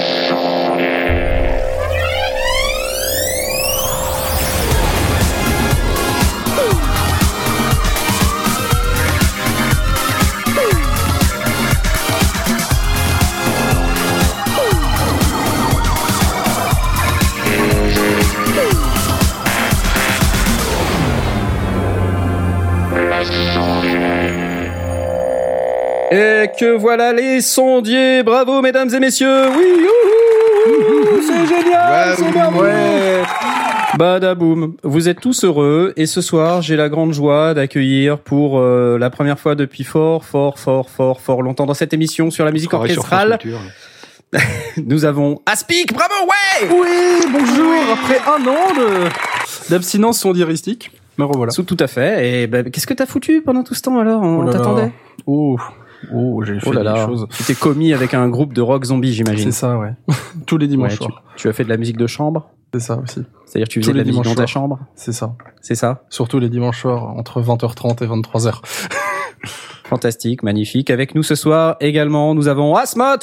Et que voilà les sondiers, bravo mesdames et messieurs, oui, youhou, c'est génial, c'est merveilleux. Badaboum, vous êtes tous heureux et ce soir j'ai la grande joie d'accueillir pour la première fois depuis fort longtemps dans cette émission sur la musique orchestrale. Nous avons Aspic, bravo, ouais. Oui, bonjour, après un an d'abstinence sondieristique. Me revoilà. Tout à fait. Et qu'est-ce que t'as foutu pendant tout ce temps alors? On t'attendait. J'ai fait des choses. Tu t'es commis avec un groupe de rock zombie, j'imagine. C'est ça, ouais. Tous les dimanches soirs. Tu as fait de la musique de chambre? C'est ça aussi. C'est-à-dire que tu faisais de la musique dans ta chambre? C'est ça. C'est ça? Surtout les dimanches soirs, entre 20h30 et 23h. Fantastique, magnifique. Avec nous ce soir également, nous avons Asmat,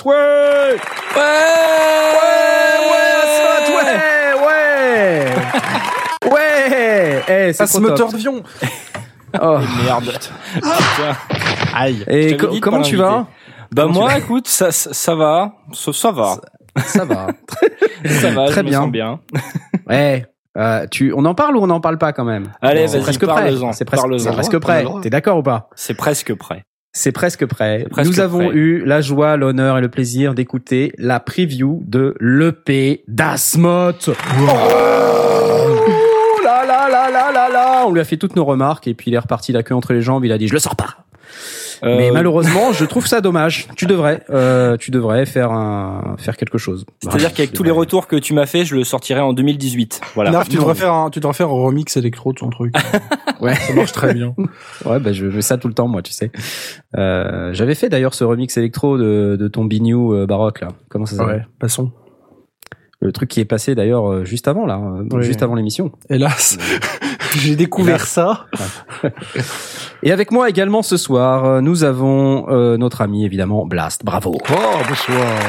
ouais, c'est ce moteur d'avion. Oh merde. Aïe. Et comment tu vas? Moi, écoute, ça va. Ça va. Ça va. Ça va. Très bien. Me sens bien. Ouais. On en parle ou on n'en parle pas quand même? Allez, vas-y, presque prêt. C'est presque prêt. T'es d'accord ou pas? C'est presque prêt. C'est presre prêt. Nous avons eu la joie, l'honneur et le plaisir d'écouter la preview de l'EP d'Asmat. On lui a fait toutes nos remarques et puis il est reparti la queue entre les jambes. Il a dit je le sors pas. Mais malheureusement, je trouve ça dommage. Tu devrais faire quelque chose. C'est-à-dire qu'avec tous les retours que tu m'as fait, je le sortirais en 2018. Voilà. Nerf, tu devrais faire un remix électro de son truc. Ouais, ça marche très bien. Ouais, je fais ça tout le temps, moi, tu sais. J'avais fait d'ailleurs ce remix électro de ton bignou baroque là. Comment ça s'appelle? Ouais, passons. Le truc qui est passé d'ailleurs juste avant là, juste avant l'émission. Hélas, j'ai découvert ça. Et avec moi également ce soir, nous avons notre ami évidemment Blast. Bravo. Oh, bonsoir.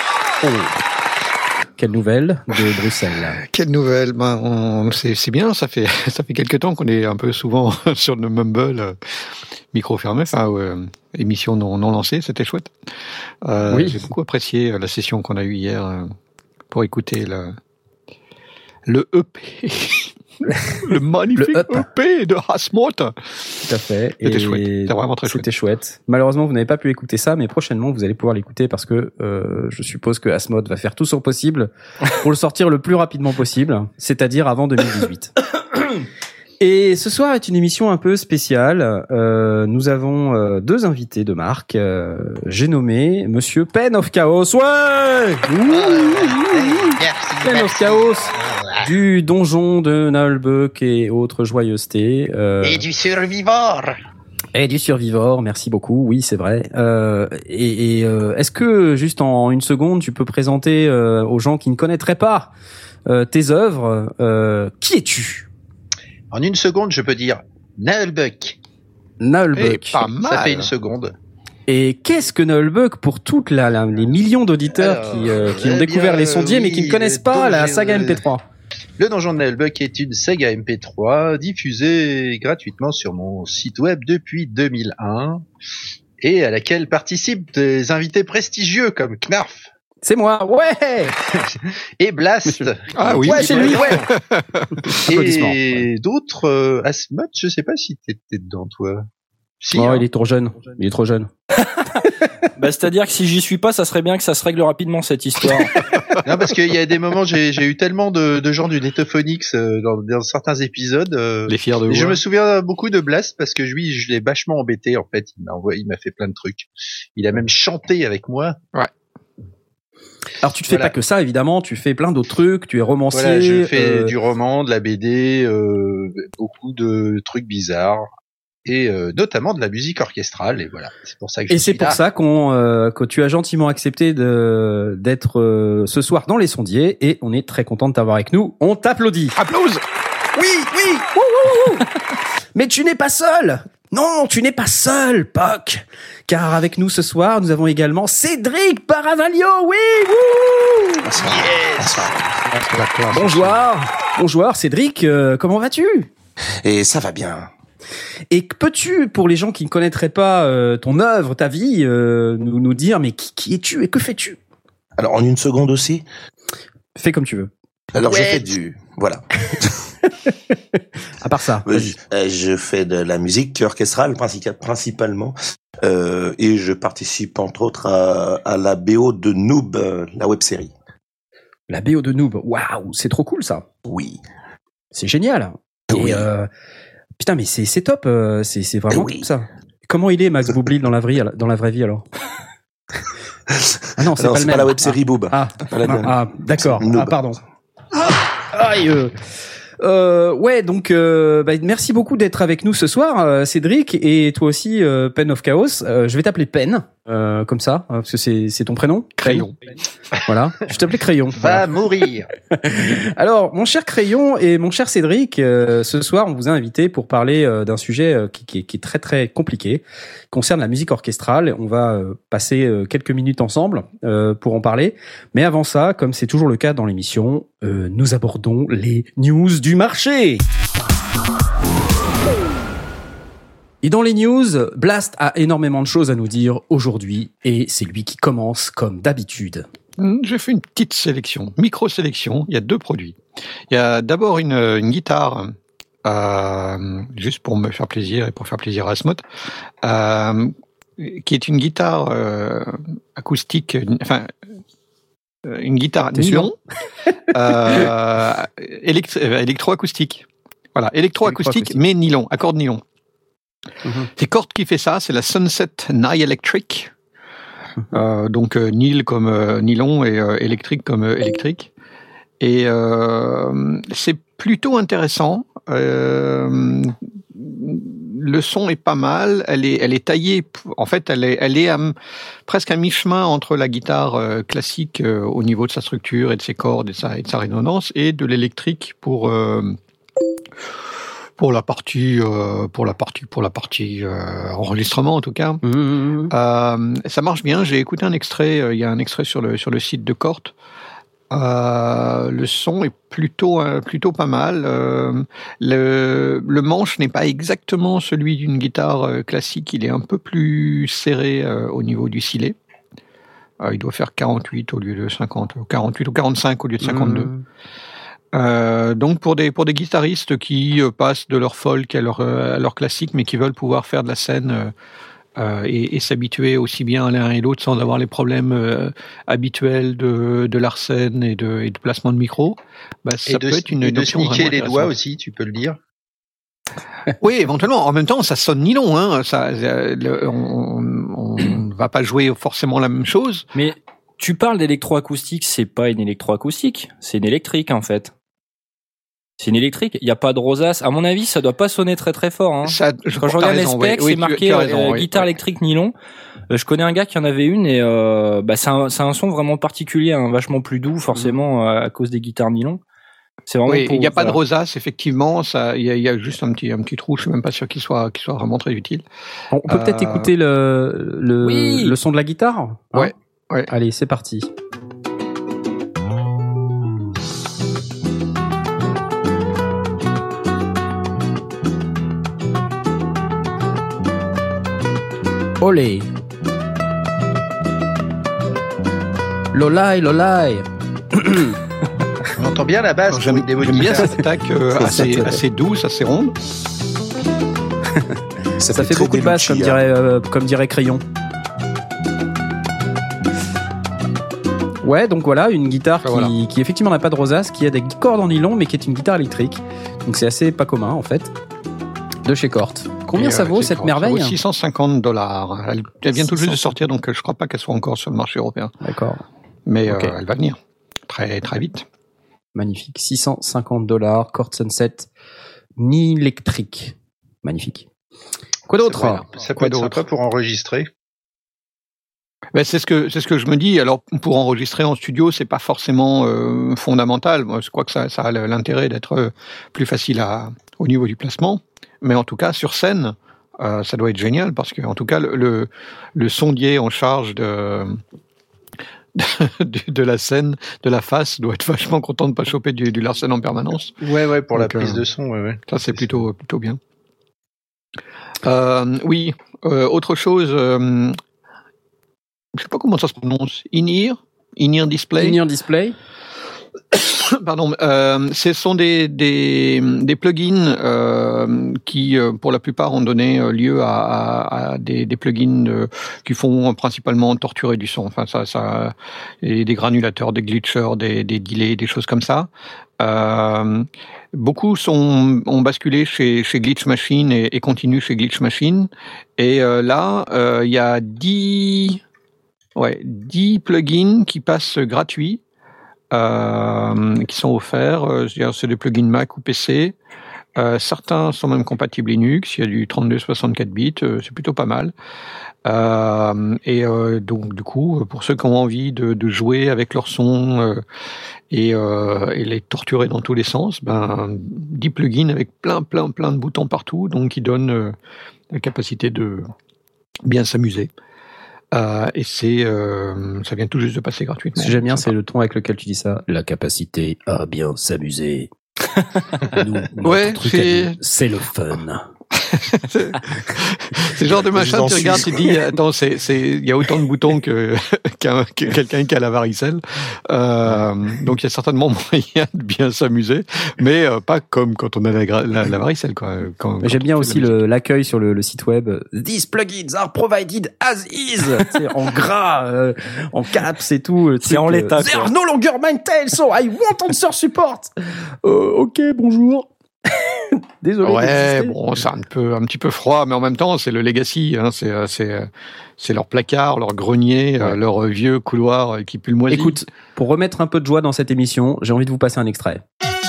Quelle nouvelle de Bruxelles? Quelle nouvelle? C'est bien, ça fait quelques temps qu'on est un peu souvent sur le Mumble, micro fermé, émission non lancée, c'était chouette. Oui. J'ai beaucoup apprécié la session qu'on a eue hier pour écouter le EP. Le magnifique EP de Asmat. Tout à fait. C'était chouette. C'était vraiment très chouette. C'était chouette. Malheureusement, vous n'avez pas pu écouter ça, mais prochainement, vous allez pouvoir l'écouter parce que je suppose que Asmat va faire tout son possible pour le sortir le plus rapidement possible, c'est-à-dire avant 2018. Et ce soir est une émission un peu spéciale. Nous avons deux invités de marque. J'ai nommé Monsieur Pen of Chaos. Ouais. Pen of Chaos. Du donjon de Nullbuck et autres joyeusetés. Et du Survivor. Et du Survivor, merci beaucoup. Oui, c'est vrai. Est-ce que, juste en une seconde, tu peux présenter aux gens qui ne connaîtraient pas tes œuvres, qui es-tu? En une seconde, je peux dire Nullbuck. Nullbuck. Pas mal. Ça fait une seconde. Et qu'est-ce que Nullbuck pour toutes les millions d'auditeurs qui ont découvert les sondiers mais qui ne connaissent pas la saga MP3? Le donjon de Nullbuck est une saga MP3 diffusée gratuitement sur mon site web depuis 2001 et à laquelle participent des invités prestigieux comme Knarf. C'est moi, ouais. Et Blast. Ah oui, ouais, c'est lui, ouais. Et d'autres, Asmat, je sais pas si t'étais dedans, toi. Si, oh, il est trop jeune. Il est trop jeune. C'est-à-dire que si j'y suis pas, ça serait bien que ça se règle rapidement, cette histoire. Non, parce qu'il y a des moments, j'ai eu tellement de gens du Netophonix dans certains épisodes. Les fiers de et voix. je me souviens beaucoup de Blast parce que lui, je l'ai vachement embêté, en fait. Il m'a fait plein de trucs. Il a même chanté avec moi. Ouais. Alors tu te fais pas que ça, évidemment, tu fais plein d'autres trucs, tu es romancier. Voilà, je fais du roman, de la BD, beaucoup de trucs bizarres. Et notamment de la musique orchestrale, et voilà. C'est pour ça que je suis là. pour ça que tu as gentiment accepté d'être ce soir dans les sondiers, et on est très content de t'avoir avec nous. On t'applaudit. Applause. Oui. Wouhou. Mais tu n'es pas seul. Non, tu n'es pas seul, Puck. Car avec nous ce soir, nous avons également Cédric Paravaglio. Oui, wouh. Bonjour, Cédric, comment vas-tu? Et ça va bien. Et peux-tu, pour les gens qui ne connaîtraient pas ton œuvre, ta vie, nous dire, mais qui es-tu et que fais-tu? Alors, en une seconde aussi? Fais comme tu veux. Alors, je fais voilà. À part ça. Je fais de la musique orchestrale, principalement. Et je participe, entre autres, à la BO de Noob, la web-série. La BO de Noob. Waouh, c'est trop cool, ça. Oui. C'est génial. Oui. Et putain, mais c'est top. C'est vraiment top, ça. Comment il est, Max Boublil, dans la vraie vie, alors? Ah non, c'est pas la web-série Boob. D'accord. Noob. Ah, pardon. Aïe. Ouais, donc merci beaucoup d'être avec nous ce soir, Cédric, et toi aussi, Pen of Chaos. Je vais t'appeler Pen, comme ça, parce que c'est ton prénom. Crayon. Voilà, je t'appelais Crayon. Va mourir. Alors, mon cher Crayon et mon cher Cédric, ce soir, on vous a invité pour parler d'un sujet qui est très très compliqué, concerne la musique orchestrale. On va passer quelques minutes ensemble pour en parler. Mais avant ça, comme c'est toujours le cas dans l'émission, nous abordons les news du marché. Et dans les news, Blast a énormément de choses à nous dire aujourd'hui, et c'est lui qui commence comme d'habitude. J'ai fait une petite sélection, micro-sélection. Il y a 2 produits. Il y a d'abord une guitare, juste pour me faire plaisir et pour faire plaisir à Asmod, qui est une guitare acoustique, une guitare nylon, électroacoustique. Voilà, électroacoustique, mais nylon, à cordes nylon. C'est Cort qui fait ça, c'est la Sunset Nye Electric. Donc Nil comme nylon et électrique comme électrique. Et c'est plutôt intéressant. Le son est pas mal. Elle est taillée. En fait, elle est presque à mi-chemin entre la guitare classique au niveau de sa structure et de ses cordes et de sa résonance, et de l'électrique pour la partie enregistrement, en tout cas. Ça marche bien. J'ai écouté un extrait. Il y a un extrait sur le site de Cort. Le son est plutôt pas mal. Le manche n'est pas exactement celui d'une guitare classique. Il est un peu plus serré au niveau du silet. Il doit faire 48 au lieu de 50, 48 ou 45 au lieu de 52. Donc pour des guitaristes qui passent de leur folk à leur classique, mais qui veulent pouvoir faire de la scène et s'habituer aussi bien à l'un et l'autre sans avoir les problèmes habituels de la scène et de placement de micro, ça peut être une option vraiment sniquer les doigts aussi, tu peux le dire. Oui, éventuellement. En même temps, ça sonne nylon. On ne va pas jouer forcément la même chose. Mais tu parles d'électroacoustique, c'est pas une électroacoustique, c'est une électrique en fait. C'est une électrique, il n'y a pas de rosace. À mon avis, ça doit pas sonner très très fort. Quand je regarde les specs, c'est marqué guitare électrique nylon. Je connais un gars qui en avait une et c'est un son vraiment particulier, vachement plus doux forcément à cause des guitares nylon. C'est vraiment. Il n'y a pas de rosace, effectivement. Il y a juste un petit trou. Je suis même pas sûr qu'il soit vraiment très utile. On peut peut-être écouter le son de la guitare. Ouais. Allez, c'est parti. Olé. Lolai. On entend bien la basse. J'aime bien cette attaque assez douce, assez ronde. Ça fait beaucoup de basse, comme dirait Crayon. Ouais, donc voilà, une guitare qui effectivement n'a pas de rosace, qui a des cordes en nylon, mais qui est une guitare électrique. Donc c'est assez pas commun, en fait. De chez Cort. Combien ça vaut cette merveille? Ça vaut $650. Elle vient tout juste de sortir, donc je crois pas qu'elle soit encore sur le marché européen. D'accord. Mais elle va venir très très vite. Magnifique. $650. Cort Sunset électrique. Magnifique. Quoi d'autre? Ça peut être sympa pour enregistrer. C'est ce que je me dis. Alors pour enregistrer en studio, c'est pas forcément fondamental. Moi, je crois que ça a l'intérêt d'être plus facile au niveau du placement. Mais en tout cas, sur scène, ça doit être génial parce que, en tout cas, le sondier en charge de de la scène, de la face, doit être vachement content de pas choper du Larsen en permanence. Ouais, pour la prise de son, ouais. Ça, c'est plutôt bien. Oui, autre chose, je sais pas comment ça se prononce. In-ear Display. In-ear Display. Pardon, ce sont des plugins qui, pour la plupart, ont donné lieu à des plugins qui font principalement torturer du son. Enfin, ça, et des granulateurs, des glitchers, des delays, des choses comme ça. Beaucoup ont basculé chez Glitch Machine et continuent chez Glitch Machine. Et là, il y a 10 plugins qui passent gratuits. Qui sont offerts. C'est des plugins Mac ou PC. Certains sont même compatibles Linux. Il y a du 32-64 bits. C'est plutôt pas mal. Donc, du coup, pour ceux qui ont envie de jouer avec leur son et les torturer dans tous les sens, 10 plugins avec plein de boutons partout, donc qui donnent la capacité de bien s'amuser. Et ça vient tout juste de passer gratuitement. Ce que j'aime bien, c'est le ton avec lequel tu dis ça. La capacité à bien s'amuser. C'est le fun. C'est le genre de machin, tu regardes, tu dis, attends, il y a autant de boutons que quelqu'un qui a la varicelle. Donc il y a certainement moyen de bien s'amuser, mais pas comme quand on a la varicelle, quoi. J'aime bien aussi l'accueil sur le site web. These plugins are provided as is. C'est en gras, en caps et tout. C'est en l'état. They are no longer maintained, so I want answer support. Ok, bonjour. Désolé. Ouais, bon, c'est un petit peu froid, mais en même temps, c'est le legacy, hein, c'est leur placard, leur grenier, leur vieux couloir qui pue le moisi. Écoute, pour remettre un peu de joie dans cette émission, j'ai envie de vous passer un extrait.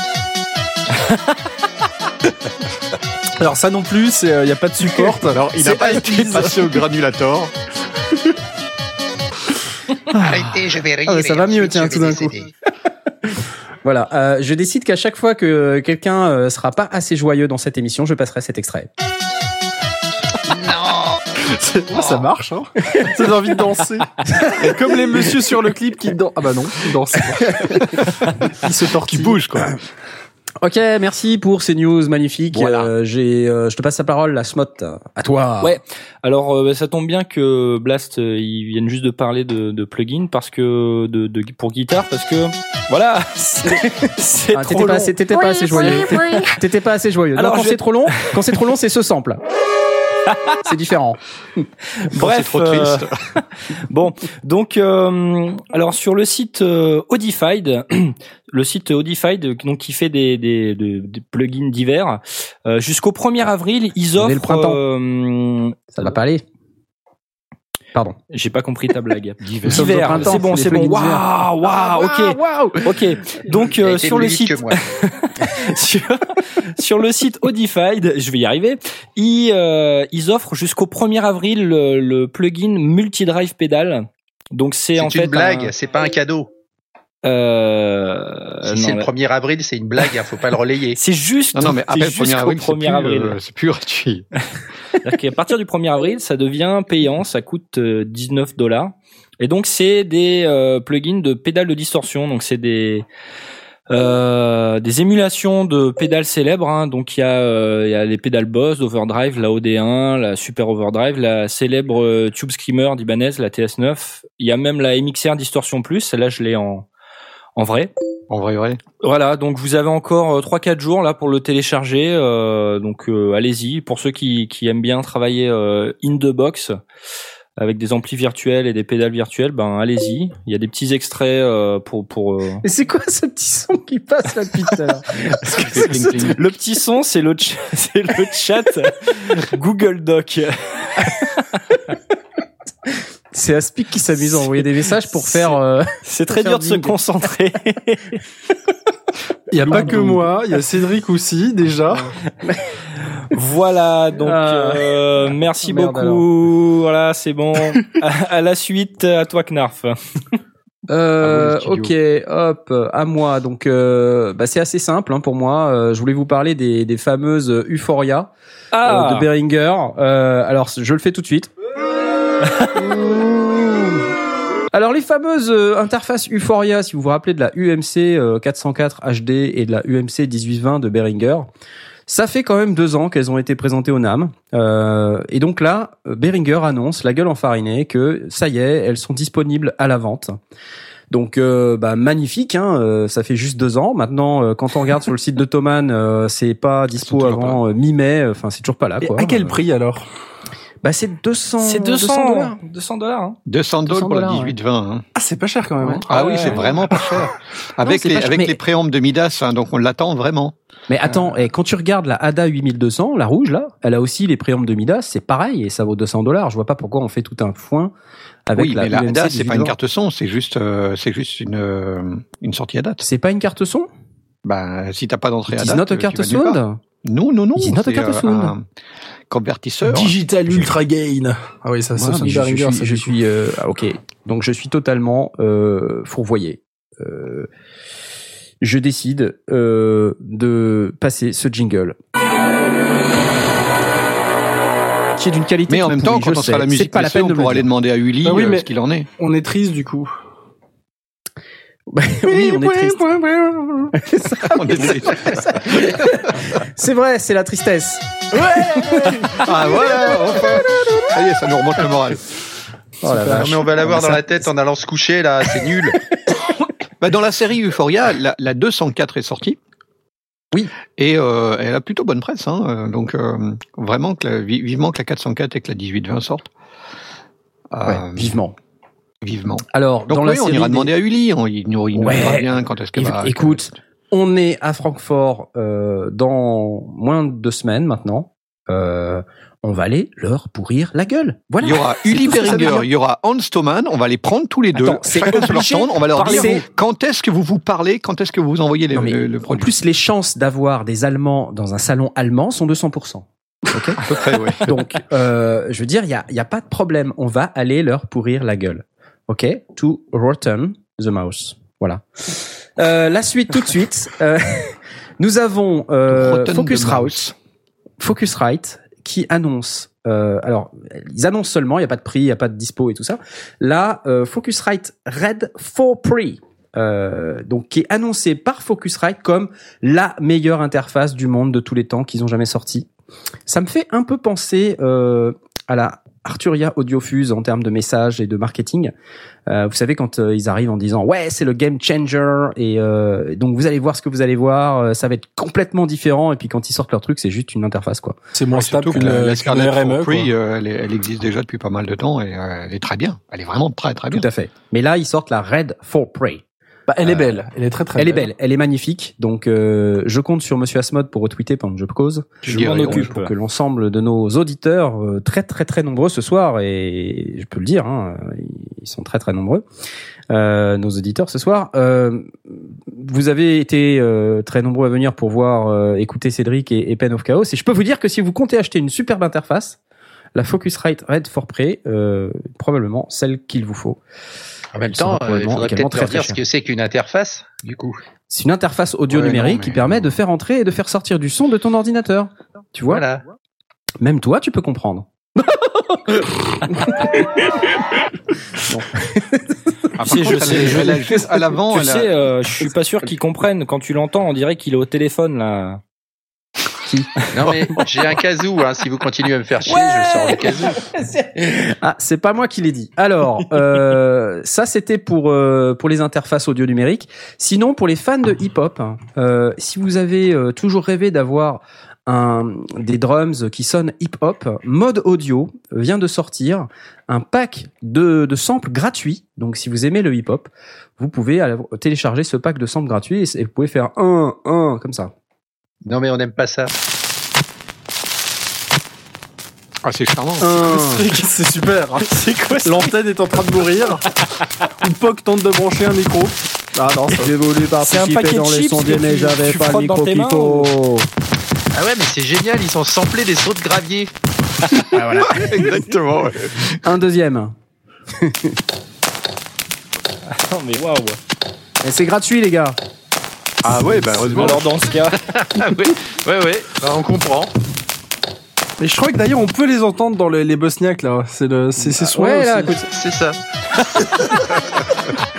Alors ça non plus, il n'y a pas de support. Alors il n'a pas été passé au granulator. Arrêtez, je vais rire. Ça va mieux, tiens, tout d'un coup. Voilà, je décide qu'à chaque fois que quelqu'un sera pas assez joyeux dans cette émission, je passerai cet extrait. Non, ça marche, hein. Ça donne envie de danser. Comme les messieurs sur le clip qui dansent. Ah bah non, ils dansent. Ils se tortillent. Qui bougent, quoi. Ok, merci pour ces news magnifiques. Voilà. Je te passe la parole, la Smot. À toi. Ouais. Alors, ça tombe bien que Blast, ils viennent juste de parler de plugins parce que pour guitare, parce que voilà, c'est trop long. T'étais pas assez joyeux. T'étais pas assez joyeux. Alors, quand c'est trop long, c'est ce sample. C'est différent. Bref, c'est trop triste. Bon, donc alors sur le site Audified, donc qui fait des plugins divers, jusqu'au 1er avril, ils offrent le printemps. Ça va pas aller. Pardon. J'ai pas compris ta blague. Divers. C'est bon. Waouh, ok. Donc sur le site sur le site Audified, je vais y arriver. Ils offrent jusqu'au 1er avril le plugin Multidrive Pedal. Donc c'est en fait une blague, c'est pas un cadeau. Si c'est le 1er avril, c'est une blague, faut pas le relayer. C'est juste. Non, mais après le 1er avril, c'est plus gratuit. C'est-à-dire qu'à partir du 1er avril, ça devient payant, ça coûte $19. Et donc c'est des plugins de pédales de distorsion, donc c'est des émulations de pédales célèbres, hein. Donc il y a les pédales Boss d'Overdrive, la OD1, la Super Overdrive, la célèbre Tube Screamer d'Ibanez, la TS9. Il y a même la MXR Distortion Plus, celle-là je l'ai en vrai. En vrai. Voilà, donc vous avez encore 3-4 jours là pour le télécharger. Donc allez-y, pour ceux qui aiment bien travailler in the box avec des amplis virtuels et des pédales virtuelles, allez-y. Il y a des petits extraits pour. Et c'est quoi ce petit son qui passe là depuis tout à l'heure? Le petit son, c'est le chat Google Doc. C'est Aspic qui s'amuse à envoyer des messages pour faire. C'est très dur de se concentrer. Il y a pas que moi, il y a Cédric aussi déjà. Voilà, donc merci beaucoup. Alors. Voilà, c'est bon. À la suite, à toi Knarf. Ok, hop, à moi. Donc, c'est assez simple pour moi. Je voulais vous parler des fameuses Euphoria de Behringer. Alors, je le fais tout de suite. Alors les fameuses interfaces Euphoria, si vous vous rappelez de la UMC 404 HD et de la UMC 1820 de Behringer, ça fait quand même 2 ans qu'elles ont été présentées au NAMM. Et donc là, Behringer annonce, la gueule enfarinée, que ça y est, elles sont disponibles à la vente. Donc magnifique, hein, ça fait juste 2 ans. Maintenant, quand on regarde sur le site de Thomann, c'est pas dispo avant mi-mai. Enfin, c'est toujours pas là. Quoi. Et à quel prix alors? C'est 200. C'est $200. Hein. $200 pour le 18-20. Hein. Ah, c'est pas cher quand même. Hein. Ah oui, c'est vraiment pas cher. Avec les préambles de Midas, hein, donc on l'attend vraiment. Mais attends, et quand tu regardes la Hada 8200, la rouge là, elle a aussi les préambles de Midas, c'est pareil et ça vaut $200. Je vois pas pourquoi on fait tout un foin avec la Hada, c'est pas une carte son, c'est juste une sortie à date. C'est pas une carte son? Si t'as pas d'entrée à date. It's not a carte sound? Non. It's not a carte sound. Convertisseur. Digital Ultra Gain. Ah oui, ça je suis ok. Donc je suis totalement fourvoyé. Je décide de passer ce jingle. Qui est d'une qualité. Mais en même temps, quand on sera la musique, pas la peine on pourra aller demander à Uli ce qu'il en est. On est triste du coup. Oui, on est triste. C'est vrai, c'est la tristesse. Ouais. Ah voilà, enfin. Ça y est, ça nous remonte le moral. Oh la vache. Mais on va l'avoir dans la tête en allant se coucher là, c'est nul. Dans la série Euphoria, la 204 est sortie. Oui. Et elle a plutôt bonne presse, hein. Donc vraiment vivement que la 404 et que la 1820 sortent. Vivement. Alors, donc dans la série, on ira demander à Uli, il nous dira bien quand est-ce qu'elle va. Écoute, on est à Francfort dans moins de 2 semaines maintenant. On va aller leur pourrir la gueule. Voilà. Il y aura Uli Behringer, il y aura Hans Thomann, on va les prendre tous les deux. Chacun sur leur stand, on va leur dire quand est-ce que vous parlez, quand est-ce que vous envoyez le produit. En plus, les chances d'avoir des Allemands dans un salon allemand sont de 100%. Ok. À peu près, oui. Donc, je veux dire, il y a pas de problème. On va aller leur pourrir la gueule. Ok. To rotten the mouse. Voilà. La suite tout de suite. Nous avons Focusrite qui annonce. Alors, ils annoncent seulement. Il y a pas de prix, il y a pas de dispo et tout ça. Là, Focusrite Red 4 Pre. Donc qui est annoncé par Focusrite comme la meilleure interface du monde de tous les temps qu'ils ont jamais sorti. Ça me fait un peu penser à la Arturia Audiofuse en termes de messages et de marketing. Vous savez, quand ils arrivent en disant ouais, c'est le game changer et donc vous allez voir ce que vous allez voir, ça va être complètement différent, et puis quand ils sortent leur truc, c'est juste une interface quoi. C'est moins stable que la Scarlett RME. Elle existe déjà depuis pas mal de temps et elle est très bien. Elle est vraiment très très bien. Tout à fait. Mais là, ils sortent la Red 4 Pre. Elle est belle, elle est très très belle. Elle est belle, elle est magnifique. Donc je compte sur Monsieur Asmod pour retweeter pendant que je cause. Je m'en occupe pour que l'ensemble de nos auditeurs, très très très nombreux ce soir, et je peux le dire, hein, ils sont très très nombreux, nos auditeurs ce soir. Vous avez été très nombreux à venir pour voir, écouter Cédric et Pen of Chaos, et je peux vous dire que si vous comptez acheter une superbe interface, la Focusrite Red 4 Pre, probablement celle qu'il vous faut. En même temps, il faudrait peut-être leur dire ce que c'est qu'une interface, du coup. C'est une interface audio numérique qui permet de faire entrer et de faire sortir du son de ton ordinateur. Tu vois ? Voilà. Même toi, tu peux comprendre. Je suis pas sûr qu'ils comprennent. Quand tu l'entends, on dirait qu'il est au téléphone, là. Non mais j'ai un kazoo, hein. Si vous continuez à me faire chier, je sors le kazoo. Ah, c'est pas moi qui l'ai dit. Alors, ça c'était pour les interfaces audio numériques. Sinon, pour les fans de hip-hop, si vous avez toujours rêvé d'avoir des drums qui sonnent hip-hop, Mode Audio vient de sortir un pack de samples gratuits. Donc, si vous aimez le hip-hop, vous pouvez télécharger ce pack de samples gratuits et vous pouvez faire un comme ça. Non mais on n'aime pas ça. Ah, c'est charmant. C'est super. C'est quoi ça? L'antenne est en train de mourir. Poc tente de brancher un micro. Ah non, j'ai voulu participer dans les sondiers, mais j'avais pas le micro qu'il faut. Ah ouais, mais c'est génial, ils sont samplés des sauts de gravier. Ah voilà, exactement. Ouais. Un deuxième. Non mais waouh. Et c'est gratuit les gars. Ah ouais, bah heureusement. Alors dans ce cas. Ouais, bah, on comprend. Mais je crois que d'ailleurs on peut les entendre dans les bosniaques là. C'est soin. Ouais, aussi. là, écoute, c'est ça.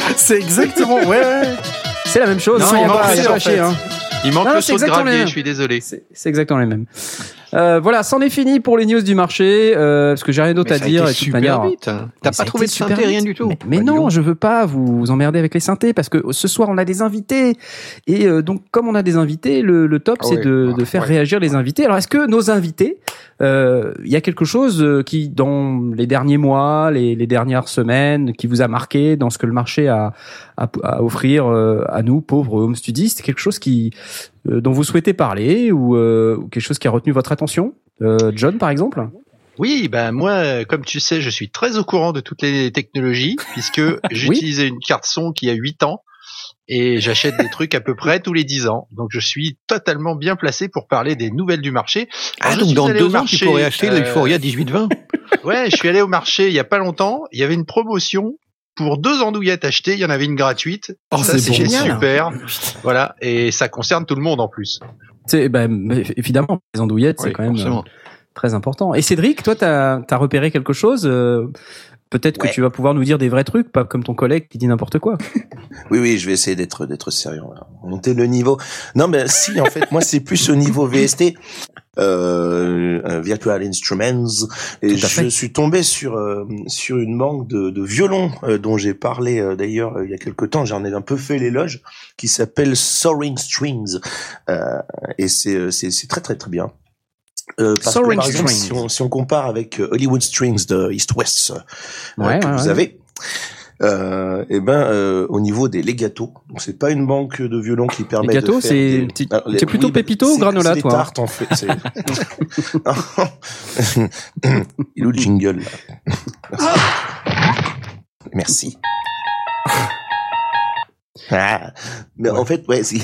C'est exactement, ouais. C'est la même chose. Non, il manque le saut de gravier, je suis désolé. C'est exactement les mêmes. Voilà, c'en est fini pour les news du marché, parce que j'ai rien d'autre à dire. Et super vite. T'as pas trouvé de synthé, rien du tout. Mais non, je veux pas vous emmerder avec les synthés, parce que ce soir on a des invités, et donc comme on a des invités, le top c'est de faire réagir les invités. Alors est-ce que nos invités, il y a quelque chose qui dans les derniers mois, les dernières semaines, qui vous a marqué dans ce que le marché a à offrir à nous pauvres home studistes, quelque chose dont vous souhaitez parler ou quelque chose qui a retenu votre attention, John par exemple? Oui, ben moi, comme tu sais, je suis très au courant de toutes les technologies puisque j'utilisais une carte son qui a 8 ans et j'achète des trucs à peu près tous les 10 ans. Donc je suis totalement bien placé pour parler des nouvelles du marché. Alors, donc dans 2 ans, tu pourrais acheter l'Euphoria 1820. Ouais, je suis allé au marché il y a pas longtemps, il y avait une promotion. Pour 2 andouillettes achetées, il y en avait une gratuite. Oh, ça, c'est génial. Super. Voilà. Et ça concerne tout le monde en plus. Évidemment, les andouillettes, c'est quand même très important. Et Cédric, toi, t'as repéré quelque chose? Peut-être que tu vas pouvoir nous dire des vrais trucs, pas comme ton collègue qui dit n'importe quoi. Oui, je vais essayer d'être sérieux. Monter le niveau. Non, mais si, en fait, moi, c'est plus au niveau VST. Virtual Instruments, et je suis tombé sur une banque de violons dont j'ai parlé d'ailleurs il y a quelque temps. J'en ai un peu fait l'éloge, qui s'appelle Soaring Strings, et c'est très très très bien. Parce que, par exemple, si on compare avec Hollywood Strings de East West que vous avez. Au niveau des legato, donc c'est pas une banque de violon qui permet legato, de faire c'est plutôt pépito ou granola, toi? C'est des tartes, en fait. Il est où le jingle, là? Merci. Mais en fait,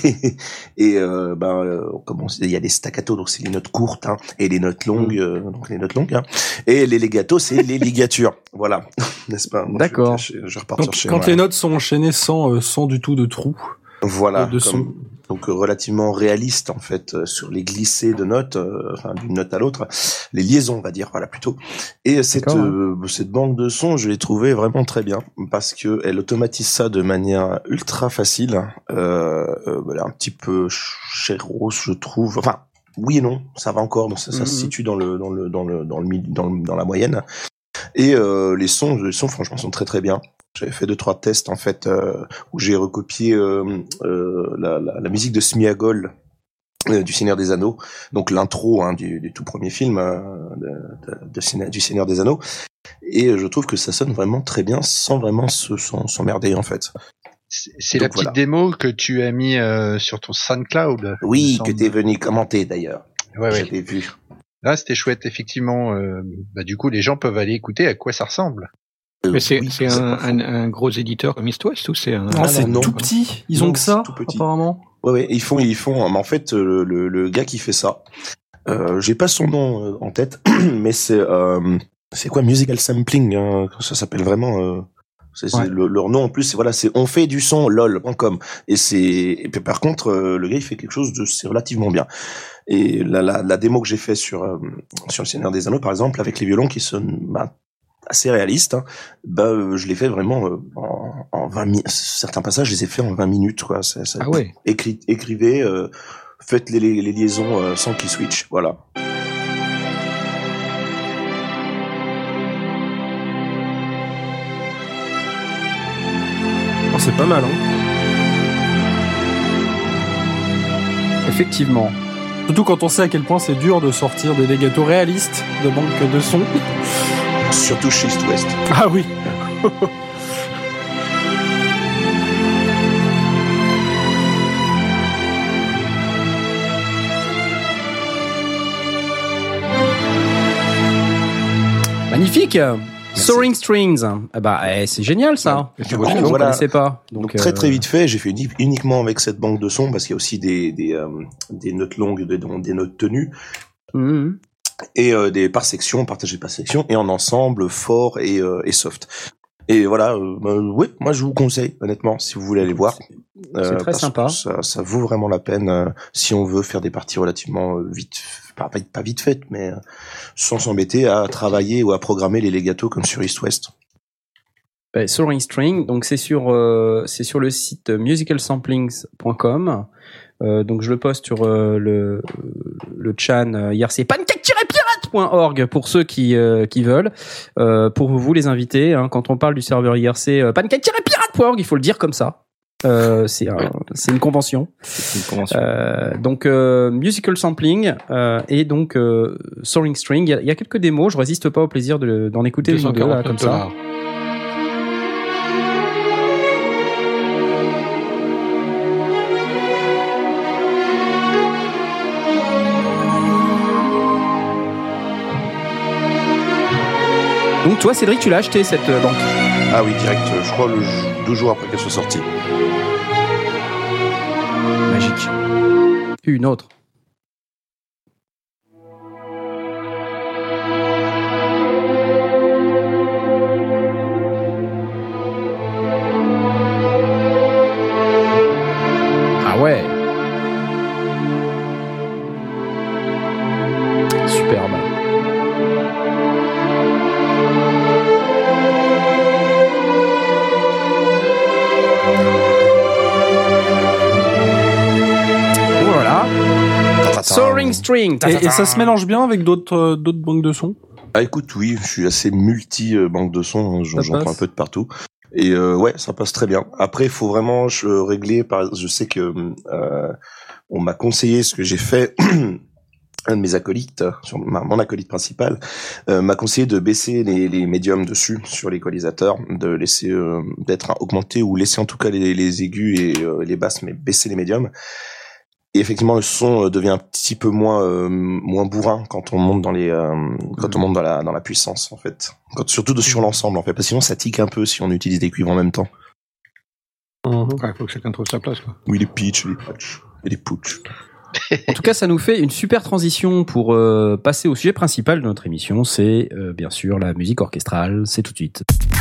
il y a des staccato, donc c'est les notes courtes, et les notes longues, et les legato, c'est les ligatures. Voilà. N'est-ce pas? Moi, d'accord. Je repars sur chez moi. Quand les notes sont enchaînées sans du tout de trous. Voilà. Donc relativement réaliste en fait sur les glissés de notes, d'une note à l'autre, les liaisons on va dire, voilà plutôt. Et cette banque de sons, je l'ai trouvée vraiment très bien parce que elle automatise ça de manière ultra facile. Elle est un petit peu chéros, je trouve. Enfin oui et non, ça va encore, donc ça se situe dans la moyenne. Et les sons franchement sont très très bien. J'avais fait 2-3 tests en fait où j'ai recopié la musique de Sméagol du Seigneur des Anneaux, donc l'intro du tout premier film du Seigneur des Anneaux, et je trouve que ça sonne vraiment très bien sans vraiment s'emmerder en fait. C'est la petite démo que tu as mis sur ton SoundCloud. Oui, que t'es venu commenter d'ailleurs. Ouais. J'avais vu. Là, c'était chouette effectivement. Du coup, les gens peuvent aller écouter à quoi ça ressemble. Mais c'est un gros éditeur comme East West ou c'est un... Non, c'est tout petit. Ils ont que ça, apparemment. Ouais, ils font. Mais en fait, le gars qui fait ça, j'ai pas son nom en tête, mais c'est quoi, Musical Sampling, ça s'appelle vraiment. Leur nom en plus, c'est on fait du son lol.com, et puis par contre le gars il fait quelque chose c'est relativement bien. Et la démo que j'ai fait sur le Seigneur des Anneaux par exemple, avec les violons qui sonnent assez réaliste, je l'ai fait vraiment en 20 minutes. Certains passages, je les ai fait en 20 minutes, quoi. Écrivez, faites les liaisons sans key switch, voilà. Oh, c'est pas mal, Effectivement. Surtout quand on sait à quel point c'est dur de sortir des legato réalistes de banque de sons. Surtout chez East West. Ah oui. Magnifique. Soaring Strings. C'est génial ça. Je ne connaissais pas. Donc très très vite fait, j'ai fait uniquement avec cette banque de sons parce qu'il y a aussi des notes longues, des notes tenues. Et des par section, partagées par section, et en ensemble, fort et soft. Et voilà, moi je vous conseille, honnêtement, si vous voulez aller voir. C'est très sympa. Ça vaut vraiment la peine si on veut faire des parties relativement vite, pas vite faites, mais sans s'embêter à travailler ou à programmer les legato comme sur East West. Soaring String. Donc c'est sur le site musicalsamplings.com. Donc je le poste sur le chan IRC pancake-pirate.org pour ceux qui veulent. Pour vous les invités, hein, quand on parle du serveur IRC pancake-pirate.org, il faut le dire comme ça. C'est une convention. Donc musical sampling et donc Soaring String. Il y a quelques démos. Je résiste pas au plaisir d'en écouter une ou deux là, comme ça. Donc toi, Cédric, tu l'as acheté cette banque? Ah oui, direct. Je crois 2 jours après qu'elle soit sortie. Magique. Une autre. Ah ouais. Superbe. Soaring String. Et ça se mélange bien avec d'autres banques de sons? Ah écoute, oui, je suis assez multi banque de sons, j'en prends un peu de partout. Et ouais, ça passe très bien. Après, il faut vraiment régler. Je sais que on m'a conseillé ce que j'ai fait. Un de mes acolytes, mon acolyte principal, m'a conseillé de baisser les médiums dessus sur l'équalisateur, de laisser d'être augmenté ou laisser en tout cas les aigus et les basses, mais baisser les médiums. Et effectivement, le son devient un petit peu moins bourrin quand on monte dans la puissance en fait. Surtout sur l'ensemble en fait, parce que sinon ça tique un peu si on utilise des cuivres en même temps. Ouais, faut que chacun trouve sa place, quoi. Oui, les pitch, les patch et les putsch. En tout cas, ça nous fait une super transition pour passer au sujet principal de notre émission. C'est bien sûr la musique orchestrale. C'est tout de suite.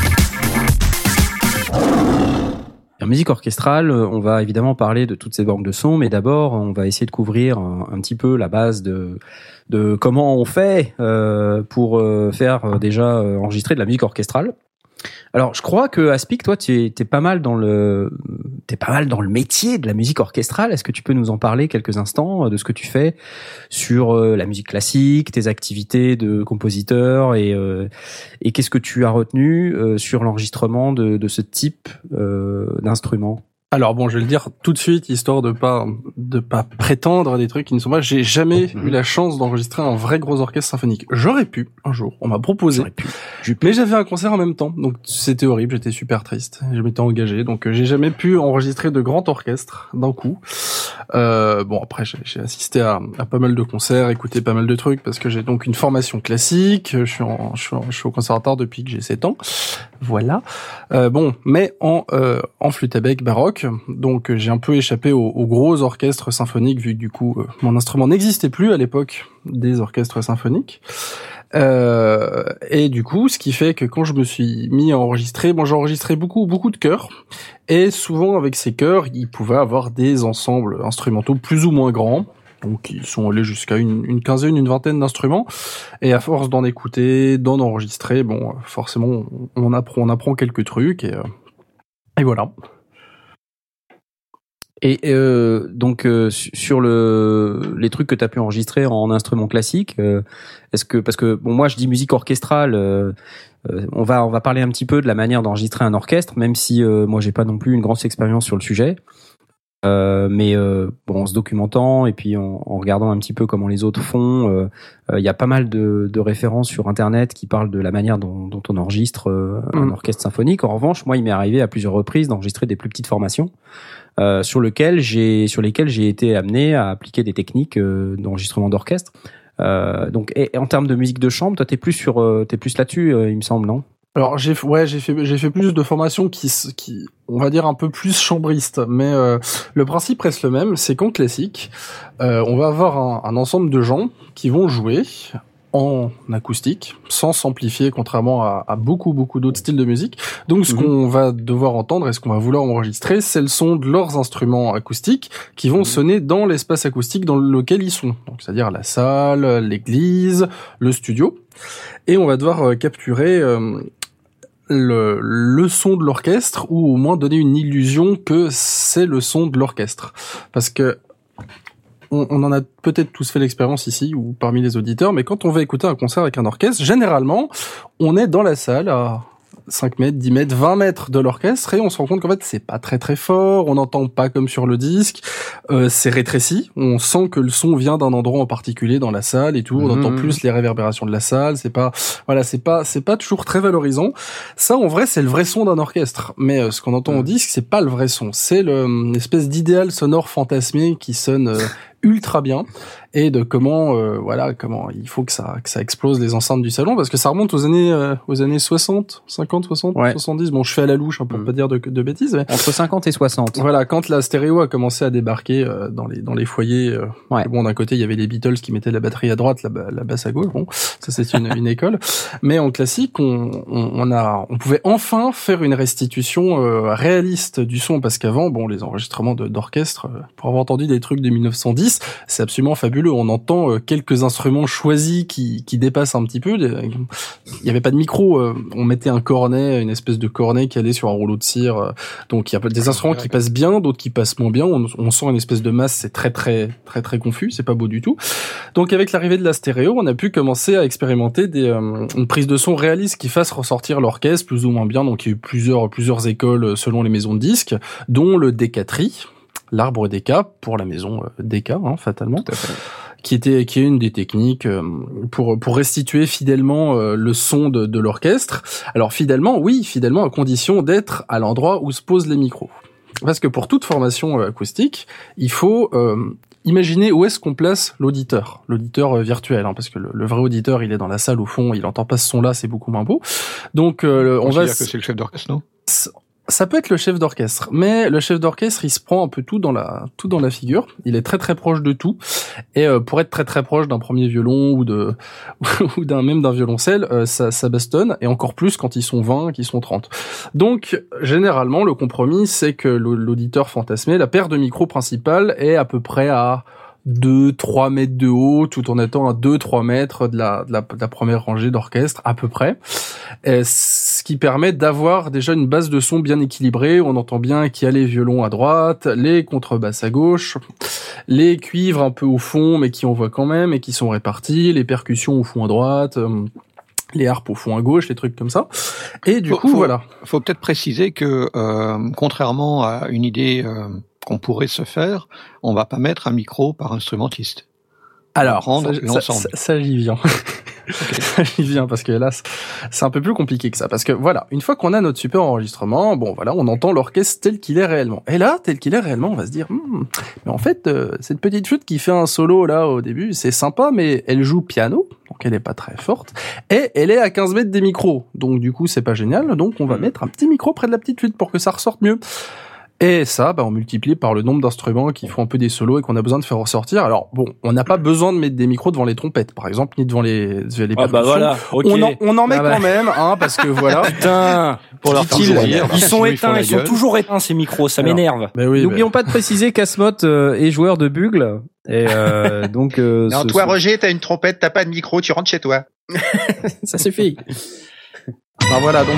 En musique orchestrale, on va évidemment parler de toutes ces banques de sons, mais d'abord, on va essayer de couvrir un petit peu la base de comment on fait pour faire déjà enregistrer de la musique orchestrale. Alors, je crois que Aspic, toi, t'es pas mal dans le métier de la musique orchestrale. Est-ce que tu peux nous en parler quelques instants de ce que tu fais sur la musique classique, tes activités de compositeur et qu'est-ce que tu as retenu sur l'enregistrement de ce type d'instrument? Alors bon, je vais le dire tout de suite, histoire de pas prétendre à des trucs qui ne sont pas. J'ai jamais eu la chance d'enregistrer un vrai gros orchestre symphonique. J'aurais pu un jour, on m'a proposé, mais j'avais un concert en même temps, donc c'était horrible. J'étais super triste. Je m'étais engagé, donc j'ai jamais pu enregistrer de grand orchestre d'un coup. Bon après, j'ai assisté à pas mal de concerts, écouté pas mal de trucs parce que j'ai donc une formation classique. Je suis au conservatoire depuis que j'ai 7 ans. Voilà. Bon, mais en flûte à bec baroque. Donc j'ai un peu échappé aux gros orchestres symphoniques vu que du coup mon instrument n'existait plus à l'époque des orchestres symphoniques. Et du coup, ce qui fait que quand je me suis mis à enregistrer, bon, j'enregistrais beaucoup de chœurs, et souvent avec ces chœurs, ils pouvaient avoir des ensembles instrumentaux plus ou moins grands. Donc ils sont allés jusqu'à une quinzaine, une vingtaine d'instruments, et à force d'en écouter, d'en enregistrer, bon, forcément on apprend quelques trucs et voilà. Et donc sur les trucs que tu as pu enregistrer en instrument classique, est-ce que parce que bon moi je dis musique orchestrale, on va parler un petit peu de la manière d'enregistrer un orchestre, même si moi j'ai pas non plus une grosse expérience sur le sujet. Mais bon, en se documentant et puis en regardant un petit peu comment les autres font, il y a pas mal de références sur Internet qui parlent de la manière dont on enregistre un orchestre symphonique. En revanche, moi, il m'est arrivé à plusieurs reprises d'enregistrer des plus petites formations sur lesquelles j'ai été amené à appliquer des techniques d'enregistrement d'orchestre. Donc, et en termes de musique de chambre, toi, t'es plus là-dessus, il me semble, non? Alors j'ai fait plus de formations qui on va dire un peu plus chambristes, mais le principe reste le même, c'est qu'en classique, on va avoir un ensemble de gens qui vont jouer en acoustique, sans s'amplifier, contrairement à beaucoup d'autres styles de musique. Donc ce qu'on va devoir entendre et ce qu'on va vouloir enregistrer, c'est le son de leurs instruments acoustiques qui vont sonner dans l'espace acoustique dans lequel ils sont. Donc c'est-à-dire la salle, l'église, le studio. Et on va devoir capturer le son de l'orchestre, ou au moins donner une illusion que c'est le son de l'orchestre. Parce que on en a peut-être tous fait l'expérience ici ou parmi les auditeurs, mais quand on va écouter un concert avec un orchestre, généralement, on est dans la salle à 5 mètres, 10 mètres, 20 mètres de l'orchestre, et on se rend compte qu'en fait c'est pas très très fort, on n'entend pas comme sur le disque, c'est rétréci, on sent que le son vient d'un endroit en particulier dans la salle et tout, on entend plus les réverbérations de la salle, c'est pas toujours très valorisant. Ça en vrai c'est le vrai son d'un orchestre, mais ce qu'on entend au disque c'est pas le vrai son, c'est l'espèce d'idéal sonore fantasmé qui sonne ultra bien, et de comment il faut que ça explose les enceintes du salon, parce que ça remonte aux années 60, 50, 60, 70. Bon, je fais à la louche pour pas dire de bêtises, mais entre 50 et 60. Voilà, quand la stéréo a commencé à débarquer dans les foyers, bon, d'un côté, il y avait les Beatles qui mettaient la batterie à droite, la basse à gauche. Bon, ça c'est une école, mais en classique, on pouvait enfin faire une restitution réaliste du son, parce qu'avant, bon, les enregistrements d'orchestre, pour avoir entendu des trucs de 1910, c'est absolument fabuleux. On entend quelques instruments choisis qui dépassent un petit peu. Il n'y avait pas de micro. On mettait un cornet, une espèce de cornet qui allait sur un rouleau de cire. Donc il y a des instruments qui passent bien, d'autres qui passent moins bien. On sent une espèce de masse. C'est très très très très confus. C'est pas beau du tout. Donc avec l'arrivée de la stéréo, on a pu commencer à expérimenter une prise de son réaliste qui fasse ressortir l'orchestre plus ou moins bien. Donc il y a eu plusieurs écoles selon les maisons de disques, dont le Decatri, l'arbre Decca pour la maison Decca, fatalement, qui est une des techniques pour restituer fidèlement le son de l'orchestre. Alors fidèlement à condition d'être à l'endroit où se posent les micros. Parce que pour toute formation acoustique, il faut imaginer où est-ce qu'on place l'auditeur virtuel, parce que le vrai auditeur, il est dans la salle au fond, il entend pas ce son-là, c'est beaucoup moins beau. Donc on va dire que c'est le chef d'orchestre, non ? Ça peut être le chef d'orchestre, mais le chef d'orchestre, il se prend un peu tout dans la figure. Il est très très proche de tout, et pour être très très proche d'un premier violon ou d'un violoncelle, ça bastonne, et encore plus quand ils sont 20, qu'ils sont 30. Donc généralement, le compromis, c'est que l'auditeur fantasmé, la paire de micros principale est à peu près à 2-3 mètres de haut, tout en étant à 2-3 mètres de la première rangée d'orchestre, à peu près. Ce qui permet d'avoir déjà une base de son bien équilibrée. On entend bien qu'il y a les violons à droite, les contrebasses à gauche, les cuivres un peu au fond, mais qui on voit quand même, et qui sont répartis, les percussions au fond à droite, les harpes au fond à gauche, les trucs comme ça. Et du coup, voilà. Faut peut-être préciser que, contrairement à une idée qu'on pourrait se faire, on va pas mettre un micro par instrumentiste. Alors, ça j'y viens. Okay. J'y viens, parce que là, c'est un peu plus compliqué que ça. Parce que voilà, une fois qu'on a notre super enregistrement, bon voilà, on entend l'orchestre tel qu'il est réellement. Et là, tel qu'il est réellement, on va se dire, mais en fait, cette petite flûte qui fait un solo là au début, c'est sympa, mais elle joue piano, donc elle est pas très forte, et elle est à 15 mètres des micros. Donc du coup, c'est pas génial, donc on va mettre un petit micro près de la petite flûte pour que ça ressorte mieux. Et ça, on multiplie par le nombre d'instruments qui font un peu des solos et qu'on a besoin de faire ressortir. Alors bon, on n'a pas besoin de mettre des micros devant les trompettes, par exemple, ni devant les percussions. Voilà, okay. On en met quand même, parce que voilà. Putain, pour leur ils sont éteints, ils sont toujours éteints ces micros, ça m'énerve. Oui, n'oublions pas de préciser qu'Asmoth est joueur de bugle, et donc. Non, toi, Roger, t'as une trompette, t'as pas de micro, tu rentres chez toi. Ça suffit. Voilà, donc.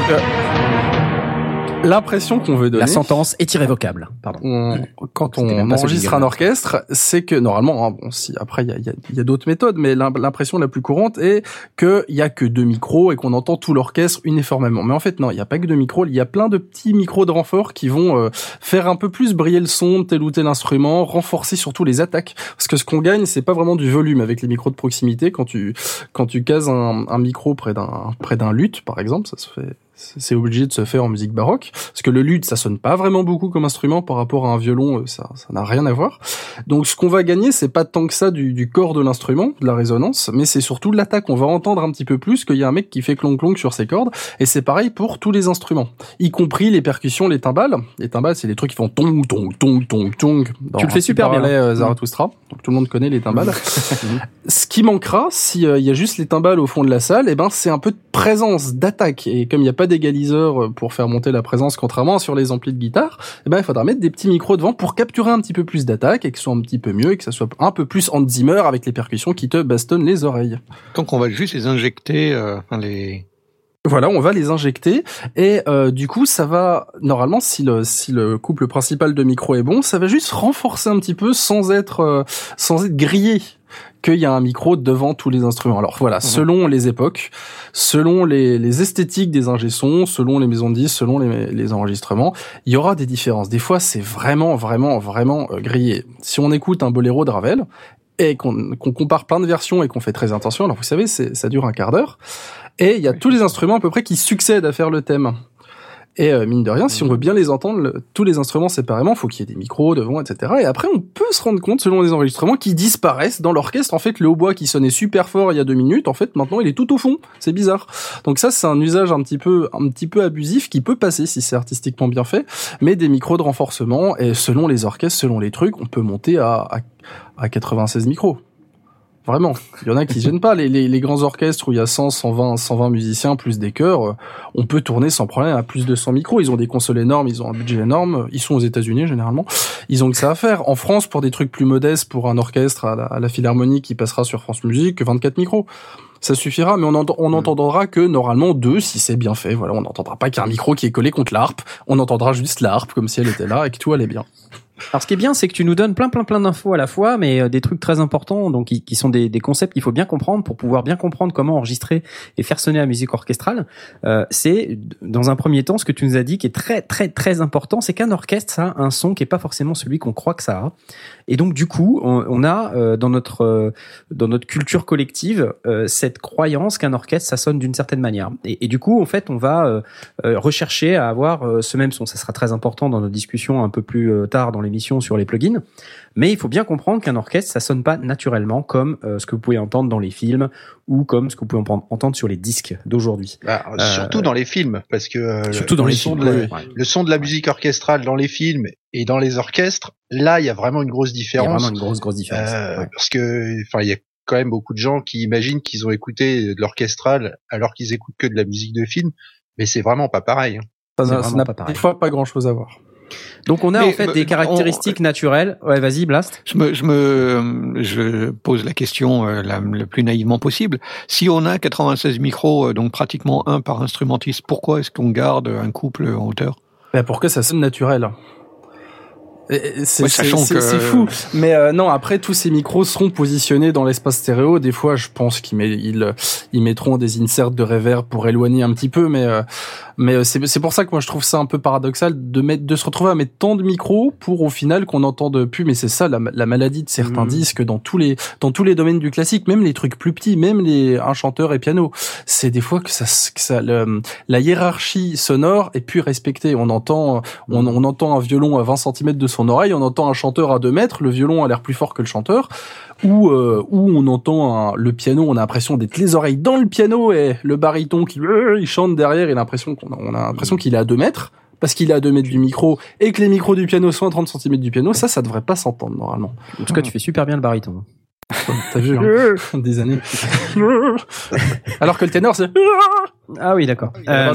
L'impression qu'on veut donner. La sentence est irrévocable. Pardon. Quand on enregistre un orchestre, c'est que normalement, si après il y a d'autres méthodes, mais l'impression la plus courante est qu'il y a que 2 micros et qu'on entend tout l'orchestre uniformément. Mais en fait non, il y a pas que 2 micros, il y a plein de petits micros de renfort qui vont faire un peu plus briller le son de tel ou tel instrument, renforcer surtout les attaques. Parce que ce qu'on gagne, c'est pas vraiment du volume avec les micros de proximité. Quand tu cases un micro près d'un luth, par exemple, c'est obligé de se faire en musique baroque, parce que le luth, ça sonne pas vraiment beaucoup comme instrument par rapport à un violon, ça n'a rien à voir. Donc ce qu'on va gagner, c'est pas tant que ça du corps de l'instrument, de la résonance, mais c'est surtout l'attaque. On va entendre un petit peu plus qu'il y a un mec qui fait clonk-clonk sur ses cordes, et c'est pareil pour tous les instruments, y compris les percussions, les timbales. Les timbales, c'est les trucs qui font tong tong tong tong tong. Tu le fais super bien. Zarathustra, donc tout le monde connaît les timbales. Ce qui manquera, s'il y a juste les timbales au fond de la salle, c'est un peu de présence, d'attaque, et comme il y a pas d'égaliseur pour faire monter la présence, contrairement sur les amplis de guitare, il faudra mettre des petits micros devant pour capturer un petit peu plus d'attaque et que ce soit un petit peu mieux et que ça soit un peu plus Hans Zimmer avec les percussions qui te bastonnent les oreilles. Donc on va juste les injecter, Voilà, on va les injecter et du coup, ça va normalement si le couple principal de micros est bon, ça va juste renforcer un petit peu sans être grillé qu'il y a un micro devant tous les instruments. Alors voilà, selon les époques, selon les esthétiques des ingé-sons, selon les maisons de disques, selon les enregistrements, il y aura des différences. Des fois, c'est vraiment grillé. Si on écoute un boléro de Ravel et qu'on compare plein de versions et qu'on fait très attention, alors vous savez, ça dure un quart d'heure. Et il y a tous les instruments à peu près qui succèdent à faire le thème. Et mine de rien, si on veut bien les entendre, tous les instruments séparément, faut qu'il y ait des micros devant, etc. Et après, on peut se rendre compte, selon les enregistrements, qui disparaissent dans l'orchestre. En fait, le hautbois qui sonnait super fort il y a 2 minutes, en fait, maintenant, il est tout au fond. C'est bizarre. Donc ça, c'est un usage un petit peu abusif qui peut passer si c'est artistiquement bien fait. Mais des micros de renforcement, et selon les orchestres, selon les trucs, on peut monter à 96 micros. Vraiment. Il y en a qui se gênent pas. Les grands orchestres où il y a 120 musiciens plus des chœurs, on peut tourner sans problème à plus de 100 micros. Ils ont des consoles énormes, ils ont un budget énorme. Ils sont aux États-Unis généralement. Ils ont que ça à faire. En France, pour des trucs plus modestes, pour un orchestre à la Philharmonie qui passera sur France Musique, 24 micros. Ça suffira, mais on entendra que normalement 2 si c'est bien fait. Voilà, on n'entendra pas qu'il y a un micro qui est collé contre la harpe. On entendra juste la harpe comme si elle était là et que tout allait bien. Alors ce qui est bien, c'est que tu nous donnes plein d'infos à la fois, mais des trucs très importants, donc qui sont des concepts qu'il faut bien comprendre pour pouvoir bien comprendre comment enregistrer et faire sonner la musique orchestrale. C'est dans un premier temps ce que tu nous as dit qui est très très très important, c'est qu'un orchestre ça a un son qui est pas forcément celui qu'on croit que ça a. Et donc du coup, on a dans notre culture collective cette croyance qu'un orchestre ça sonne d'une certaine manière. Et du coup, en fait, on va rechercher à avoir ce même son. Ça sera très important dans notre discussion un peu plus tard dans l'émission sur les plugins, mais il faut bien comprendre qu'un orchestre ça sonne pas naturellement comme ce que vous pouvez entendre dans les films ou comme ce que vous pouvez entendre sur les disques d'aujourd'hui. Surtout dans les films, parce que le son de la musique orchestrale dans les films et dans les orchestres, là il y a vraiment une grosse différence. Il y a vraiment une grosse différence. Parce que il y a quand même beaucoup de gens qui imaginent qu'ils ont écouté de l'orchestral alors qu'ils écoutent que de la musique de film, mais c'est vraiment pas pareil. Ça n'a des fois pas grand chose à voir. Donc on a en fait des caractéristiques naturelles. Ouais, vas-y, Blast. Je pose la question le plus naïvement possible. Si on a 96 micros, donc pratiquement un par instrumentiste, pourquoi est-ce qu'on garde un couple en hauteur ? Pour que ça sonne naturel. C'est fou. Mais non, après tous ces micros seront positionnés dans l'espace stéréo. Des fois, je pense qu'ils mettront des inserts de reverb pour éloigner un petit peu, mais c'est pour ça que moi je trouve ça un peu paradoxal de se retrouver à mettre tant de micros pour au final qu'on n'entende plus. Mais c'est ça la maladie de certains disques dans tous les domaines du classique, même les trucs plus petits, même un chanteur et piano. C'est des fois que la hiérarchie sonore est plus respectée. On entend un violon à 20 cm de son oreille, on entend un chanteur à 2 mètres, le violon a l'air plus fort que le chanteur, ou on entend le piano, on a l'impression d'être les oreilles dans le piano et le baryton qui il chante derrière, et on a l'impression qu'il est à 2 mètres parce qu'il est à 2 mètres du micro et que les micros du piano sont à 30 cm du piano. Ça devrait pas s'entendre normalement. En tout cas, tu fais super bien le baryton. T'as vu, des années. Alors que le ténor, c'est... Ah oui, d'accord.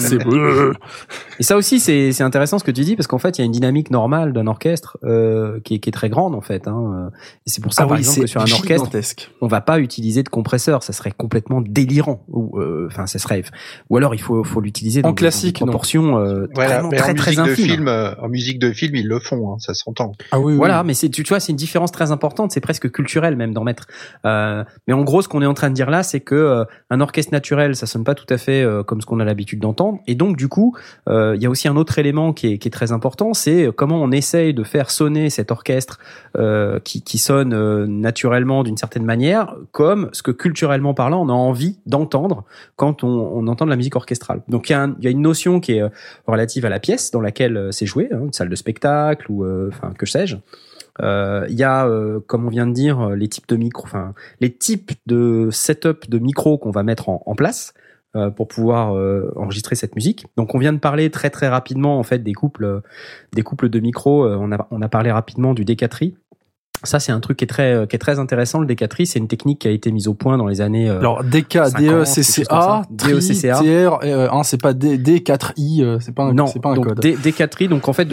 Et ça aussi, c'est intéressant ce que tu dis, parce qu'en fait, il y a une dynamique normale d'un orchestre qui est très grande, en fait. Et c'est pour ça, par exemple, que sur un orchestre, on va pas utiliser de compresseur. Ça serait complètement délirant. Ou alors, il faut l'utiliser en classique, dans une proportion très, très infime. En musique de film, ils le font, ça s'entend. Ah oui, voilà, mais tu vois, c'est une différence très importante. C'est presque culturel, même, d'en mettre. Mais en gros, ce qu'on est en train de dire là, c'est que un orchestre naturel, ça sonne pas tout à fait comme ce qu'on a l'habitude d'entendre. Et donc, du coup, il y a aussi un autre élément qui est très important, c'est comment on essaye de faire sonner cet orchestre qui sonne naturellement d'une certaine manière, comme ce que culturellement parlant, on a envie d'entendre quand on entend de la musique orchestrale. Donc, il y a une notion qui est relative à la pièce dans laquelle c'est joué, une salle de spectacle ou que sais-je. Il y a, comme on vient de dire, les types de micros, les types de setup de micros qu'on va mettre en place pour pouvoir enregistrer cette musique. Donc on vient de parler très très rapidement en fait des couples de micros. On a parlé rapidement du D4i. Ça, c'est un truc qui est très intéressant. Le D4i, c'est une technique qui a été mise au point dans les années. Alors DK, DECCA, TR, c'est pas D4i, c'est pas un code. D4i, donc en fait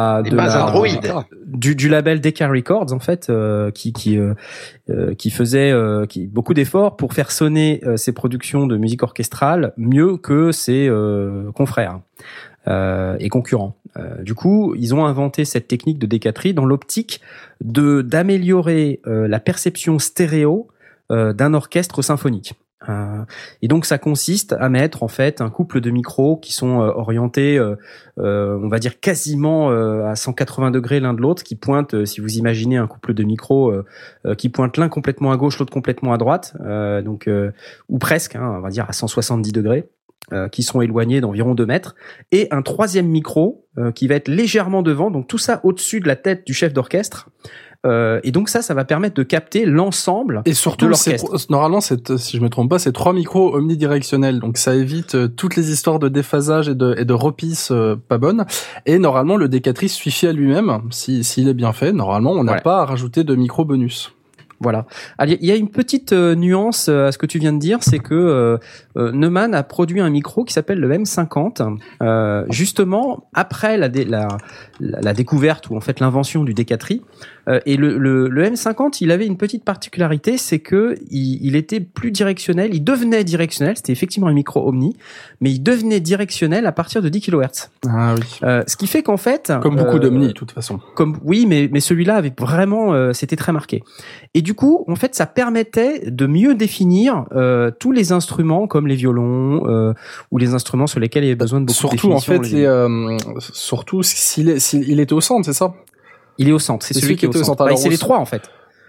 du label DK Records en fait, qui faisait beaucoup d'efforts pour faire sonner ses productions de musique orchestrale mieux que ses confrères et concurrents. Du coup, ils ont inventé cette technique de D4i dans l'optique d'améliorer la perception stéréo d'un orchestre symphonique. Et donc ça consiste à mettre en fait un couple de micros qui sont orientés, on va dire quasiment à 180 degrés l'un de l'autre, qui pointent, si vous imaginez un couple de micros qui pointent l'un complètement à gauche, l'autre complètement à droite, ou presque, on va dire à 170 degrés. Qui sont éloignés d'environ 2 mètres, et un troisième micro qui va être légèrement devant, donc tout ça au-dessus de la tête du chef d'orchestre. Et donc ça va permettre de capter l'ensemble et surtout, de l'orchestre. Normalement, si je me trompe pas, c'est 3 micros omnidirectionnels, donc ça évite toutes les histoires de déphasage et de repisse pas bonnes. Et normalement, le D4i suffit à lui-même, s'il est bien fait. Normalement, on n'a pas à rajouter de micro bonus. Voilà. Il y a une petite nuance à ce que tu viens de dire, c'est que Neumann a produit un micro qui s'appelle le M50, justement après la découverte ou en fait l'invention du D4i. Et le M50, il avait une petite particularité, c'est que il était plus directionnel, il devenait directionnel, c'était effectivement un micro omni, mais il devenait directionnel à partir de 10 kHz. Ah oui. Ce qui fait qu'en fait, comme beaucoup d'omni de toute façon. Mais celui-là avait vraiment c'était très marqué. Et du coup, en fait, ça permettait de mieux définir tous les instruments comme les violons ou les instruments sur lesquels il y avait besoin de beaucoup de définition. Surtout en fait, s'il était au centre, c'est ça? Il est au centre, c'est celui qui est au centre. C'est les trois en fait.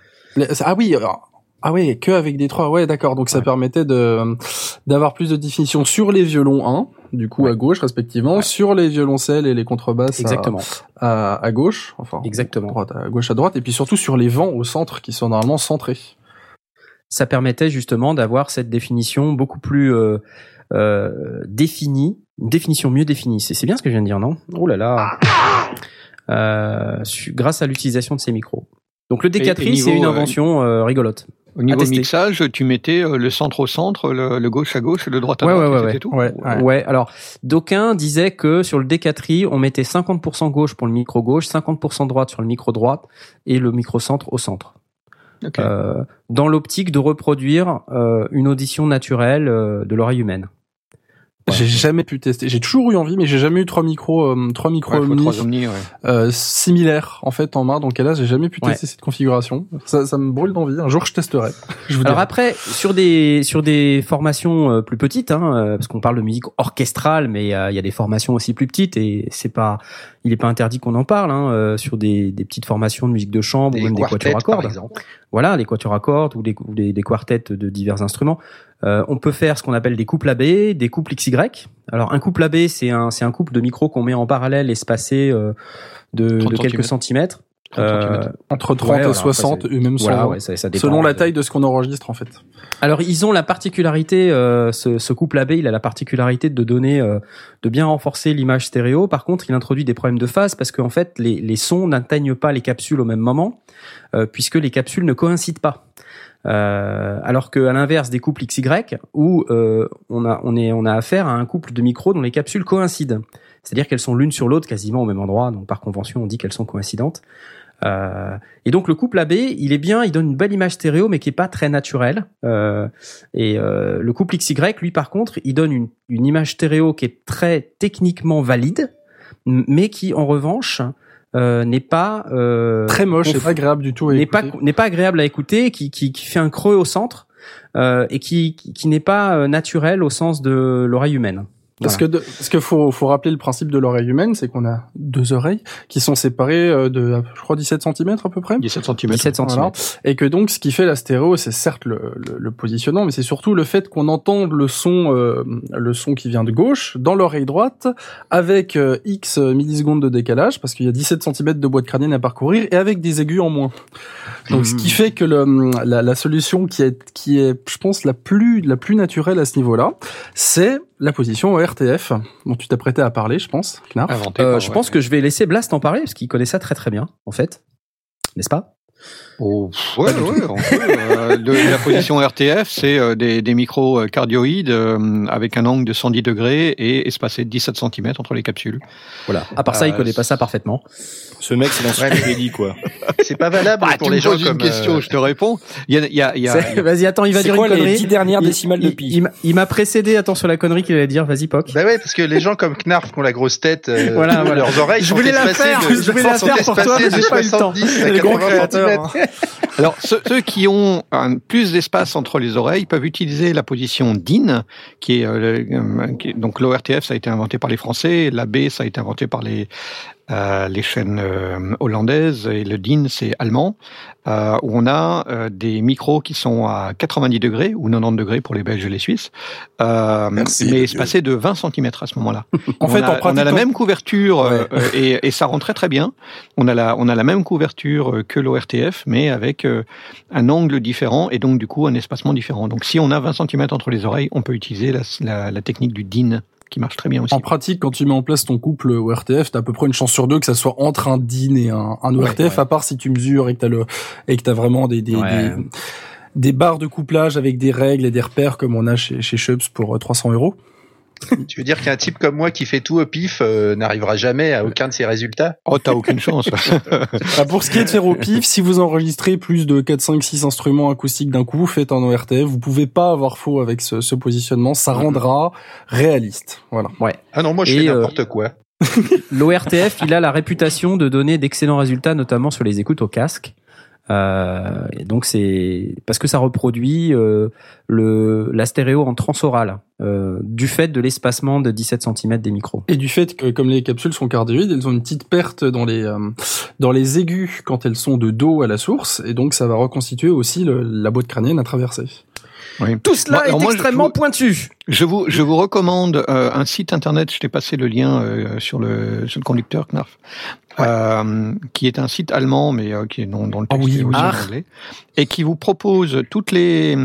Que avec des 3. Ouais, d'accord. Donc ça permettait d'avoir plus de définition sur les violons 1, du coup à gauche respectivement, sur les violoncelles et les contrebasses à gauche, enfin exactement. À gauche à droite, et puis surtout sur les vents au centre qui sont normalement centrés. Ça permettait justement d'avoir cette définition beaucoup plus définie, une définition mieux définie. C'est bien ce que je viens de dire, non? Oh là là. Grâce à l'utilisation de ces micros. Donc le D4i, c'est une invention rigolote. Au niveau mixage, tu mettais le centre au centre, le gauche à gauche et le droite à droite, c'était tout. Ouais. Alors, d'aucuns disaient que sur le D4i, on mettait 50% gauche pour le micro gauche, 50% droite sur le micro droite et le micro centre au centre. Okay. Dans l'optique de reproduire une audition naturelle de l'oreille humaine. J'ai jamais pu tester. J'ai toujours eu envie, mais j'ai jamais eu 3 micros omni similaires en fait en main. Donc là, j'ai jamais pu tester cette configuration. Ça me brûle d'envie. Un jour, je testerai. Alors après, sur des formations plus petites, parce qu'on parle de musique orchestrale, mais il y a des formations aussi plus petites et il est pas interdit qu'on en parle sur des petites formations de musique de chambre ou même des quatuors à cordes. Voilà, les quatuors à cordes ou des quartets de divers instruments. On peut faire ce qu'on appelle des couples AB, des couples XY. Alors un couple AB, c'est un couple de micros qu'on met en parallèle espacés de quelques centimètres. Entre 30 et 60, et même ça dépend, selon la taille de ce qu'on enregistre en fait. Alors ils ont la particularité, ce couple AB, il a la particularité de donner, de bien renforcer l'image stéréo. Par contre, il introduit des problèmes de phase parce qu'en fait les sons n'atteignent pas les capsules au même moment, puisque les capsules ne coïncident pas. Alors que à l'inverse des couples XY où on a affaire à un couple de micros dont les capsules coïncident, c'est-à-dire qu'elles sont l'une sur l'autre quasiment au même endroit, donc par convention on dit qu'elles sont coïncidentes. Et donc le couple AB, il donne une belle image stéréo mais qui est pas très naturelle. Le couple XY, lui par contre, il donne une image stéréo qui est très techniquement valide, mais qui en revanche n'est pas très moche, c'est pas agréable du tout à écouter. N'est pas agréable à écouter, qui fait un creux au centre et qui n'est pas naturel au sens de l'oreille humaine. Parce que faut rappeler le principe de l'oreille humaine, c'est qu'on a 2 oreilles qui sont séparées de, je crois, 17 cm à peu près. 17 cm. Voilà. Et que donc, ce qui fait la stéréo, c'est certes le positionnement, mais c'est surtout le fait qu'on entende le son qui vient de gauche dans l'oreille droite avec X millisecondes de décalage, parce qu'il y a 17 cm de boîte crânienne à parcourir et avec des aigus en moins. Donc, ce qui fait que la solution qui est, je pense, la plus naturelle à ce niveau-là, c'est la position RTF, dont tu t'apprêtais à parler, je pense, Knarf. Je pense que je vais laisser Blast en parler, parce qu'il connaît ça très très bien, en fait. N'est-ce pas ? La position RTF, c'est des micros cardioïdes avec un angle de 110 degrés et espacé de 17 cm entre les capsules. Voilà. À part ça, il connaît pas ça parfaitement. Ce mec, c'est l'encyclopédie, quoi. C'est pas valable pour les gens comme... une question, je te réponds. Vas-y, attends, il va dire une connerie. Les 10 dernières décimales de pi. Il m'a précédé, attends, sur la connerie qu'il allait dire. Vas-y, Poc. Bah ouais, parce que les gens comme Knarf qui ont la grosse tête, voilà. leurs oreilles je voulais la faire pour toi, mais j'ai pas eu le temps. Les gros créateurs. Alors, ceux qui ont plus d'espace entre les oreilles peuvent utiliser la position DIN, qui est donc l'ORTF, ça a été inventé par les Français, l'AB, ça a été inventé par les chaînes hollandaises, et le DIN, c'est allemand, où on a des micros qui sont à 90 degrés ou 90 degrés pour les Belges et les Suisses, mais espacés de 20 cm à ce moment-là. On a la même couverture et ça rend très très bien. On a la même couverture que l'ORTF, mais avec un angle différent et donc du coup un espacement différent. Donc si on a 20 cm entre les oreilles, on peut utiliser la technique du DIN, qui marche très bien aussi. En pratique, quand tu mets en place ton couple ORTF, t'as à peu près une chance sur deux que ça soit entre un DIN et un ORTF, à part si tu mesures et que t'as vraiment des barres de couplage avec des règles et des repères comme on a chez Chubbs pour 300 €. Tu veux dire qu'un type comme moi qui fait tout au pif n'arrivera jamais à aucun de ces résultats? Oh, t'as aucune chance. Pour ce qui est de faire au pif, si vous enregistrez plus de 4, 5, 6 instruments acoustiques d'un coup, faites un ORTF, vous pouvez pas avoir faux avec ce positionnement, ça rendra réaliste. Voilà. Ouais. Ah non, moi je fais n'importe quoi. L'ORTF, il a la réputation de donner d'excellents résultats, notamment sur les écoutes au casque. Et donc c'est parce que ça reproduit la stéréo en transoral du fait de l'espacement de 17 cm des micros. Et du fait que comme les capsules sont cardioïdes, elles ont une petite perte dans les aigus quand elles sont de dos à la source, et donc ça va reconstituer aussi la boîte crânienne à traverser. Oui. Tout cela est extrêmement pointu. Je vous recommande un site internet, je t'ai passé le lien sur le conducteur Knarf, qui est un site allemand, mais qui est dans le texte aussi en anglais, et qui vous propose toutes les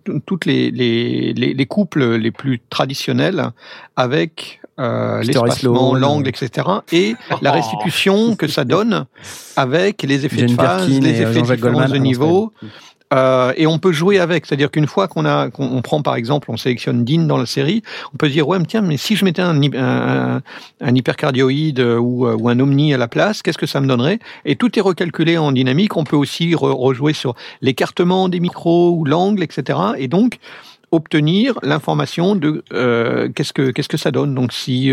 couples les plus traditionnels avec l'espacement, l'angle, etc. et la restitution que ça donne avec les effets de phase, les effets de différence de niveau. Et on peut jouer avec, c'est-à-dire qu'une fois qu'on prend par exemple, on sélectionne DIN dans la série, on peut se dire tiens, mais si je mettais un hypercardioïde ou un omni à la place, qu'est-ce que ça me donnerait? Et tout est recalculé en dynamique. On peut aussi rejouer sur l'écartement des micros ou l'angle, etc. Et donc obtenir l'information de qu'est-ce que ça donne. Donc si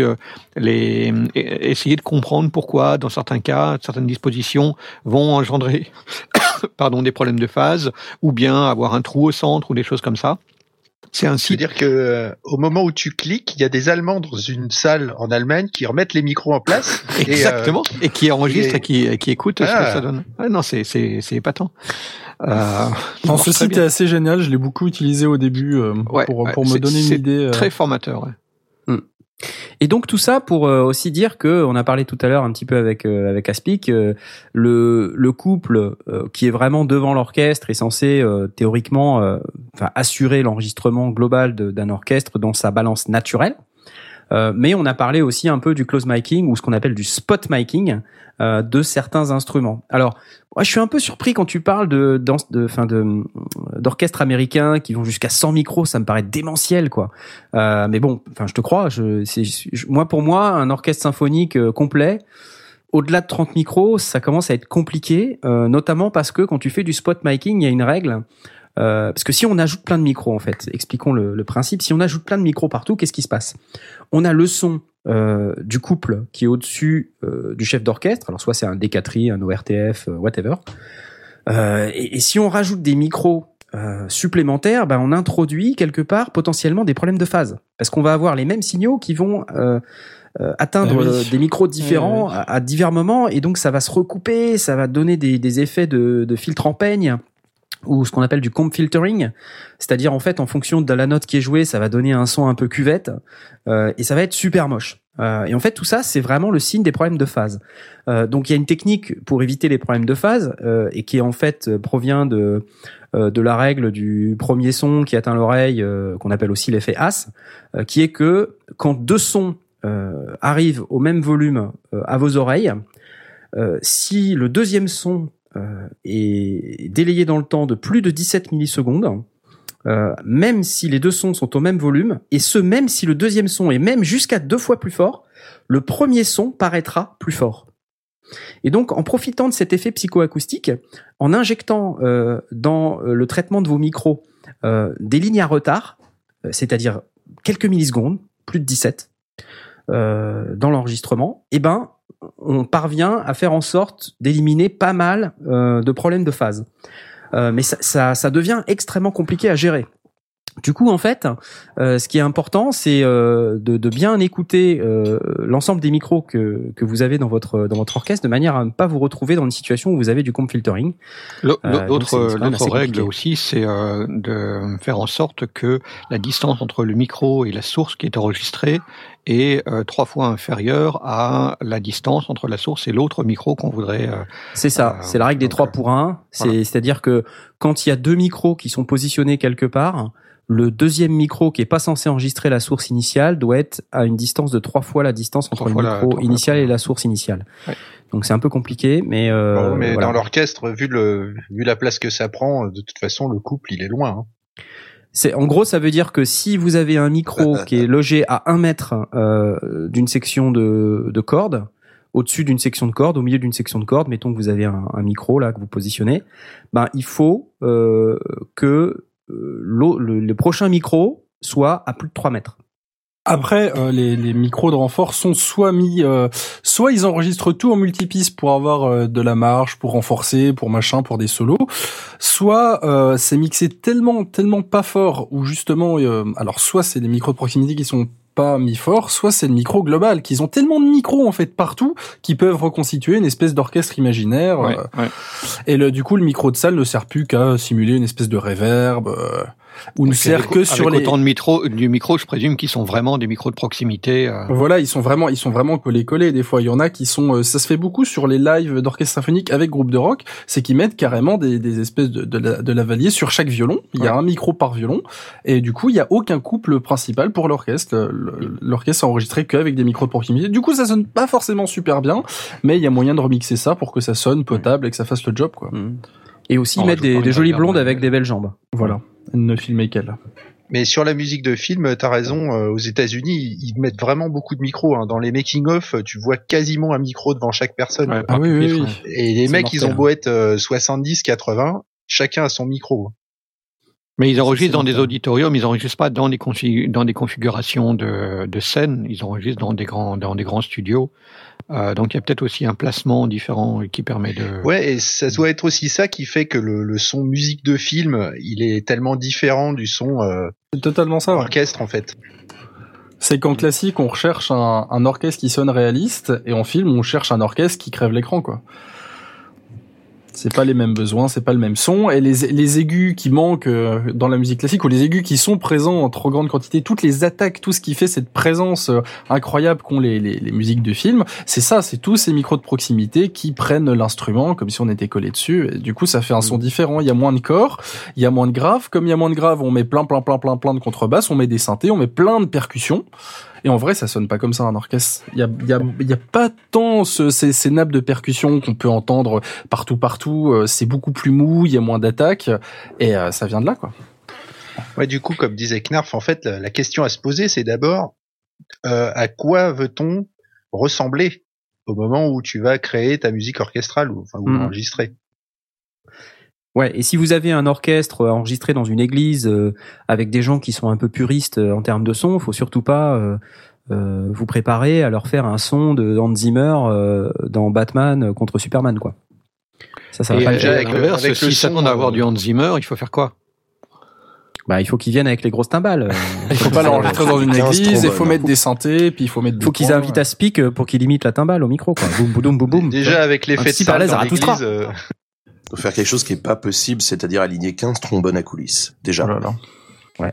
essayer de comprendre pourquoi dans certains cas certaines dispositions vont engendrer des problèmes de phase, ou bien avoir un trou au centre ou des choses comme ça. C'est un site. C'est-à-dire que au moment où tu cliques, il y a des Allemands dans une salle en Allemagne qui remettent les micros en place. Exactement. Et qui enregistrent et qui écoutent ce que ça donne. Ah, non, c'est épatant. Ce site est assez génial. Je l'ai beaucoup utilisé au début pour me donner une idée. C'est très formateur. Ouais. Et donc tout ça pour aussi dire que on a parlé tout à l'heure un petit peu avec Aspic, le couple qui est vraiment devant l'orchestre est censé théoriquement assurer l'enregistrement global d'un orchestre dans sa balance naturelle. Mais on a parlé aussi un peu du close miking ou ce qu'on appelle du spot miking de certains instruments. Alors, moi, je suis un peu surpris quand tu parles d'orchestres américains qui vont jusqu'à 100 micros, ça me paraît démentiel, quoi. Mais bon, je te crois. Pour moi, un orchestre symphonique complet, au-delà de 30 micros, ça commence à être compliqué, notamment parce que quand tu fais du spot miking, il y a une règle. Parce que si on ajoute plein de micros, en fait, expliquons le principe. Si on ajoute plein de micros partout, qu'est-ce qui se passe? On a le son du couple qui est au-dessus du chef d'orchestre. Alors soit c'est un D4i, un ORTF, whatever. Et si on rajoute des micros supplémentaires, on introduit quelque part potentiellement des problèmes de phase, parce qu'on va avoir les mêmes signaux qui vont atteindre des micros différents à divers moments, et donc ça va se recouper, ça va donner des effets de filtre en peigne, ou ce qu'on appelle du comb filtering, c'est-à-dire en fait en fonction de la note qui est jouée, ça va donner un son un peu cuvette, et ça va être super moche. Et en fait tout ça c'est vraiment le signe des problèmes de phase. Donc il y a une technique pour éviter les problèmes de phase, et qui en fait provient de la règle du premier son qui atteint l'oreille, qu'on appelle aussi l'effet As, qui est que quand deux sons arrivent au même volume à vos oreilles, si le deuxième son est délayé dans le temps de plus de 17 millisecondes, même si les deux sons sont au même volume, et ce même si le deuxième son est même jusqu'à 2 fois plus fort, le premier son paraîtra plus fort. Et donc, en profitant de cet effet psychoacoustique, en injectant dans le traitement de vos micros des lignes à retard, c'est-à-dire quelques millisecondes, plus de 17, dans l'enregistrement, on parvient à faire en sorte d'éliminer pas mal de problèmes de phase. Mais ça devient extrêmement compliqué à gérer. Du coup, en fait, ce qui est important, c'est de bien écouter l'ensemble des micros que vous avez dans votre orchestre, de manière à ne pas vous retrouver dans une situation où vous avez du comp filtering. L'autre règle aussi, c'est de faire en sorte que la distance entre le micro et la source qui est enregistrée est 3 fois inférieure à la distance entre la source et l'autre micro qu'on voudrait. C'est ça, c'est la règle des 3 pour 1. C'est-à-dire que quand il y a 2 micros qui sont positionnés quelque part, le deuxième micro qui est pas censé enregistrer la source initiale doit être à une distance de 3 fois la distance entre le micro initial et la source initiale. Ouais. Donc c'est un peu compliqué, mais voilà. Dans l'orchestre, vu la place que ça prend, de toute façon le couple il est loin. Hein. En gros, ça veut dire que si vous avez un micro qui est logé à 1 mètre d'une section de corde, au-dessus d'une section de corde, au milieu d'une section de corde, mettons que vous avez un micro là que vous positionnez, il faut que le prochain micro soit à plus de 3 mètres. Après, les micros de renfort sont soit ils enregistrent tout en multipiste pour avoir de la marge, pour renforcer, pour machin, pour des solos, soit c'est mixé tellement pas fort, ou justement, alors soit c'est des micros de proximité qui sont pas mis fort, soit c'est le micro global, qu'ils ont tellement de micros en fait partout qu'ils peuvent reconstituer une espèce d'orchestre imaginaire. Et du coup, le micro de salle ne sert plus qu'à simuler une espèce de reverb. Ou ne sert que sur les autant du micro, je présume qu'ils sont vraiment des micros de proximité. Voilà, ils sont vraiment collés. Des fois, il y en a qui sont, ça se fait beaucoup sur les lives d'orchestre symphonique avec groupe de rock, c'est qu'ils mettent carrément des espèces de lavaliers sur chaque violon. Il y a un micro par violon, et du coup, il y a aucun couple principal pour l'orchestre. L'orchestre est enregistré qu'avec des micros de proximité. Du coup, ça sonne pas forcément super bien, mais il y a moyen de remixer ça pour que ça sonne potable et que ça fasse le job, quoi. Et aussi mettre des jolies blondes avec des belles jambes. Voilà. Ne filmer qu'elle. Mais sur la musique de film, t'as raison, aux États-Unis, ils mettent vraiment beaucoup de micros. Hein. Dans les making-of, tu vois quasiment un micro devant chaque personne. Ouais, oui. Et les mecs, ils ont beau être 70, 80, chacun a son micro. Mais ils enregistrent dans des auditoriums, ils enregistrent pas dans des configurations de scène, ils enregistrent dans des grands studios. Donc il y a peut-être aussi un placement différent qui permet de... Ouais, et ça doit être aussi ça qui fait que le son musique de film, il est tellement différent du son c'est totalement ça, orchestre en fait. C'est qu'en classique, on recherche un orchestre qui sonne réaliste, et en film, on cherche un orchestre qui crève l'écran, quoi. C'est pas les mêmes besoins, c'est pas le même son, et les aigus qui manquent dans la musique classique, ou les aigus qui sont présents en trop grande quantité, toutes les attaques, tout ce qui fait cette présence incroyable qu'ont les musiques de film, c'est ça, c'est tous ces micros de proximité qui prennent l'instrument comme si on était collé dessus, et du coup ça fait un son différent. Il y a moins de corps, il y a moins de graves, comme il y a moins de graves, on met plein de contrebasses, on met des synthés, on met plein de percussions. Et en vrai, ça sonne pas comme ça un orchestre. Il y a pas tant ces nappes de percussion qu'on peut entendre partout. C'est beaucoup plus mou, il y a moins d'attaques, et ça vient de là, quoi. Ouais, du coup, comme disait Knarf, en fait, la question à se poser, c'est d'abord à quoi veut-on ressembler au moment où tu vas créer ta musique orchestrale ou enregistrer. Ouais, et si vous avez un orchestre enregistré dans une église avec des gens qui sont un peu puristes en termes de son, faut surtout pas vous préparer à leur faire un son de Hans Zimmer dans Batman contre Superman, quoi. Ça va pas déjà avec le si ça demande d'avoir du Hans Zimmer, il faut faire quoi? Il faut qu'ils viennent avec les grosses timbales. Il faut pas l'enregistrer dans une église, il faut mettre des synthés, puis il faut mettre. Faut qu'ils invitent à Speak pour qu'il imite la timbale au micro, quoi. Boum boum boum boum. Déjà avec l'effet de salle dans l'église. Faut faire quelque chose qui est pas possible, c'est-à-dire aligner 15 trombones à coulisses. Déjà. Oh là là. Ouais.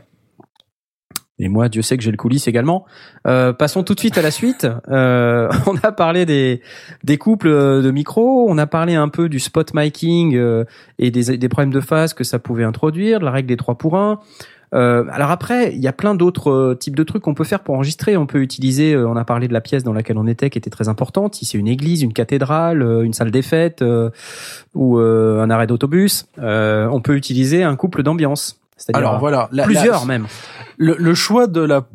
Et moi, Dieu sait que j'ai le coulisse également. Passons tout de suite à la suite. On a parlé des couples de micros, on a parlé un peu du spot miking et des problèmes de phase que ça pouvait introduire, de la règle des 3 pour 1. Alors après, il y a plein d'autres types de trucs qu'on peut faire pour enregistrer. On peut utiliser, on a parlé de la pièce dans laquelle on était, qui était très importante. Si c'est une église, une cathédrale, une salle des fêtes ou un arrêt d'autobus, on peut utiliser un couple d'ambiance. C'est-à-dire alors voilà, plusieurs même. Le choix de la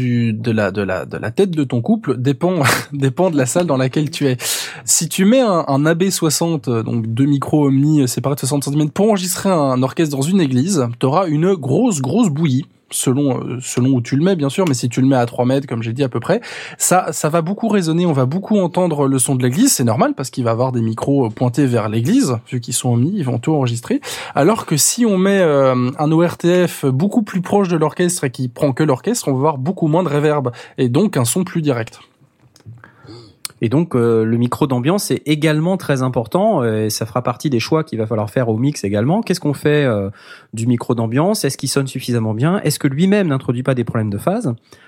tête de ton couple dépend de la salle dans laquelle tu es. Si tu mets un AB60, donc 2 micros Omni séparés de 60 cm pour enregistrer un orchestre dans une église, t'auras une grosse bouillie. Selon où tu le mets, bien sûr, mais si tu le mets à 3 mètres, comme j'ai dit à peu près, ça va beaucoup résonner, on va beaucoup entendre le son de l'église, c'est normal, parce qu'il va avoir des micros pointés vers l'église, vu qu'ils sont Omni, ils vont tout enregistrer, alors que si on met un ORTF beaucoup plus proche de l'orchestre et qui prend que l'orchestre, on va avoir beaucoup moins de reverb, et donc un son plus direct. Et donc le micro d'ambiance est également très important et ça fera partie des choix qu'il va falloir faire au mix également. Qu'est-ce qu'on fait du micro d'ambiance ? Est-ce qu'il sonne suffisamment bien ? Est-ce que lui-même n'introduit pas des problèmes de phase ?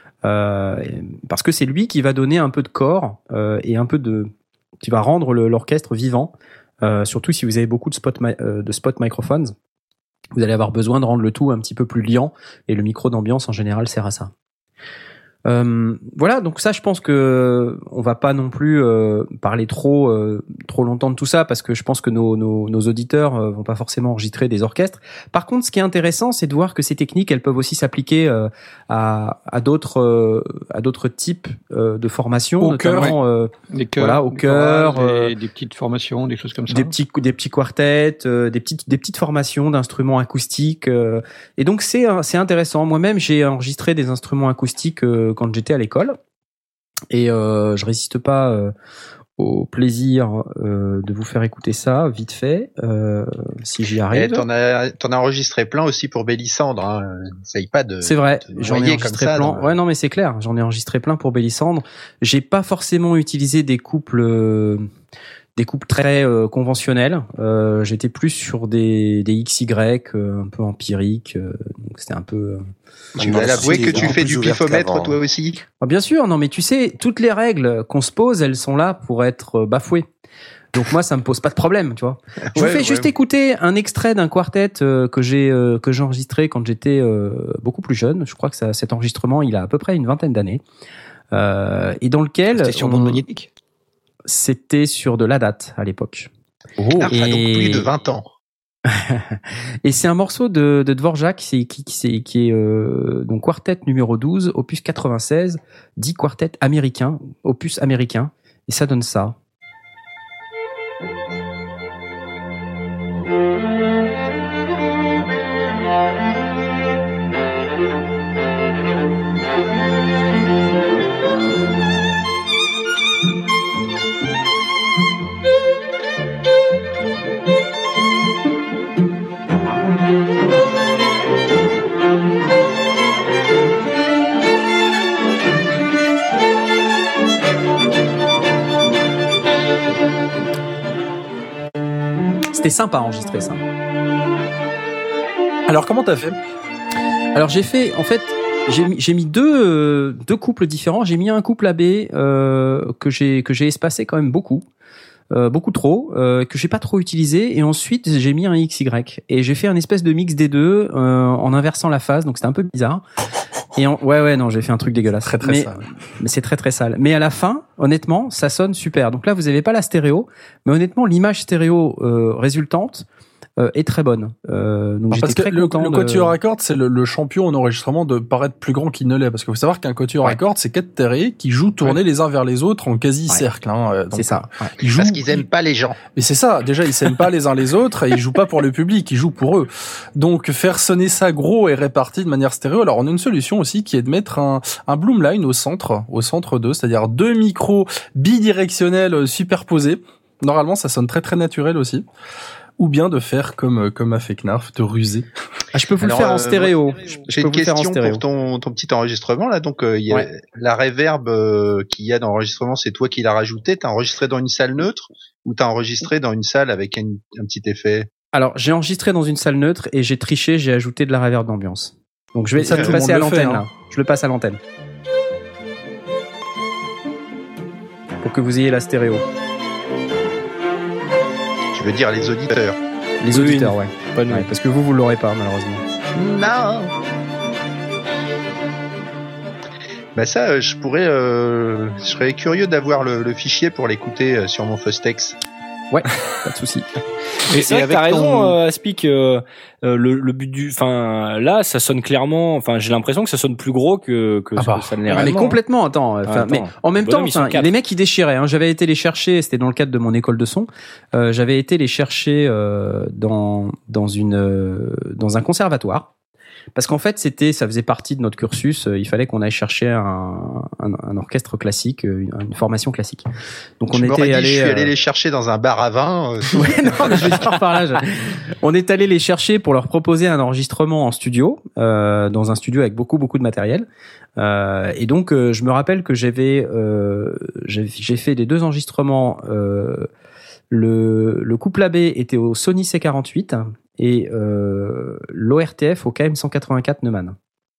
Parce que c'est lui qui va donner un peu de corps et un peu qui va rendre l'orchestre vivant. Surtout si vous avez beaucoup de spot microphones, vous allez avoir besoin de rendre le tout un petit peu plus liant et le micro d'ambiance en général sert à ça. Voilà, donc ça, je pense que on va pas non plus parler trop longtemps de tout ça parce que je pense que nos auditeurs vont pas forcément enregistrer des orchestres. Par contre, ce qui est intéressant, c'est de voir que ces techniques, elles peuvent aussi s'appliquer à d'autres types de formations, notamment des chœurs, voilà, au chœur, des petites formations, des choses comme ça, des petits quartets, des petites formations d'instruments acoustiques. Et donc c'est intéressant. Moi-même, j'ai enregistré des instruments acoustiques quand j'étais à l'école et je résiste pas au plaisir de vous faire écouter ça vite fait si j'y arrive. Et t'en as enregistré plein aussi pour Bélissandre, hein. Essaye pas de. C'est vrai, j'en ai enregistré plein. Ouais, non mais c'est clair, j'en ai enregistré plein pour Bélissandre. J'ai pas forcément utilisé des couples très conventionnels. J'étais plus sur des XY un peu empiriques. Donc c'était un peu. Tu vas l'avouer que tu fais du pifomètre toi aussi. Ah, bien sûr, non mais tu sais, toutes les règles qu'on se pose, elles sont là pour être bafouées. Donc moi, ça me pose pas de problème, tu vois. Je vous fais juste écouter un extrait d'un quartet que j'ai enregistré quand j'étais beaucoup plus jeune. Je crois que cet enregistrement, il a à peu près une 20aine d'années. Et dans lequel c'était sur bande magnétique. C'était sur de la date à l'époque. Oh, donc plus de 20 ans. Et c'est un morceau de Dvorak qui est donc quartet numéro 12, opus 96, dit quartet américain, opus américain, et ça donne ça. C'était sympa à enregistrer ça. Alors comment t'as fait ? Alors j'ai fait, en fait, j'ai mis deux couples différents. J'ai mis un couple AB que j'ai espacé quand même beaucoup trop, que j'ai pas trop utilisé, et ensuite j'ai mis un XY et j'ai fait un espèce de mix des deux en inversant la phase, donc c'était un peu bizarre. Et non, j'ai fait un truc dégueulasse. Très sale. Mais c'est très sale. Mais à la fin, honnêtement, ça sonne super. Donc là, vous avez pas la stéréo, mais honnêtement, l'image stéréo résultante est très bonne. Donc j'étais très content. Le Quatuor à cordes, c'est le champion en enregistrement de paraître plus grand qu'il ne l'est, parce qu'il faut savoir qu'un Quatuor à cordes, c'est 4 terrés qui jouent tournés les uns vers les autres en quasi-cercle. Hein, c'est ça. Ils jouent, parce qu'ils aiment pas les gens. Mais c'est ça. Déjà, ils s'aiment pas les uns les autres et ils jouent pas pour le public, ils jouent pour eux. Donc faire sonner ça gros et réparti de manière stéréo. Alors on a une solution aussi qui est de mettre un Bloomline au centre 2, c'est-à-dire 2 micros bidirectionnels superposés. Normalement, ça sonne très naturel aussi. Ou bien de faire comme a fait Knarf, de ruser. Ah, je peux vous le faire en stéréo. J'ai une question pour ton petit enregistrement là. Donc il y a la reverb qu'il y a dans l'enregistrement, c'est toi qui l'as rajouté. T'as enregistré dans une salle neutre ou t'as enregistré dans une salle avec un petit effet? Alors j'ai enregistré dans une salle neutre et j'ai triché, j'ai ajouté de la reverb d'ambiance. Donc je vais le passer à l'antenne là. Je le passe à l'antenne pour que vous ayez la stéréo. Je veux dire les auditeurs. Les auditeurs, ouais. Pas nous, parce que vous l'aurez pas, malheureusement. Non. Bah ça, je serais curieux d'avoir le fichier pour l'écouter sur mon Fostex. Ouais, pas de souci. Et c'est vrai que t'as raison, Aspic. Le but là, ça sonne clairement. Enfin, j'ai l'impression que ça sonne plus gros que ça ne l'est réellement. Mais complètement. Attends. Mais en même temps, les mecs ils déchiraient. Hein. J'avais été les chercher. C'était dans le cadre de mon école de son. J'avais été les chercher dans un conservatoire. Parce qu'en fait, ça faisait partie de notre cursus. Il fallait qu'on aille chercher un orchestre classique, une formation classique. Donc je suis allé les chercher dans un bar à vin. Ouais, non, mais je vais dire par là. On est allé les chercher pour leur proposer un enregistrement en studio, dans un studio avec beaucoup de matériel. Et donc, je me rappelle que j'ai fait les 2 enregistrements. Le couple AB était au Sony C48 et l'ORTF au KM184 Neumann.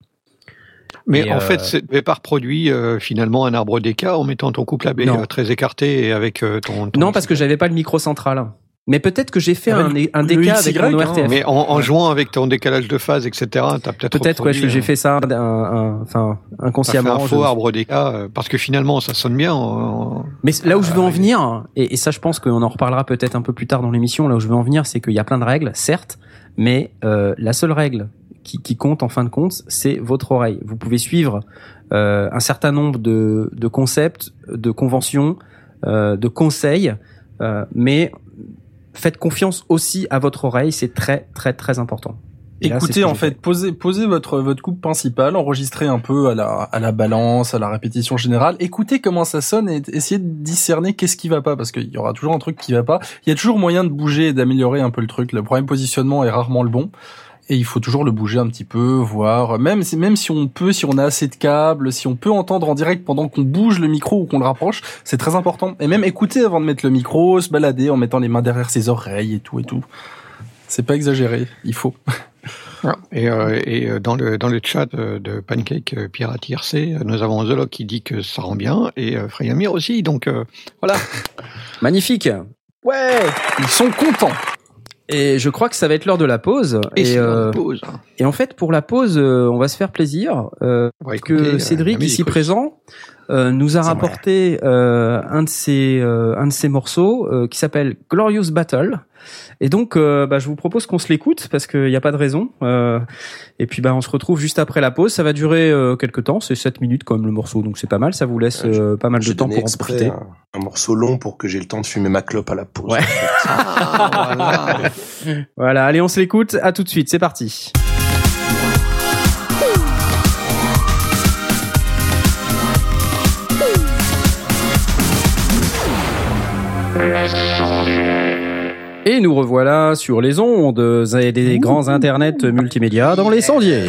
Mais en fait, tu n'avais pas reproduit finalement un arbre DK en mettant ton couple AB très écarté et avec ton... Non, parce que j'avais pas le micro central. Mais peut-être que j'ai fait un DK avec mon ORTF. Mais en jouant avec ton décalage de phase, etc., t'as peut-être ouais, j'ai fait ça, inconsciemment. T'as fait un faux arbre DK, parce que finalement, ça sonne bien. Mais là où je veux en venir, et ça, je pense qu'on en reparlera peut-être un peu plus tard dans l'émission, là où je veux en venir, c'est qu'il y a plein de règles, certes, mais la seule règle qui compte, en fin de compte, c'est votre oreille. Vous pouvez suivre un certain nombre de concepts, de conventions, de conseils, mais faites confiance aussi à votre oreille, c'est très très très important. Et écoutez, en fait, posez votre coupe principale, enregistrez un peu à la balance, à la répétition générale, écoutez comment ça sonne et essayez de discerner qu'est-ce qui va pas, parce qu'il y aura toujours un truc qui va pas. Il y a toujours moyen de bouger et d'améliorer un peu le truc. Le premier positionnement est rarement le bon. Et il faut toujours le bouger un petit peu, voir, même si on a assez de câbles, si on peut entendre en direct pendant qu'on bouge le micro ou qu'on le rapproche, c'est très important. Et même écouter avant de mettre le micro, se balader en mettant les mains derrière ses oreilles et tout. C'est pas exagéré, il faut. Et dans le chat de Pancake Pirate IRC, nous avons Zolok qui dit que ça rend bien, et Freyamir aussi, donc voilà. Magnifique. Ouais, ils sont contents. Et je crois que ça va être l'heure de la pause. Et en fait, pour la pause, on va se faire plaisir. Que Cédric, ici présent, nous a rapporté un de ses morceaux qui s'appelle Glorious Battle. Et donc, je vous propose qu'on se l'écoute parce qu'il n'y a pas de raison. Et puis, on se retrouve juste après la pause. Ça va durer quelques temps. C'est 7 minutes comme le morceau, donc c'est pas mal. Ça vous laisse pas mal de temps pour en profiter. Un morceau long pour que j'ai le temps de fumer ma clope à la pause. Ouais. Voilà. Voilà. Allez, on se l'écoute. À tout de suite. C'est parti. Et nous revoilà sur les ondes et des grands internets multimédia dans les sondiers.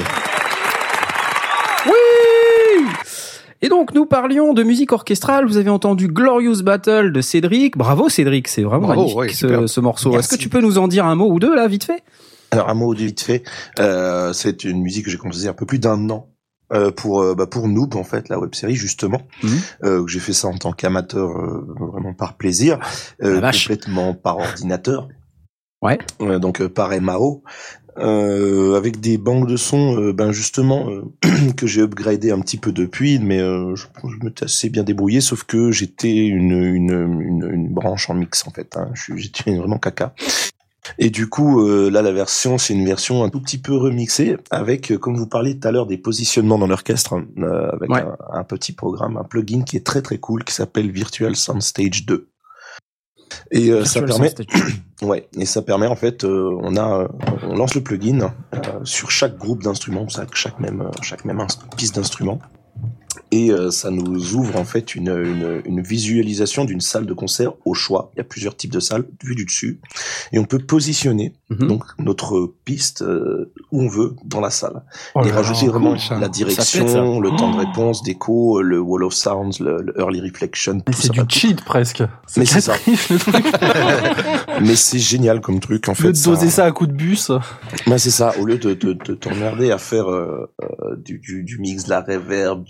Oui! Et donc, nous parlions de musique orchestrale. Vous avez entendu Glorious Battle de Cédric. Bravo Cédric, c'est vraiment magnifique ce morceau. Merci. Est-ce que tu peux nous en dire un mot ou deux là, vite fait? Alors, un mot vite fait. C'est une musique que j'ai composée un peu plus d'1 an. Pour Noob, en fait, la web-série, justement. J'ai fait ça en tant qu'amateur, vraiment par plaisir, complètement par ordinateur. Ouais. Donc par MAO, avec des banques de sons, justement, que j'ai upgradé un petit peu depuis, mais je me suis assez bien débrouillé, sauf que j'étais une branche en mix, en fait. Hein. J'étais vraiment caca. Et du coup, là, la version, c'est une version un tout petit peu remixée avec, comme vous parliez tout à l'heure, des positionnements dans l'orchestre, avec un petit programme, un plugin qui est très très cool, qui s'appelle Virtual Sound Stage 2. Et ça permet, en fait, on lance le plugin sur chaque groupe d'instruments, chaque même piste d'instruments. Et ça nous ouvre en fait une visualisation d'une salle de concert au choix. Il y a plusieurs types de salles vues du dessus, et on peut positionner donc notre piste où on veut dans la salle et rajouter vraiment la direction, le temps de réponse, d'écho, le wall of sounds, le early reflection. Mais c'est du cheat presque. Mais c'est ça. Le truc. Mais c'est génial comme truc en fait. De doser ça à coup de bus. C'est ça. Au lieu de t'emmerder à faire du mix, de la reverb, du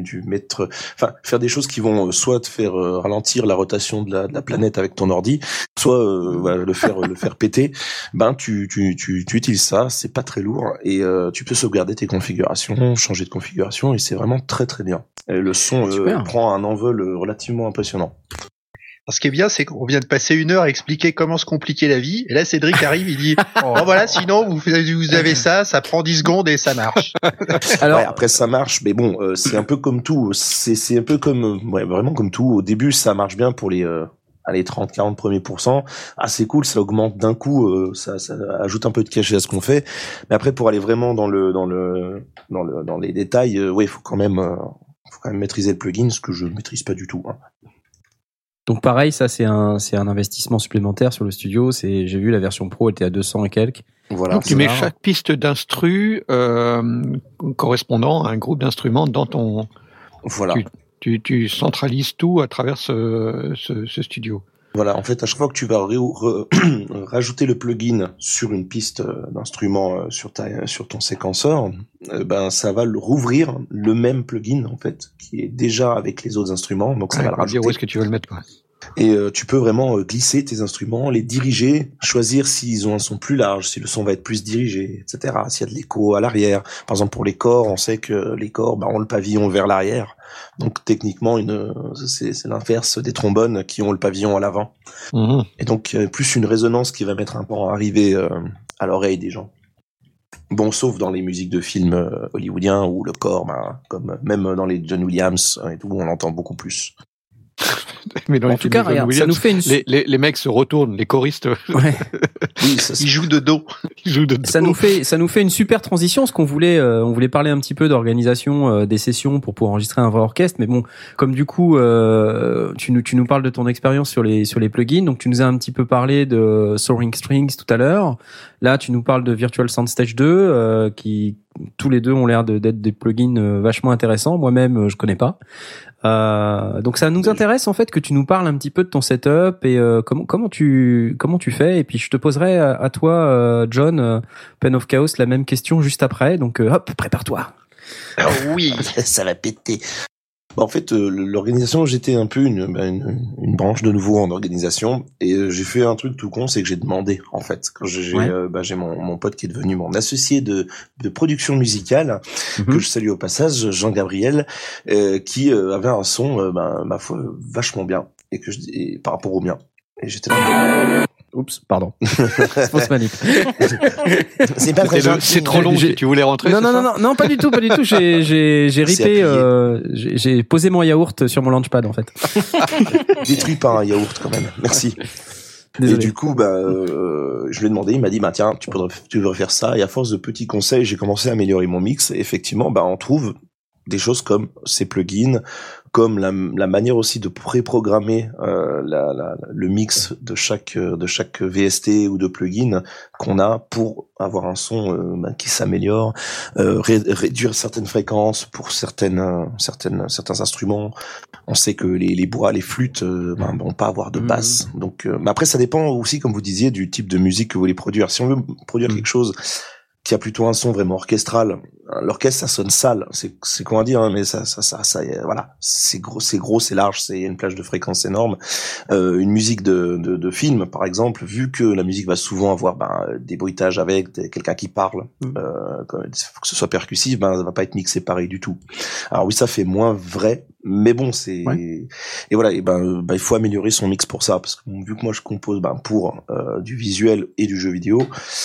mettre, enfin faire des choses qui vont soit te faire ralentir la rotation de la planète avec ton ordi, soit le faire péter. Ben tu utilises ça, c'est pas très lourd et tu peux sauvegarder tes configurations, changer de configuration et c'est vraiment très très bien. Et le son prend un envol relativement impressionnant. Alors, ce qui est bien, c'est qu'on vient de passer 1 heure à expliquer comment se compliquer la vie. Et là, Cédric arrive, il dit voilà, sinon vous avez ça prend 10 secondes et ça marche. Alors après ça marche, mais bon, c'est un peu comme tout. C'est un peu comme vraiment comme tout. Au début, ça marche bien pour les 30-40 premiers pourcents. Ah, c'est cool, ça augmente d'un coup, ça ajoute un peu de cachet à ce qu'on fait. Mais après, pour aller vraiment dans les détails, il faut quand même maîtriser le plugin, ce que je ne maîtrise pas du tout. Hein. Donc pareil, ça c'est un investissement supplémentaire sur le studio. J'ai vu la version pro, elle était à 200 et quelques. Voilà. Donc tu mets chaque piste d'instru correspondant à un groupe d'instruments dans ton. Voilà. Tu centralises tout à travers ce studio. Voilà, en fait, à chaque fois que tu vas rajouter le plugin sur une piste d'instrument sur ton séquenceur, ça va rouvrir le même plugin en fait, qui est déjà avec les autres instruments. Donc ça va le rajouter. Dire où est-ce que tu veux le mettre, quoi. Et tu peux vraiment glisser tes instruments, les diriger, choisir s'ils ont un son plus large, si le son va être plus dirigé, etc. S'il y a de l'écho à l'arrière. Par exemple, pour les corps, on sait que les corps ont le pavillon vers l'arrière. Donc techniquement, c'est l'inverse des trombones qui ont le pavillon à l'avant. Mmh. Et donc plus une résonance qui va mettre un peu à arriver à l'oreille des gens. Bon, sauf dans les musiques de films hollywoodiens où le corps, comme même dans les John Williams et tout, on l'entend beaucoup plus. Mais dans en tout cas, regarde, Williams, ça nous fait les mecs se retournent, les choristes. Ouais. Oui, ils jouent de dos. Ça nous fait une super transition, parce qu'on voulait, on voulait parler un petit peu d'organisation des sessions pour pouvoir enregistrer un vrai orchestre. Mais bon, comme du coup, tu nous parles de ton expérience sur les plugins, donc tu nous as un petit peu parlé de Soaring Strings tout à l'heure. Là, tu nous parles de Virtual Soundstage 2, qui tous les deux ont l'air d'être des plugins vachement intéressants. Moi-même, je connais pas. Donc ça nous intéresse en fait que tu nous parles un petit peu de ton setup et comment tu fais, et puis je te poserai à toi John Pen of Chaos la même question juste après, donc hop, prépare-toi. Oh oui, ça va péter. En fait, l'organisation, j'étais un peu une branche de nouveau en organisation, et j'ai fait un truc tout con, c'est que j'ai demandé, en fait, quand j'ai mon pote qui est devenu mon associé de production musicale, que je salue au passage, Jean-Gabriel, qui avait un son, ma foi, vachement bien, et par rapport au mien. Et j'étais là. Oups, pardon. Fausse manip. C'est pas très gentil. C'est trop long. Tu voulais rentrer? Non, pas du tout. J'ai ripé, j'ai posé mon yaourt sur mon launchpad, en fait. Détruit par un yaourt, quand même. Merci. Désolé. Et du coup, je lui ai demandé, il m'a dit, tiens, tu devrais faire ça. Et à force de petits conseils, j'ai commencé à améliorer mon mix. Et effectivement, on trouve des choses comme ces plugins, comme la manière aussi de préprogrammer le mix de chaque VST ou de plugin qu'on a pour avoir un son qui s'améliore, réduire certaines fréquences pour certains instruments. On sait que les bois, les flûtes vont pas avoir de basse. Donc mais après ça dépend aussi, comme vous disiez, du type de musique que vous voulez produire. Si on veut produire quelque chose qui a plutôt un son vraiment orchestral, l'orchestre ça sonne sale, c'est comment dire, hein, mais ça voilà, c'est gros, c'est large, c'est une plage de fréquences énorme. Une musique de film par exemple, vu que la musique va souvent avoir des bruitages avec quelqu'un qui parle, faut que ce soit percussif, ça va pas être mixé pareil du tout. Alors oui, ça fait moins vrai, mais bon, c'est et voilà, et il faut améliorer son mix pour ça, parce que vu que moi je compose pour du visuel et du jeu vidéo,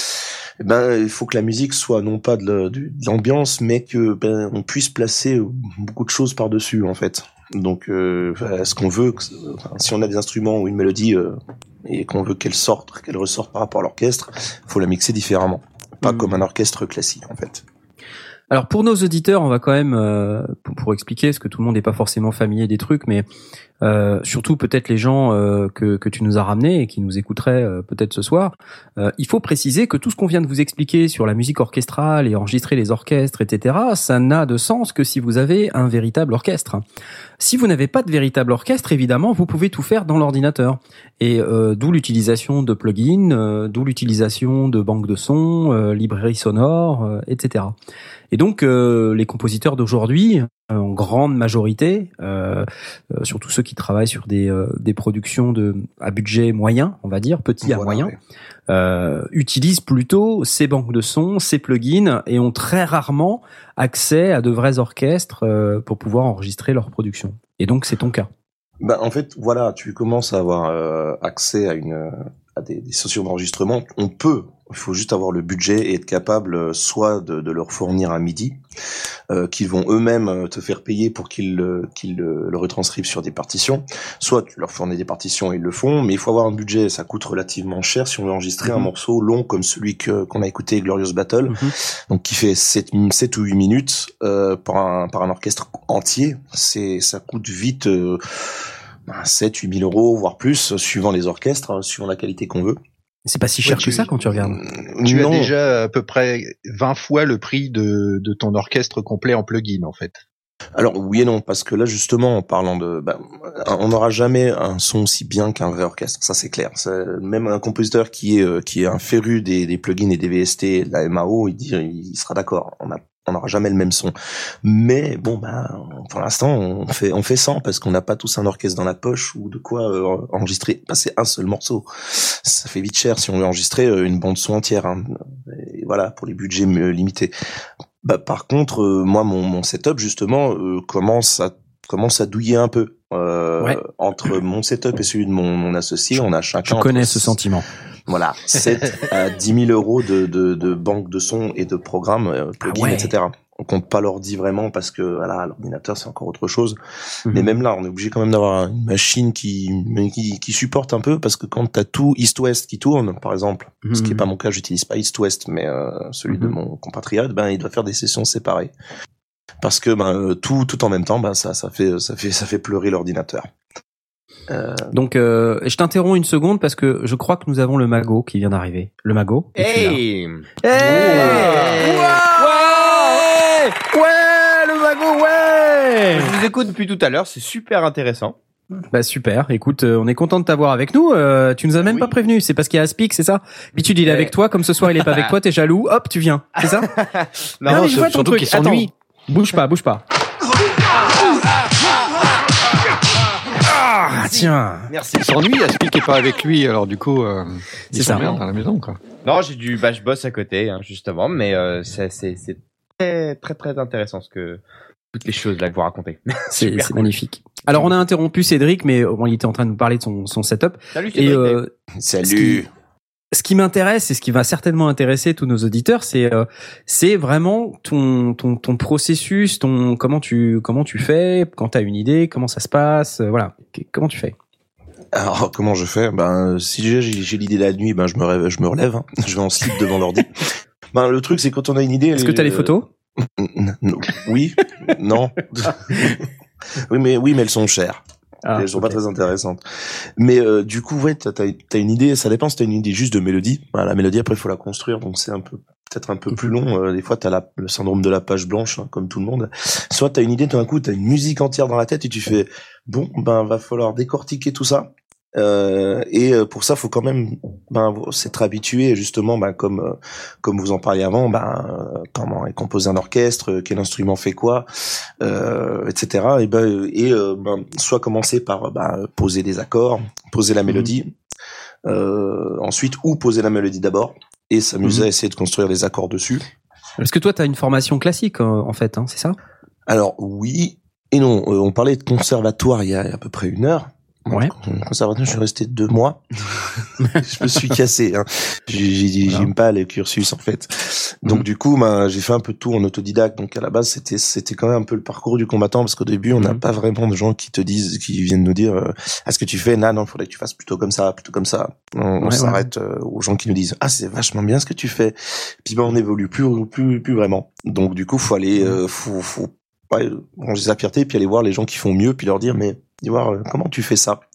il faut que la musique soit non pas de l'ambiance, mais que on puisse placer beaucoup de choses par-dessus, en fait. Donc, ce qu'on veut, si on a des instruments ou une mélodie et qu'on veut qu'elle ressorte par rapport à l'orchestre, faut la mixer différemment, pas comme un orchestre classique, en fait. Alors pour nos auditeurs, on va quand même pour expliquer, parce que tout le monde n'est pas forcément familier des trucs, mais surtout peut-être les gens que tu nous as ramenés et qui nous écouteraient peut-être ce soir. Il faut préciser que tout ce qu'on vient de vous expliquer sur la musique orchestrale et enregistrer les orchestres, etc., ça n'a de sens que si vous avez un véritable orchestre. Si vous n'avez pas de véritable orchestre, évidemment, vous pouvez tout faire dans l'ordinateur. Et d'où l'utilisation de plugins, d'où l'utilisation de banques de sons, librairies sonores, etc. Et donc, les compositeurs d'aujourd'hui en grande majorité, surtout ceux qui travaillent sur des productions à budget moyen, on va dire, petit à moyen, utilisent plutôt ces banques de sons, ces plugins, et ont très rarement accès à de vrais orchestres pour pouvoir enregistrer leur production. Et donc, c'est ton cas. En fait, voilà, tu commences à avoir accès à des sessions d'enregistrement. Il faut juste avoir le budget et être capable soit de leur fournir un MIDI qu'ils vont eux-mêmes te faire payer pour qu'ils le retranscrivent sur des partitions, soit tu leur fournis des partitions et ils le font, mais il faut avoir un budget, ça coûte relativement cher si on veut enregistrer un morceau long comme celui qu'on a écouté, Glorious Battle, donc qui fait 7 ou 8 minutes par un orchestre entier, ça coûte vite 7-8 000 euros, voire plus, suivant les orchestres, suivant la qualité qu'on veut. C'est pas si cher que ça quand tu regardes. Tu as déjà à peu près 20 fois le prix de ton orchestre complet en plugin, en fait. Alors oui et non, parce que là justement en parlant on n'aura jamais un son aussi bien qu'un vrai orchestre, ça c'est clair. Même un compositeur qui est un féru des plugins et des VST, de la MAO, il sera d'accord. On n'aura jamais le même son. Mais bon, pour l'instant, on fait 100 parce qu'on n'a pas tous un orchestre dans la poche ou de quoi enregistrer. C'est un seul morceau. Ça fait vite cher si on veut enregistrer une bande son entière. Hein. Et voilà, pour les budgets limités. Par contre, moi, mon setup justement commence à douiller un peu. Entre mon setup et celui de mon associé, on a chacun. Je connais ce sentiment. Voilà, 7 à 10 000 euros de banque de son et de programmes, plugins, etc. On compte pas l'ordi vraiment parce que voilà, l'ordinateur c'est encore autre chose. Mais même là, on est obligé quand même d'avoir une machine qui supporte un peu parce que quand t'as tout East-West qui tourne, par exemple, ce qui est pas mon cas, j'utilise pas East-West, mais celui de mon compatriote, il doit faire des sessions séparées parce que tout en même temps, ça fait pleurer l'ordinateur. Donc je t'interromps une seconde parce que je crois que nous avons le Mago qui vient d'arriver. Le Mago. Hey, ouais, le Mago, ouais. Je vous écoute depuis tout à l'heure, c'est super intéressant. Super, écoute, on est content de t'avoir avec nous. Tu nous as même pas prévenu, c'est parce qu'il y a Aspic, c'est ça? D'habitude il est avec toi, comme ce soir il est pas avec toi, t'es jaloux, hop, tu viens, c'est ça? Non, surtout qu'il s'ennuie. Bouge pas. Ah, tiens. Merci. Il s'ennuie, Aspic est pas avec lui, alors du coup, c'est ça. Dans la maison, quoi. Non, je bosse à côté, justement, mais c'est très, très, très intéressant toutes les choses là que vous racontez. C'est magnifique. Alors, on a interrompu Cédric, mais il était en train de nous parler de son setup. Salut Cédric. Salut. Ce qui m'intéresse et ce qui va certainement intéresser tous nos auditeurs, c'est vraiment ton processus, comment tu fais quand t'as une idée, comment ça se passe, voilà, comment tu fais. Alors comment je fais? Si j'ai l'idée la nuit, je me relève, hein. Je vais en slip devant l'ordi. Le truc c'est quand on a une idée. Est-ce que t'as les photos? Oui, non. oui mais elles sont chères. Elles sont pas très intéressantes. Mais du coup, t'as une idée, ça dépend si t'as une idée juste de mélodie. La mélodie, après, il faut la construire, donc c'est peut-être un peu plus long. Des fois, t'as le syndrome de la page blanche, hein, comme tout le monde. Soit t'as une idée, tout d'un coup, t'as une musique entière dans la tête et tu fais, va falloir décortiquer tout ça. Et pour ça, faut quand même s'être habitué justement, comme vous en parliez avant, comment est composé un orchestre, quel instrument fait quoi, etc. Et soit commencer par poser des accords, poser la mélodie, ensuite ou poser la mélodie d'abord et s'amuser à essayer de construire les accords dessus. Parce que toi, t'as une formation classique en fait, hein, c'est ça? Alors oui et non. On parlait de conservatoire il y a à peu près 1 heure. Ouais. Conservatoire, je suis resté 2 mois. Je me suis cassé. Hein. J'aime pas les cursus en fait. Donc du coup, j'ai fait un peu de tout en autodidacte. Donc à la base, c'était quand même un peu le parcours du combattant parce qu'au début, on n'a pas vraiment de gens qui viennent nous dire ce que tu fais. Non, faudrait que tu fasses plutôt comme ça. On s'arrête aux gens qui nous disent c'est vachement bien ce que tu fais. Puis on évolue plus vraiment. Donc du coup, faut aller, faut ranger sa fierté puis aller voir les gens qui font mieux puis leur dire voir comment tu fais ça.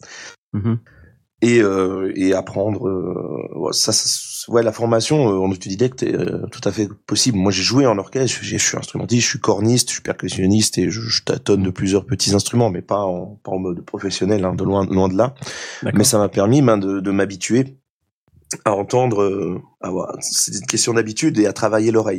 Et apprendre la formation en autodidacte est tout à fait possible. Moi j'ai joué en orchestre, je suis instrumentiste, je suis corniste, je suis percussionniste et je tâtonne de plusieurs petits instruments, mais pas en mode professionnel, hein, de loin de là. Mais ça m'a permis de m'habituer à entendre. C'est une question d'habitude et à travailler l'oreille.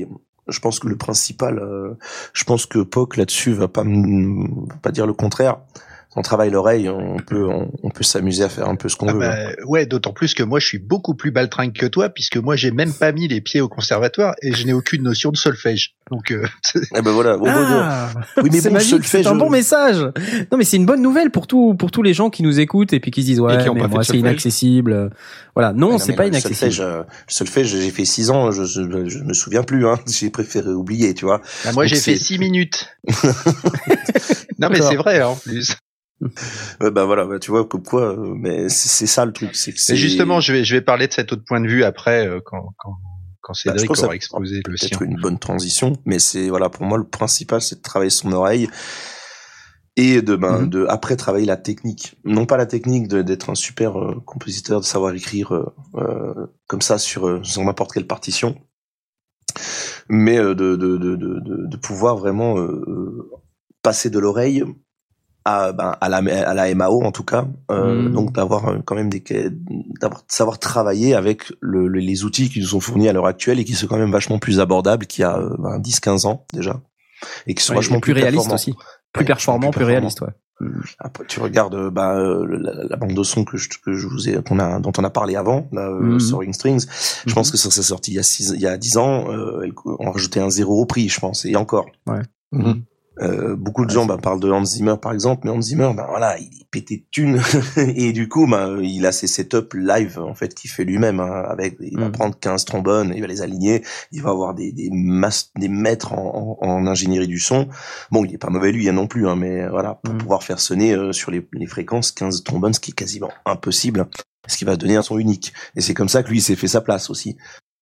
je pense que le principal, je pense que POC là-dessus va pas dire le contraire. On travaille l'oreille, on peut s'amuser à faire un peu ce qu'on veut. Ouais, d'autant plus que moi je suis beaucoup plus baltringue que toi, puisque moi j'ai même pas mis les pieds au conservatoire et je n'ai aucune notion de solfège. Donc voilà. Oui, mais c'est magique, solfège, c'est un bon message. Non, mais c'est une bonne nouvelle pour tous les gens qui nous écoutent et puis qui se disent mais moi c'est inaccessible. Voilà, non, c'est pas inaccessible. Le solfège, j'ai fait 6 ans, je me souviens plus. J'ai préféré oublier, tu vois. Moi j'ai fait 6 minutes. Non, mais c'est vrai en plus. Voilà, tu vois, comme quoi, mais c'est ça le truc, c'est que c'est. Et justement, je vais parler de cet autre point de vue après, quand Cédric aura exposé le sien. C'est une bonne transition, mais c'est, voilà, pour moi, le principal, c'est de travailler son oreille et de après travailler la technique. Non pas la technique d'être un super compositeur, de savoir écrire comme ça sur n'importe quelle partition, mais de pouvoir vraiment passer de l'oreille à la MAO en tout cas, donc d'avoir quand même de savoir travailler avec les outils qui nous sont fournis à l'heure actuelle et qui sont quand même vachement plus abordables qu'il y a 10-15 ans déjà, et qui sont vachement plus réalistes aussi, plus performants, plus réalistes. Après, tu regardes la bande de son dont on a parlé avant, Soaring Strings. Je pense que ça s'est sorti il y a 10 ans. On rajoutait un 0 au prix, je pense, et encore. Ouais. Beaucoup de gens parlent de Hans Zimmer par exemple, mais Hans Zimmer il est pété de thunes et du coup il a ses setups live en fait qu'il fait lui-même, il va prendre 15 trombones, il va les aligner, il va avoir des maîtres en ingénierie du son. Bon, il est pas mauvais lui non plus, mais voilà, pour pouvoir faire sonner sur les fréquences 15 trombones, ce qui est quasiment impossible, ce qui va donner un son unique, et c'est comme ça que lui il s'est fait sa place aussi.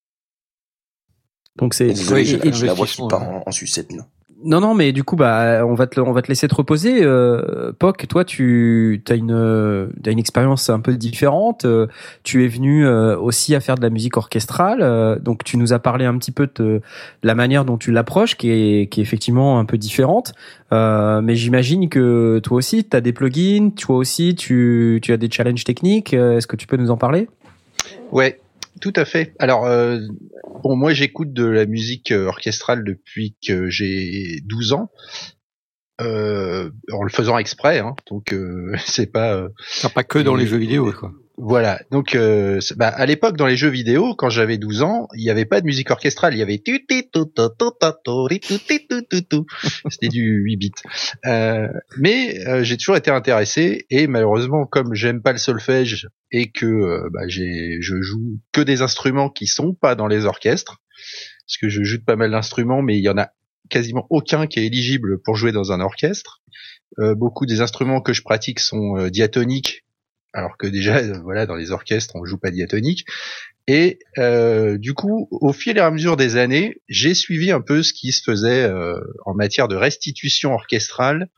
Donc c'est je la vois qui part en sucette là. Non, mais du coup, on va te laisser te reposer. Poc, toi, tu as une expérience un peu différente. Tu es venu aussi à faire de la musique orchestrale. Donc, tu nous as parlé un petit peu de la manière dont tu l'approches, qui est effectivement un peu différente. Mais j'imagine que toi aussi, tu as des plugins. Toi aussi, tu as des challenges techniques. Est-ce que tu peux nous en parler ? Ouais. Tout à fait. Alors, moi j'écoute de la musique orchestrale depuis que j'ai 12 ans, en le faisant exprès, donc c'est pas... pas que dans les jeux vidéo, quoi. Voilà, donc à l'époque dans les jeux vidéo, quand j'avais 12 ans, il n'y avait pas de musique orchestrale, il y avait c'était du 8 bits. Mais j'ai toujours été intéressé, et malheureusement, comme j'aime pas le solfège et que je joue que des instruments qui sont pas dans les orchestres, parce que je joue de pas mal d'instruments, mais il y en a quasiment aucun qui est éligible pour jouer dans un orchestre. Beaucoup des instruments que je pratique sont diatoniques, alors que déjà, dans les orchestres, on joue pas diatonique. Et du coup, au fil et à mesure des années, j'ai suivi un peu ce qui se faisait en matière de restitution orchestrale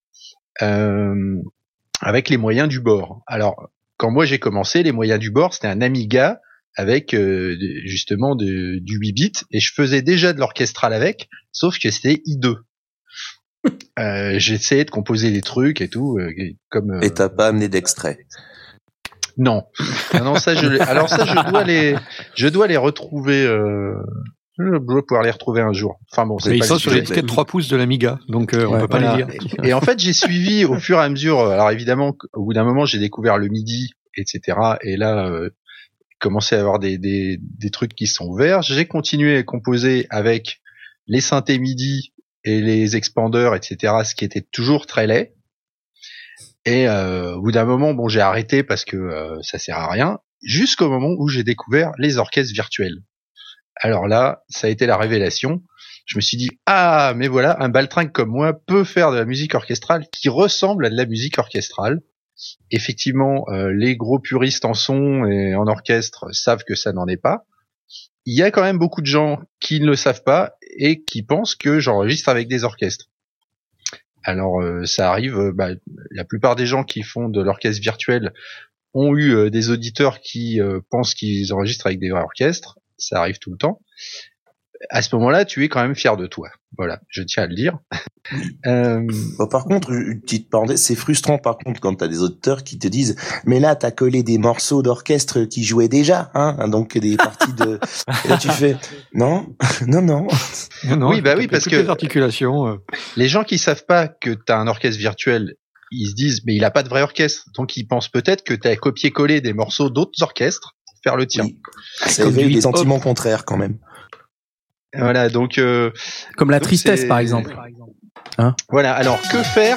avec les moyens du bord. Alors, quand moi j'ai commencé, les moyens du bord, c'était un Amiga avec justement du 8 bits, et je faisais déjà de l'orchestral avec, sauf que c'était I2. J'essayais de composer des trucs et tout, comme. Et t'as pas amené d'extrait? Non, ça je dois les retrouver. Je dois pouvoir les retrouver un jour. Enfin bon, ils sont sur les disquettes 3 pouces de l'Amiga, donc on peut pas les lire. Et en fait, j'ai suivi au fur et à mesure. Alors évidemment, au bout d'un moment, j'ai découvert le MIDI, etc. Et là, commençait à avoir des trucs qui sont verts. J'ai continué à composer avec les synthés MIDI et les expandeurs, etc., ce qui était toujours très laid. Et au bout d'un moment, j'ai arrêté parce que ça sert à rien, jusqu'au moment où j'ai découvert les orchestres virtuels. Alors là, ça a été la révélation. Je me suis dit, mais voilà, un baltringue comme moi peut faire de la musique orchestrale qui ressemble à de la musique orchestrale. Effectivement, les gros puristes en son et en orchestre savent que ça n'en est pas. Il y a quand même beaucoup de gens qui ne le savent pas et qui pensent que j'enregistre avec des orchestres. Alors ça arrive, la plupart des gens qui font de l'orchestre virtuel ont eu des auditeurs qui pensent qu'ils enregistrent avec des vrais orchestres, ça arrive tout le temps. à ce moment-là, tu es quand même fier de toi. Voilà, je tiens à le dire. Par contre, une petite parenthèse, c'est frustrant par contre quand t'as des auteurs qui te disent mais là t'as collé des morceaux d'orchestre qui jouaient déjà, hein, donc des parties de. Et là tu fais non. Oui, bah oui, parce que les articulations. Les gens qui savent pas que t'as un orchestre virtuel, ils se disent mais il a pas de vrai orchestre, donc ils pensent peut-être que t'as copié-collé des morceaux d'autres orchestres pour faire le tien. Oui. Ça éveille des sentiments contraires quand même. Voilà, donc comme la donc tristesse par exemple. Hein, voilà, alors que faire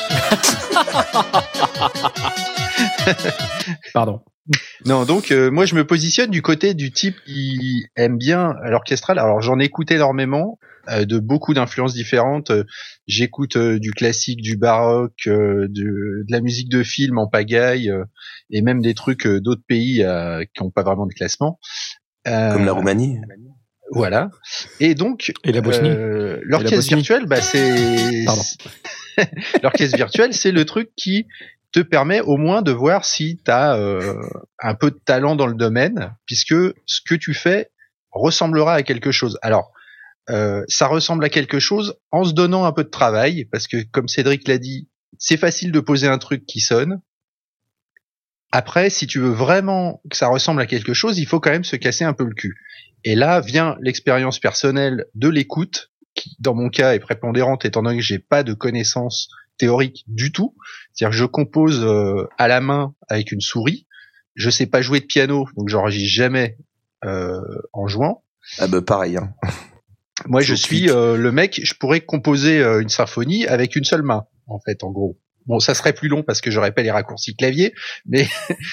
Pardon. Non, donc moi je me positionne du côté du type qui aime bien l'orchestral. Alors j'en écoute énormément de beaucoup d'influences différentes. J'écoute du classique, du baroque, de la musique de film en pagaille et même des trucs d'autres pays qui ont pas vraiment de classement. Comme la Roumanie. Voilà. Et donc la Bosnie. L'orchestre virtuel, bah c'est l'orchestre virtuel, c'est le truc qui te permet au moins de voir si tu as un peu de talent dans le domaine, puisque ce que tu fais ressemblera à quelque chose. Alors, ça ressemble à quelque chose en se donnant un peu de travail, parce que comme Cédric l'a dit, c'est facile de poser un truc qui sonne. Après, si tu veux vraiment que ça ressemble à quelque chose, il faut quand même se casser un peu le cul. Et là vient l'expérience personnelle de l'écoute, qui dans mon cas est prépondérante étant donné que j'ai pas de connaissances théoriques du tout. C'est-à-dire que je compose à la main avec une souris. Je sais pas jouer de piano, donc j'enregistre jamais en jouant. Ah bah pareil. Hein. Moi je suis le mec, je pourrais composer une symphonie avec une seule main, en fait, en gros. Bon, ça serait plus long parce que j'aurais pas les raccourcis clavier, mais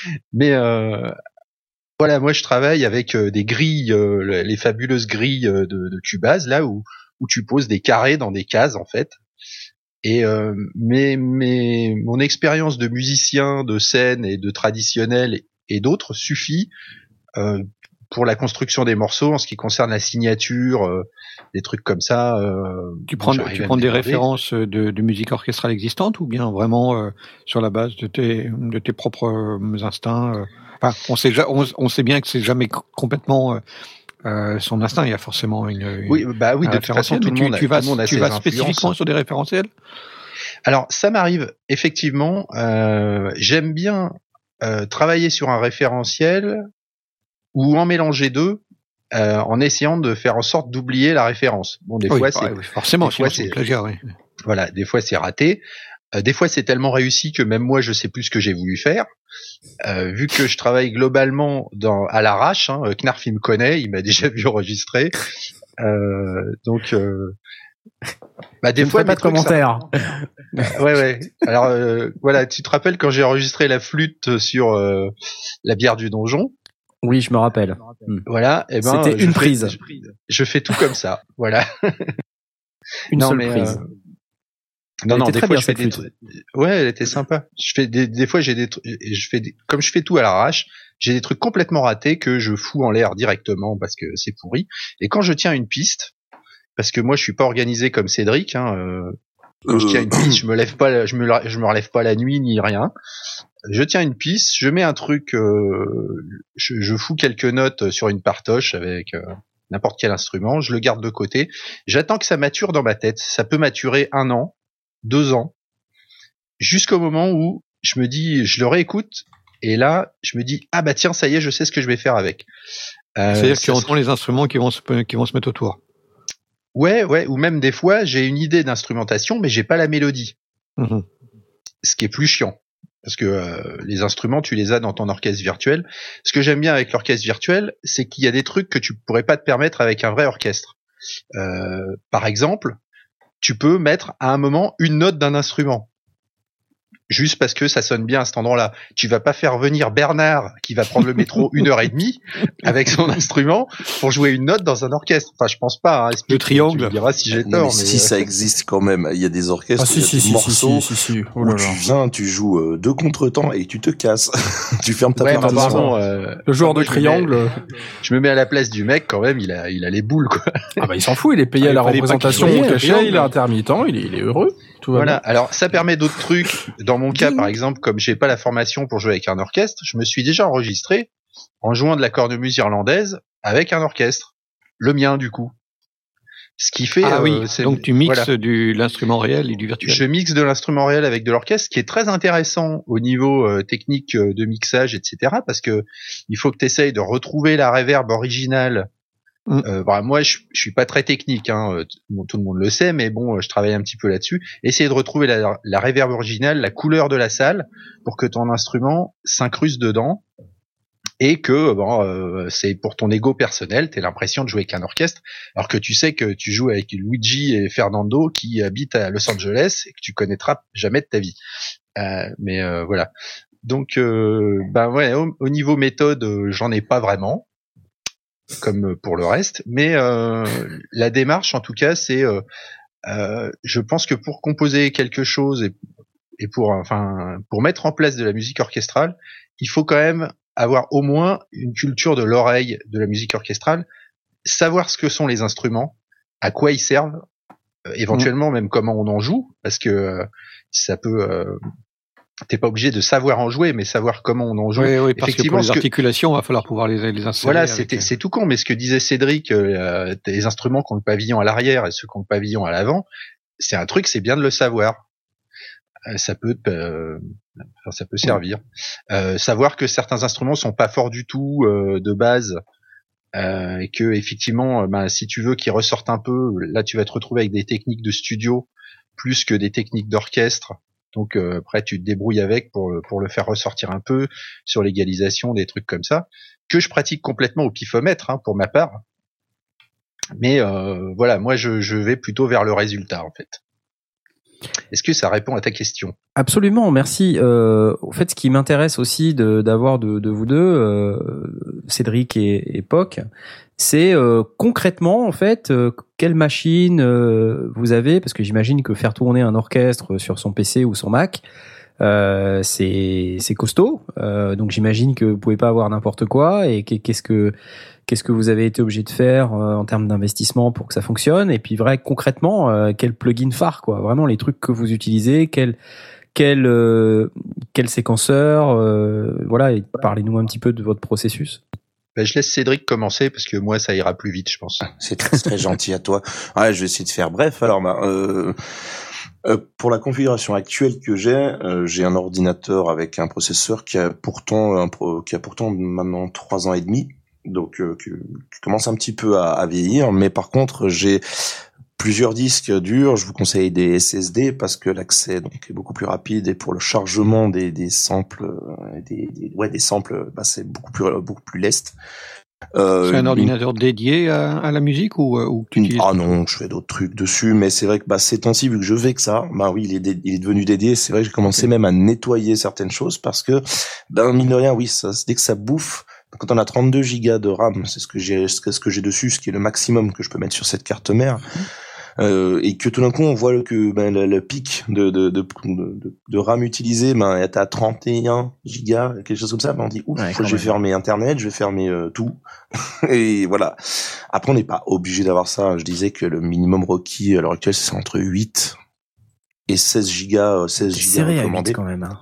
voilà, moi je travaille avec des grilles, les fabuleuses grilles de Cubase, là où tu poses des carrés dans des cases en fait. Et mon expérience de musicien de scène et de traditionnel et d'autres suffit pour la construction des morceaux en ce qui concerne la signature, des trucs comme ça. Tu prends des références de musique orchestrale existante ou bien vraiment sur la base de tes propres instincts. Enfin, on sait bien que c'est jamais complètement son instinct. Il y a forcément une oui, de toute façon, tout le monde a tu vas spécifiquement sur des référentiels. Alors, ça m'arrive effectivement. J'aime bien travailler sur un référentiel ou en mélanger deux, en essayant de faire en sorte d'oublier la référence. Bon, des fois, c'est forcément, des fois, c'est plagiat, oui. Voilà, des fois c'est raté. Des fois, c'est tellement réussi que même moi, je sais plus ce que j'ai voulu faire. Vu que je travaille globalement à l'arrache, hein, Knarf il me connaît, il m'a déjà vu enregistrer. Donc, des fois, pas de commentaires. Ouais. Alors, voilà, tu te rappelles quand j'ai enregistré la flûte sur la bière du donjon? Oui, je me rappelle. Voilà, et ben c'était une prise. Je fais tout comme ça, voilà. Une seule prise. Non, des fois je fais des trucs. Ouais, elle était sympa. Je fais des fois j'ai des trucs, comme je fais tout à l'arrache, j'ai des trucs complètement ratés que je fous en l'air directement parce que c'est pourri. Et quand je tiens une piste, parce que moi je suis pas organisé comme Cédric, hein, quand je tiens une piste, je me relève pas la nuit ni rien. Je tiens une piste, je mets un truc, je fous quelques notes sur une partoche avec n'importe quel instrument, je le garde de côté, j'attends que ça mature dans ma tête. Ça peut maturer 1 an, 2 ans, jusqu'au moment où je me dis, je le réécoute, et là, je me dis, ah bah tiens, ça y est, je sais ce que je vais faire avec. C'est-à-dire que tu entends les instruments qui vont se mettre autour. Ouais, ou même des fois, j'ai une idée d'instrumentation, mais j'ai pas la mélodie. Mmh. Ce qui est plus chiant. Parce que les instruments, tu les as dans ton orchestre virtuel. Ce que j'aime bien avec l'orchestre virtuel, c'est qu'il y a des trucs que tu pourrais pas te permettre avec un vrai orchestre. Par exemple, tu peux mettre à un moment une note d'un instrument. Juste parce que ça sonne bien à cet endroit-là. Tu vas pas faire venir Bernard, qui va prendre le métro 1h30 avec son instrument pour jouer une note dans un orchestre. Enfin, je pense pas. Hein. Le triangle. Tu me diras si j'ai tort. Mais si ça existe quand même. Il y a des orchestres, il y a des morceaux où tu viens, tu joues 2 contretemps et tu te casses. Tu fermes ta partition. Le joueur de triangle. Je me mets à la place du mec quand même. Il a les boules quoi. Ah bah il s'en fout. Il est payé à la représentation au cachet. Il est intermittent. Il est heureux. Voilà. Alors ça permet d'autres trucs. Dans mon cas, par exemple, comme j'ai pas la formation pour jouer avec un orchestre, je me suis déjà enregistré en jouant de la cornemuse irlandaise avec un orchestre. Le mien, du coup. Ce qui fait, donc tu mixes l'instrument réel et du virtuel. Je mixe de l'instrument réel avec de l'orchestre, ce qui est très intéressant au niveau technique de mixage, etc. Parce que il faut que tu essayes de retrouver la reverb originale. Moi, je suis pas très technique, tout le monde le sait, mais bon, je travaille un petit peu là-dessus. Essayer de retrouver la reverb originale, la couleur de la salle, pour que ton instrument s'incruste dedans. Et que c'est pour ton ego personnel, t'as l'impression de jouer avec un orchestre, alors que tu sais que tu joues avec Luigi et Fernando qui habitent à Los Angeles et que tu connaîtras jamais de ta vie. Mais voilà. Donc au niveau méthode, j'en ai pas vraiment, comme pour le reste. Mais la démarche, en tout cas, c'est, je pense que pour composer quelque chose et pour mettre en place de la musique orchestrale, il faut quand même avoir au moins une culture de l'oreille de la musique orchestrale, savoir ce que sont les instruments, à quoi ils servent, éventuellement même comment on en joue, parce que ça peut... t'es pas obligé de savoir en jouer, mais savoir comment on en joue. Oui, parce que pour les articulations, il va falloir pouvoir les insérer. Voilà, c'est tout con, mais ce que disait Cédric, les instruments qui ont le pavillon à l'arrière et ceux qui ont le pavillon à l'avant, c'est un truc, c'est bien de le savoir. Ça peut servir. Savoir que certains instruments sont pas forts du tout de base, et que effectivement, si tu veux qu'ils ressortent un peu, là tu vas te retrouver avec des techniques de studio plus que des techniques d'orchestre. Donc après tu te débrouilles avec pour le faire ressortir un peu sur l'égalisation, des trucs comme ça, que je pratique complètement au pifomètre pour ma part. Mais voilà, moi je vais plutôt vers le résultat en fait. Est-ce que ça répond à ta question ? Absolument, merci. Au fait, ce qui m'intéresse aussi d'avoir de vous deux, Cédric et Poc, c'est concrètement en fait quelle machine vous avez, parce que j'imagine que faire tourner un orchestre sur son PC ou son Mac, c'est costaud. Donc j'imagine que vous pouvez pas avoir n'importe quoi. Et qu'est-ce que vous avez été obligé de faire en termes d'investissement pour que ça fonctionne? Et puis concrètement, quel plugin phare, quoi. Vraiment les trucs que vous utilisez, quel séquenceur, voilà. Et parlez-nous un petit peu de votre processus. Je laisse Cédric commencer parce que moi ça ira plus vite, je pense. C'est très, très gentil à toi. Ouais, je vais essayer de faire bref. Alors, pour la configuration actuelle que j'ai un ordinateur avec un processeur qui a pourtant maintenant 3 ans et demi, donc qui commence un petit peu à vieillir. Mais par contre, j'ai plusieurs disques durs. Je vous conseille des SSD parce que l'accès donc est beaucoup plus rapide et pour le chargement des samples, des samples, c'est beaucoup plus leste. C'est un ordinateur dédié à la musique ou tu utilises? Ah non, je fais d'autres trucs dessus, mais c'est vrai que ces temps-ci, vu que je fais que ça, oui, il est devenu dédié. C'est vrai que j'ai commencé même à nettoyer certaines choses parce que, mine de rien, oui, dès que ça bouffe, quand on a 32 gigas de RAM, c'est ce que j'ai dessus, ce qui est le maximum que je peux mettre sur cette carte mère. Et que tout d'un coup on voit que le pic de RAM utilisé est à 31 gigas, quelque chose comme ça. On dit je vais fermer internet, je vais fermer tout. Et voilà. Après on n'est pas obligé d'avoir ça. Je disais que le minimum requis à l'heure actuelle c'est entre 8 et 16 gigas recommandé quand même.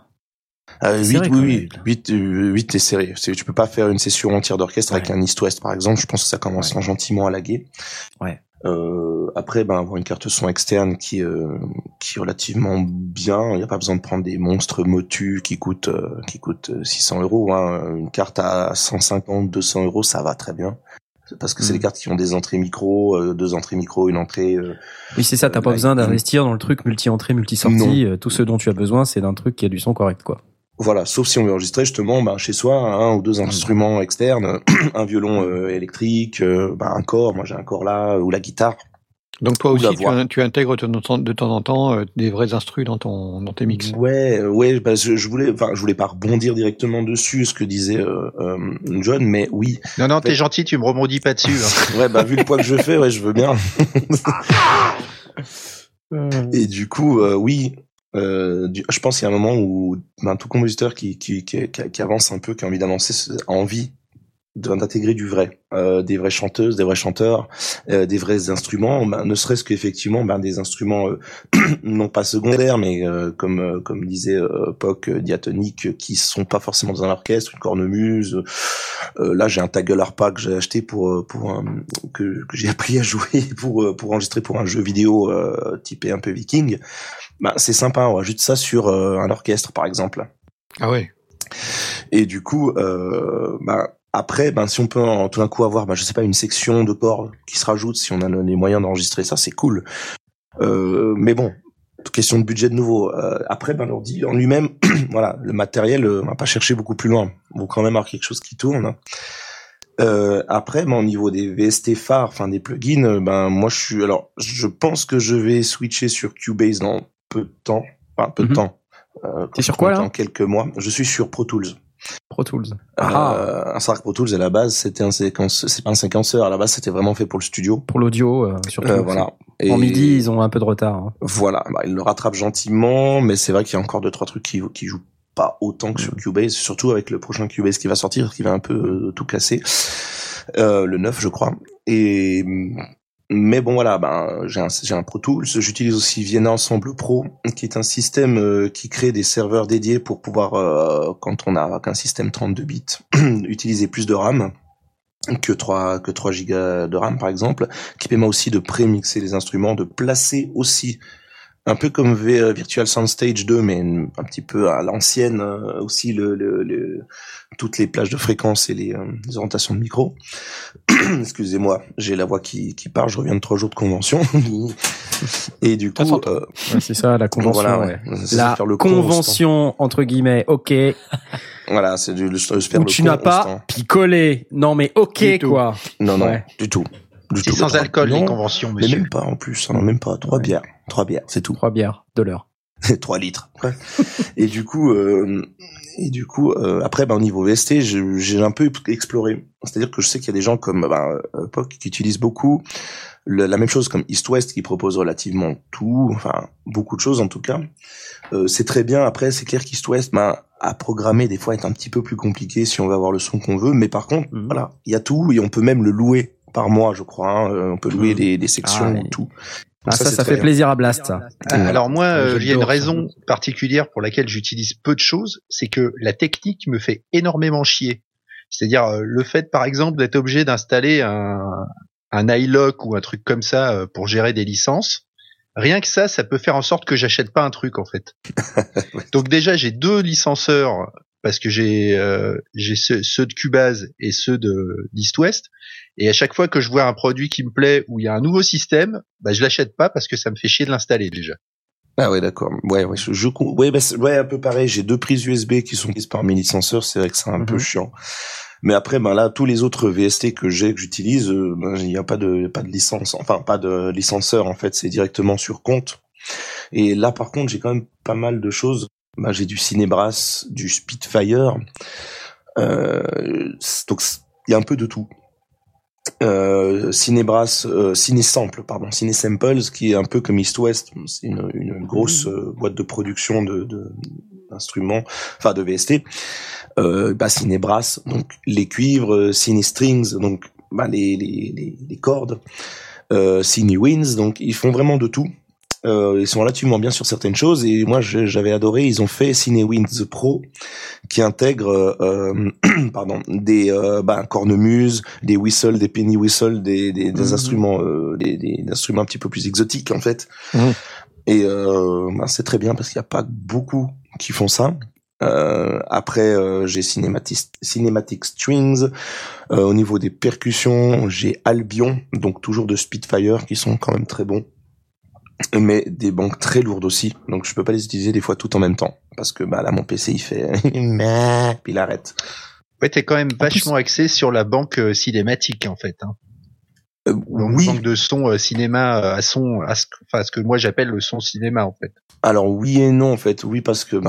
8 est serré. Tu peux pas faire une session entière d'orchestre avec un East West par exemple. Je pense que ça commence gentiment à laguer. Ouais. Après, avoir une carte son externe qui est relativement bien. Il n'y a pas besoin de prendre des monstres motus qui coûtent 600 €. Une carte à 150, 200 €, ça va très bien. Parce que c'est des cartes qui ont des entrées micro, 2 entrées micro, une entrée. Oui, c'est ça. T'as pas besoin d'investir dans le truc multi-entrée, multi-sortie. Tout ce dont tu as besoin, c'est d'un truc qui a du son correct, quoi. Voilà, sauf si on veut enregistrer justement chez soi un ou deux instruments externes, un électrique, un corps, moi j'ai un corps là, ou la guitare. Donc toi aussi tu intègres de temps en temps des vrais instrus dans tes mix. Ouais, je voulais pas rebondir directement dessus ce que disait John, mais oui. Non, t'es gentil, tu me rebondis pas dessus. Ouais, vu le poids que je fais, je veux bien. Et du coup, oui. Je pense qu'il y a un moment où tout compositeur qui avance un peu, qui a envie d'avancer, a envie d'intégrer du vrai, des vraies chanteuses, des vrais chanteurs, des vrais instruments, ne serait-ce qu'effectivement des instruments non pas secondaires, mais comme disait Poc, diatoniques, qui sont pas forcément dans un orchestre, une cornemuse. Là, j'ai un taggle harpa que j'ai acheté que j'ai appris à jouer pour enregistrer pour un jeu vidéo typé un peu viking. C'est sympa, on rajoute ça sur un orchestre par exemple. Ah ouais. Et du coup, après, si on peut tout d'un coup avoir, je sais pas, une section de cordes qui se rajoute, si on a les moyens d'enregistrer ça, c'est cool. Mais bon, question de budget de nouveau. Après, l'ordi en lui-même, voilà, le matériel, on va pas chercher beaucoup plus loin. On va quand même avoir quelque chose qui tourne. Après, au niveau des VST phares, enfin des plugins, moi je pense que je vais switcher sur Cubase dans peu de temps. Enfin, peu de temps. T'es sur quoi là? Dans quelques mois. Je suis sur Pro Tools. Pro Tools. Un Sark Pro Tools à la base, c'est pas un séquenceur. À la base, c'était vraiment fait pour le studio. Pour l'audio, surtout. Voilà. En MIDI, ils ont un peu de retard. Hein. Voilà. Ils le rattrapent gentiment, mais c'est vrai qu'il y a encore 2-3 trucs qui jouent pas autant que sur Cubase, surtout avec le prochain Cubase qui va sortir, qui va un peu tout casser. Le 9, je crois. Mais bon, voilà, j'ai un Pro Tools. J'utilise aussi Vienna Ensemble Pro, qui est un système qui crée des serveurs dédiés pour pouvoir, quand on a qu'un système 32 bits, utiliser plus de RAM que 3 gigas de RAM, par exemple, qui permet aussi de pré-mixer les instruments, de placer aussi, un peu comme Virtual Soundstage 2, mais un petit peu à l'ancienne, aussi toutes les plages de fréquences et les orientations de micro. Excusez-moi, j'ai la voix qui part, je reviens de 3 jours de convention. Et du coup, c'est ça, la convention. Voilà, ouais. La convention, entre guillemets, ok. Voilà, c'est où tu n'as pas picolé. Non, mais ok, quoi. Non, du tout. C'est sans alcool, les conventions, monsieur. Mais même pas, en plus, même pas. 3 bières, c'est tout. 3 bières de l'heure. 3 litres. Et du coup, après, au niveau VST, j'ai un peu exploré. C'est-à-dire que je sais qu'il y a des gens comme Poc qui utilisent beaucoup la même chose comme East West qui propose relativement tout, enfin beaucoup de choses en tout cas. C'est très bien. Après, c'est clair qu'East West, à programmer des fois est un petit peu plus compliqué si on veut avoir le son qu'on veut. Mais par contre, voilà, il y a tout et on peut même le louer par mois, je crois. On peut louer des sections ou tout. Donc ça fait plaisir à Blast, ça. Alors moi, il y a une raison particulière pour laquelle j'utilise peu de choses, c'est que la technique me fait énormément chier. C'est-à-dire le fait, par exemple, d'être obligé d'installer un iLock ou un truc comme ça pour gérer des licences. Rien que ça peut faire en sorte que j'achète pas un truc en fait. Donc déjà, j'ai 2 licenceurs parce que j'ai ceux de Cubase et ceux d'East West. Et à chaque fois que je vois un produit qui me plaît où il y a un nouveau système, je l'achète pas parce que ça me fait chier de l'installer déjà. Ah ouais, d'accord. Ouais, un peu pareil. J'ai 2 prises USB qui sont prises par mes licenceurs. C'est vrai que c'est un peu chiant. Mais après, là, tous les autres VST que j'utilise, il n'y a pas de licence, enfin pas de licenceur en fait. C'est directement sur compte. Et là, par contre, j'ai quand même pas mal de choses. J'ai du Cinebrass, du Spitfire. Donc il y a un peu de tout. Cinebrass, Cinesamples, qui est un peu comme East West. C'est une grosse boîte de production d'instruments, enfin de VST. Cinebrass, donc les cuivres, Cinestrings, donc les cordes, Cinewinds, donc ils font vraiment de tout. Ils sont relativement bien sur certaines choses et moi j'avais adoré. Ils ont fait Cinewinds Pro qui intègre des cornemuses, des whistles, des penny whistles, des instruments, des instruments un petit peu plus exotiques en fait. Et c'est très bien parce qu'il y a pas beaucoup qui font ça. Après j'ai Cinematic Strings. Au niveau des percussions, j'ai Albion, donc toujours de Spitfire qui sont quand même très bons. Mais des banques très lourdes aussi, donc je peux pas les utiliser des fois tout en même temps, parce que là mon PC il fait puis il arrête. Ouais, t'es quand même vachement axé sur la banque cinématique en fait. Oui. Banque de son cinéma à ce que moi j'appelle le son cinéma en fait. Alors oui et non en fait, oui parce que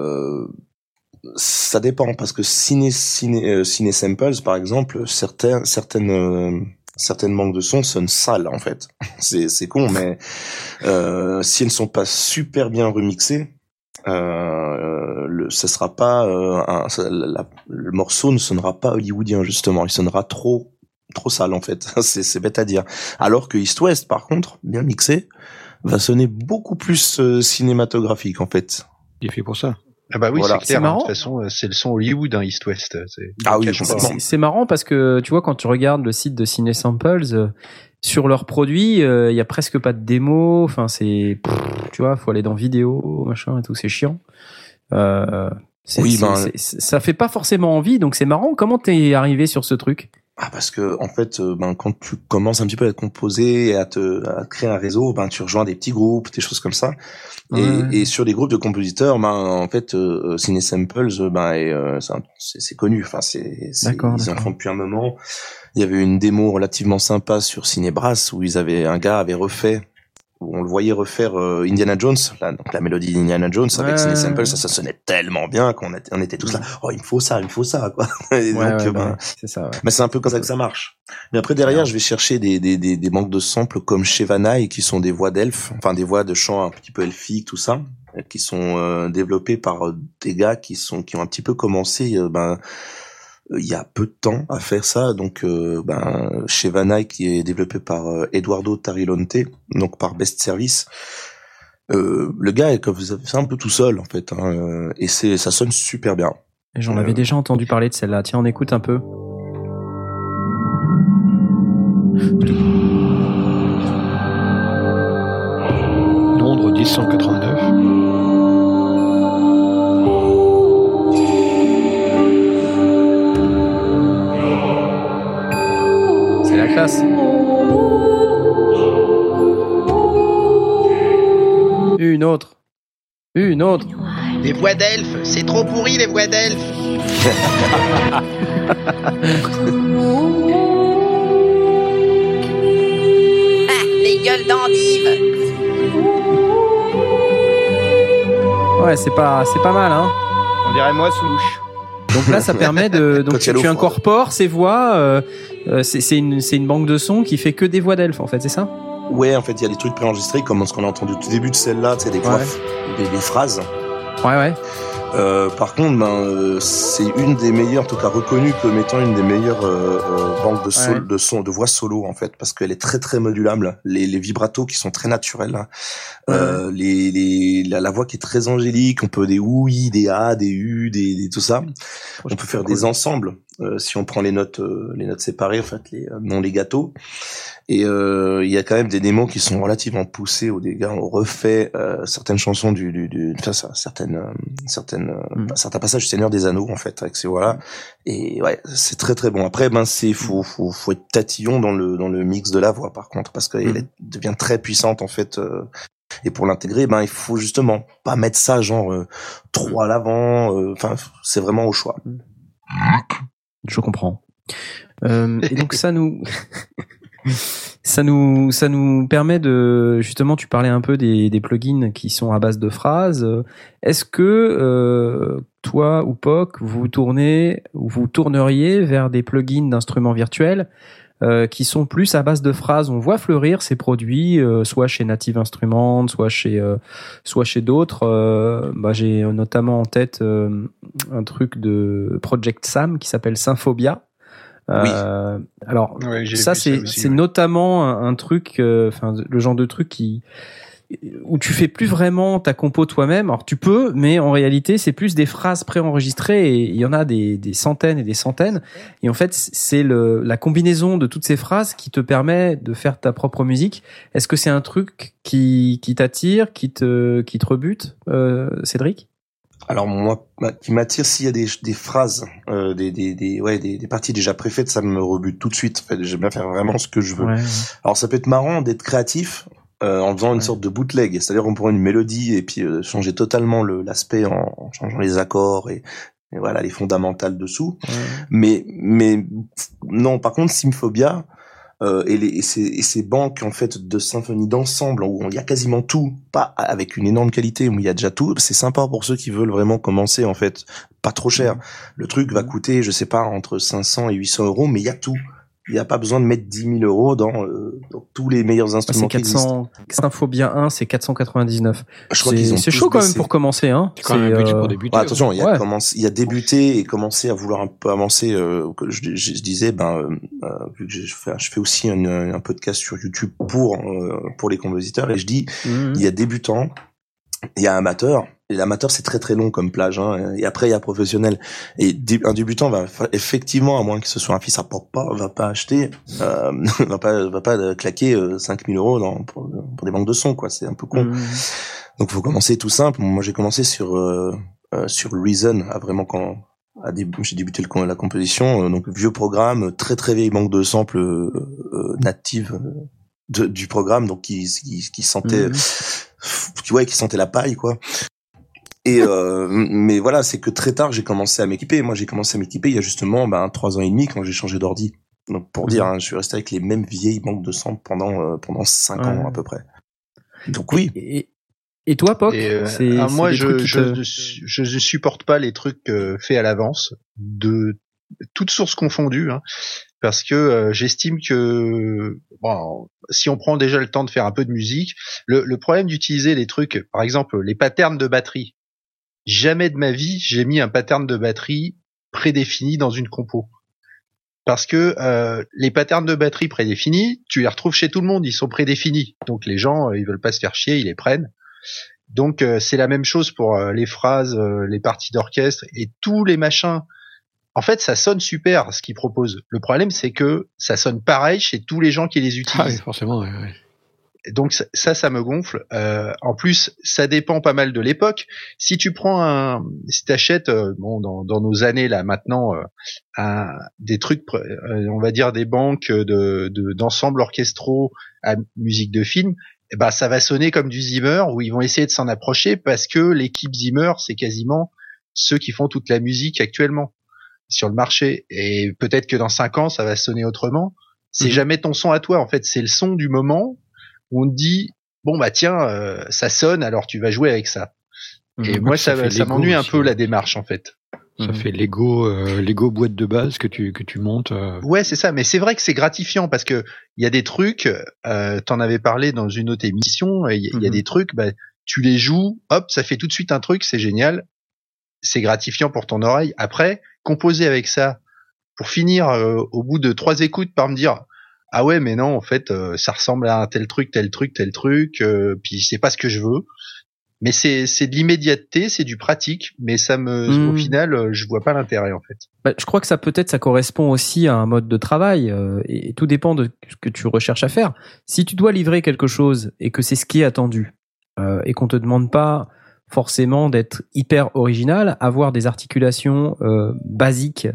ça dépend, parce que Cinesamples par exemple, certaines banques de son sonnent sales en fait. C'est con, mais si elles ne sont pas super bien remixées, ça sera pas le morceau ne sonnera pas hollywoodien justement, il sonnera trop sale en fait. c'est bête à dire. Alors que East West par contre, bien mixé, va sonner beaucoup plus cinématographique en fait. Il est fait pour ça. Ah bah oui, voilà. c'est clair. C'est marrant. De toute façon, c'est le son Hollywood, East West. Ah oui, c'est marrant parce que tu vois quand tu regardes le site de Ciné Samples, sur leurs produits, il y a presque pas de démo. Enfin, tu vois, faut aller dans vidéo, machin et tout, c'est chiant. Ça fait pas forcément envie, donc c'est marrant. Comment t'es arrivé sur ce truc? Ah, parce que en fait, quand tu commences un petit peu à composer et à créer un réseau, tu rejoins des petits groupes, des choses comme ça. Et sur les groupes de compositeurs, en fait, Ciné Samples, c'est connu. Enfin, ils en font depuis un moment. Il y avait une démo relativement sympa sur Cinébrass où un gars avait refait. Où on le voyait refaire Indiana Jones, donc la mélodie d'Indiana Jones avec Ciné Samples, ça sonnait tellement bien qu'on était tous là. Oh, il me faut ça, quoi. Et donc, c'est ça. Ouais. Mais c'est un peu comme ça que ça marche. Mais après derrière, je vais chercher des banques de samples comme chez Vanai qui sont des voix d'elfes, enfin des voix de chants un petit peu elfiques, tout ça, qui sont développées par des gars qui ont un petit peu commencé. Il y a peu de temps à faire ça, donc chez Vanai qui est développé par Eduardo Tarilonte, donc par Best Service. Le gars comme vous avez fait un peu tout seul en fait, et ça sonne super bien. Et j'en avais déjà entendu parler de celle-là. Tiens, on écoute un peu. Londres 1089. La classe. Une autre. Les voix d'elfes, c'est trop pourri les voix d'elfes. Les gueules d'endives. Ouais, c'est pas mal, hein. On dirait moi sous louche. Donc là, ça permet donc tu incorpores ces voix. C'est une banque de sons qui fait que des voix d'elfes, en fait, c'est ça? Ouais, en fait, il y a des trucs préenregistrés, comme ce qu'on a entendu au tout début de celle-là, tu sais, des phrases. Ouais. Par contre, c'est une des meilleures, en tout cas reconnue comme étant une des meilleures banques de voix solo, en fait, parce qu'elle est très très modulable. Les vibratos qui sont très naturels, hein. La voix qui est très angélique, on peut des ouïs, des a, des u, des tout ça. On peut faire des ensembles si on prend les notes séparées, en fait, non les gâteaux. Et il y a quand même des démos qui sont relativement poussées où des gars ont refait certaines chansons certains passages du Seigneur des Anneaux en fait avec ces voix-là. Et ouais, c'est très très bon. Après faut être tatillon dans le mix de la voix par contre parce qu'elle devient très puissante en fait. Et pour l'intégrer, il faut justement pas mettre ça genre trop à l'avant. C'est vraiment au choix. Je comprends. Et donc ça nous permet de, justement, tu parlais un peu des plugins qui sont à base de phrases. Est-ce que toi ou POC, vous tourneriez vers des plugins d'instruments virtuels qui sont plus à base de phrases? On voit fleurir ces produits, soit chez Native Instruments, soit chez d'autres. J'ai notamment en tête un truc de Project Sam qui s'appelle Synphobia. Oui. Alors ça c'est notamment un truc, le genre de truc où tu fais plus vraiment ta compo toi-même. Alors tu peux, mais en réalité c'est plus des phrases préenregistrées et il y en a des centaines et des centaines. Et en fait c'est la combinaison de toutes ces phrases qui te permet de faire ta propre musique. Est-ce que c'est un truc qui t'attire, qui te rebute, Cédric? Alors moi, qui m'attire, s'il y a des phrases, des parties déjà préfaites, ça me rebute tout de suite. En fait, j'aime bien faire vraiment ce que je veux. Ouais. Alors ça peut être marrant d'être créatif en faisant une sorte de bootleg, c'est-à-dire on prend une mélodie et puis changer totalement l'aspect en changeant les accords et voilà les fondamentales dessous. Ouais. Mais non, par contre Symphobia et ces banques en fait de symphonies d'ensemble où il y a quasiment tout, pas avec une énorme qualité, où il y a déjà tout, c'est sympa pour ceux qui veulent vraiment commencer en fait, pas trop cher. Le truc va coûter, je sais pas, entre 500 et 800 euros, mais il y a tout. il n'y a pas besoin de mettre 10 000 € dans tous les meilleurs instruments qui existent. Symphonia 1, c'est 499. Je crois qu'ils ont c'est chaud quand même pour commencer, hein. C'est quand même un budget pour débuter. Attention, il y a débuté et commencé à vouloir un peu avancer. Que je disais, vu que je fais aussi un podcast sur YouTube pour les compositeurs, et je dis, il y a débutant, il y a amateur. Et l'amateur, c'est très très long comme plage, hein. Et après, il y a professionnel. Et un débutant va effectivement, à moins que ce soit un fils à papa, va pas acheter, va pas claquer 5 000 € pour des banques de sons, quoi. C'est un peu con. Donc, faut commencer tout simple. Moi, j'ai commencé sur Reason, j'ai débuté la composition, donc vieux programme, très très vieille banque de samples native du programme, donc qui sentait, qui sentait la paille, quoi. Et mais voilà, c'est que très tard j'ai commencé à m'équiper. Moi, j'ai commencé à m'équiper il y a justement 3 ans et demi quand j'ai changé d'ordi. Donc pour dire, je suis resté avec les mêmes vieilles banques de samples pendant 5 ans à peu près. Donc oui. Et toi, Poc, moi, je ne supporte pas les trucs faits à l'avance, de toutes sources confondues, hein, parce que j'estime que si on prend déjà le temps de faire un peu de musique, le problème d'utiliser les trucs, par exemple les patterns de batterie. Jamais de ma vie j'ai mis un pattern de batterie prédéfini dans une compo. Parce que les patterns de batterie prédéfinis, tu les retrouves chez tout le monde, ils sont prédéfinis. Donc les gens, ils veulent pas se faire chier, ils les prennent. Donc c'est la même chose pour les phrases, les parties d'orchestre et tous les machins. En fait, ça sonne super ce qu'ils proposent. Le problème, c'est que ça sonne pareil chez tous les gens qui les utilisent. Ah oui, forcément, oui. Donc ça me gonfle. En plus, ça dépend pas mal de l'époque. Si tu prends si t'achètes, dans nos années là maintenant, des trucs, on va dire des banques d'ensembles orchestraux à musique de film, ça va sonner comme du Zimmer, où ils vont essayer de s'en approcher parce que l'équipe Zimmer, c'est quasiment ceux qui font toute la musique actuellement sur le marché. Et peut-être que dans 5 ans, ça va sonner autrement. C'est jamais ton son à toi, en fait, c'est le son du moment. On te dit tiens, ça sonne, alors tu vas jouer avec ça. Et moi ça m'ennuie un peu la démarche, en fait. Ça fait Lego boîte de base que tu montes. Ouais, c'est ça, mais c'est vrai que c'est gratifiant parce que il y a des trucs, t'en avais parlé dans une autre émission, il y a des trucs, tu les joues, hop, ça fait tout de suite un truc, c'est génial. C'est gratifiant pour ton oreille. Après, composer avec ça pour finir au bout de 3 écoutes par me dire ah ouais, mais non, en fait, ça ressemble à un tel truc, puis c'est pas ce que je veux. Mais c'est de l'immédiateté, c'est du pratique, mais au final, je vois pas l'intérêt, en fait. Je crois que ça correspond aussi à un mode de travail, et tout dépend de ce que tu recherches à faire. Si tu dois livrer quelque chose et que c'est ce qui est attendu, et qu'on te demande pas forcément d'être hyper original, avoir des articulations basiques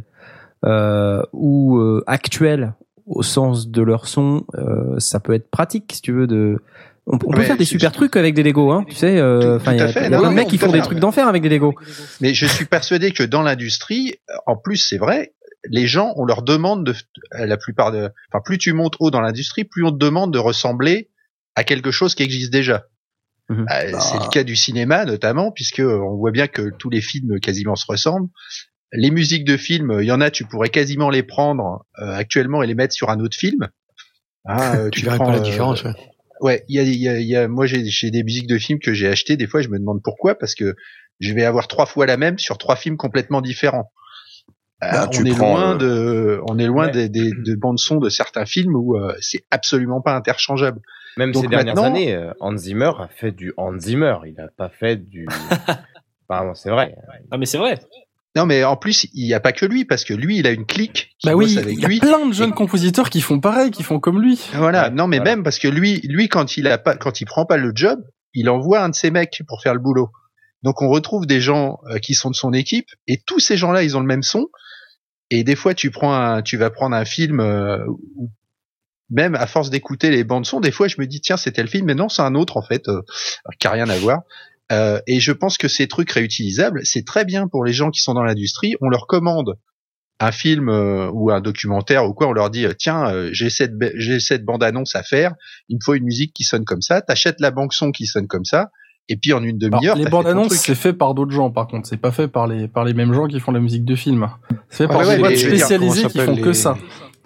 ou actuelles au sens de leur son, ça peut être pratique, si tu veux. On peut faire des super trucs avec des Lego, hein. Tu sais, il y a plein de mecs qui font des trucs d'enfer avec des Lego. Mais je suis persuadé que dans l'industrie, en plus, c'est vrai, les gens, on leur demande plus tu montes haut dans l'industrie, plus on te demande de ressembler à quelque chose qui existe déjà. C'est le cas du cinéma, notamment, puisque on voit bien que tous les films quasiment se ressemblent. Les musiques de films, il y en a, tu pourrais quasiment les prendre actuellement et les mettre sur un autre film. Tu verrais pas la différence. Ouais, moi j'ai des musiques de films que j'ai achetées. Des fois, je me demande pourquoi, parce que je vais avoir 3 fois la même sur 3 films complètement différents. On est loin de bandes son de certains films où c'est absolument pas interchangeable. Même donc ces dernières années, Hans Zimmer a fait du Hans Zimmer. Il a pas fait du. Pardon, c'est vrai. Ah mais c'est vrai. Non, mais en plus, il n'y a pas que lui, parce que lui, il a une clique qui bosse avec lui. Il y a plein de jeunes compositeurs qui font pareil, qui font comme lui. Voilà. Non, mais même parce que lui, quand il prend pas le job, il envoie un de ses mecs pour faire le boulot. Donc, on retrouve des gens qui sont de son équipe, et tous ces gens-là, ils ont le même son. Et des fois, tu vas prendre un film où même à force d'écouter les bandes son, des fois, je me dis tiens, c'était le film, mais non, c'est un autre en fait, qui a rien à voir. Et je pense que ces trucs réutilisables, c'est très bien pour les gens qui sont dans l'industrie. On leur commande un film ou un documentaire ou quoi, on leur dit tiens, j'ai cette bande-annonce à faire, il me faut une musique qui sonne comme ça, t'achètes la banque son qui sonne comme ça, et puis en une demi-heure, les bandes-annonces, c'est fait par d'autres gens, par contre, c'est pas fait par les mêmes gens qui font la musique de film. C'est fait par des boîtes spécialisées qui font que ça.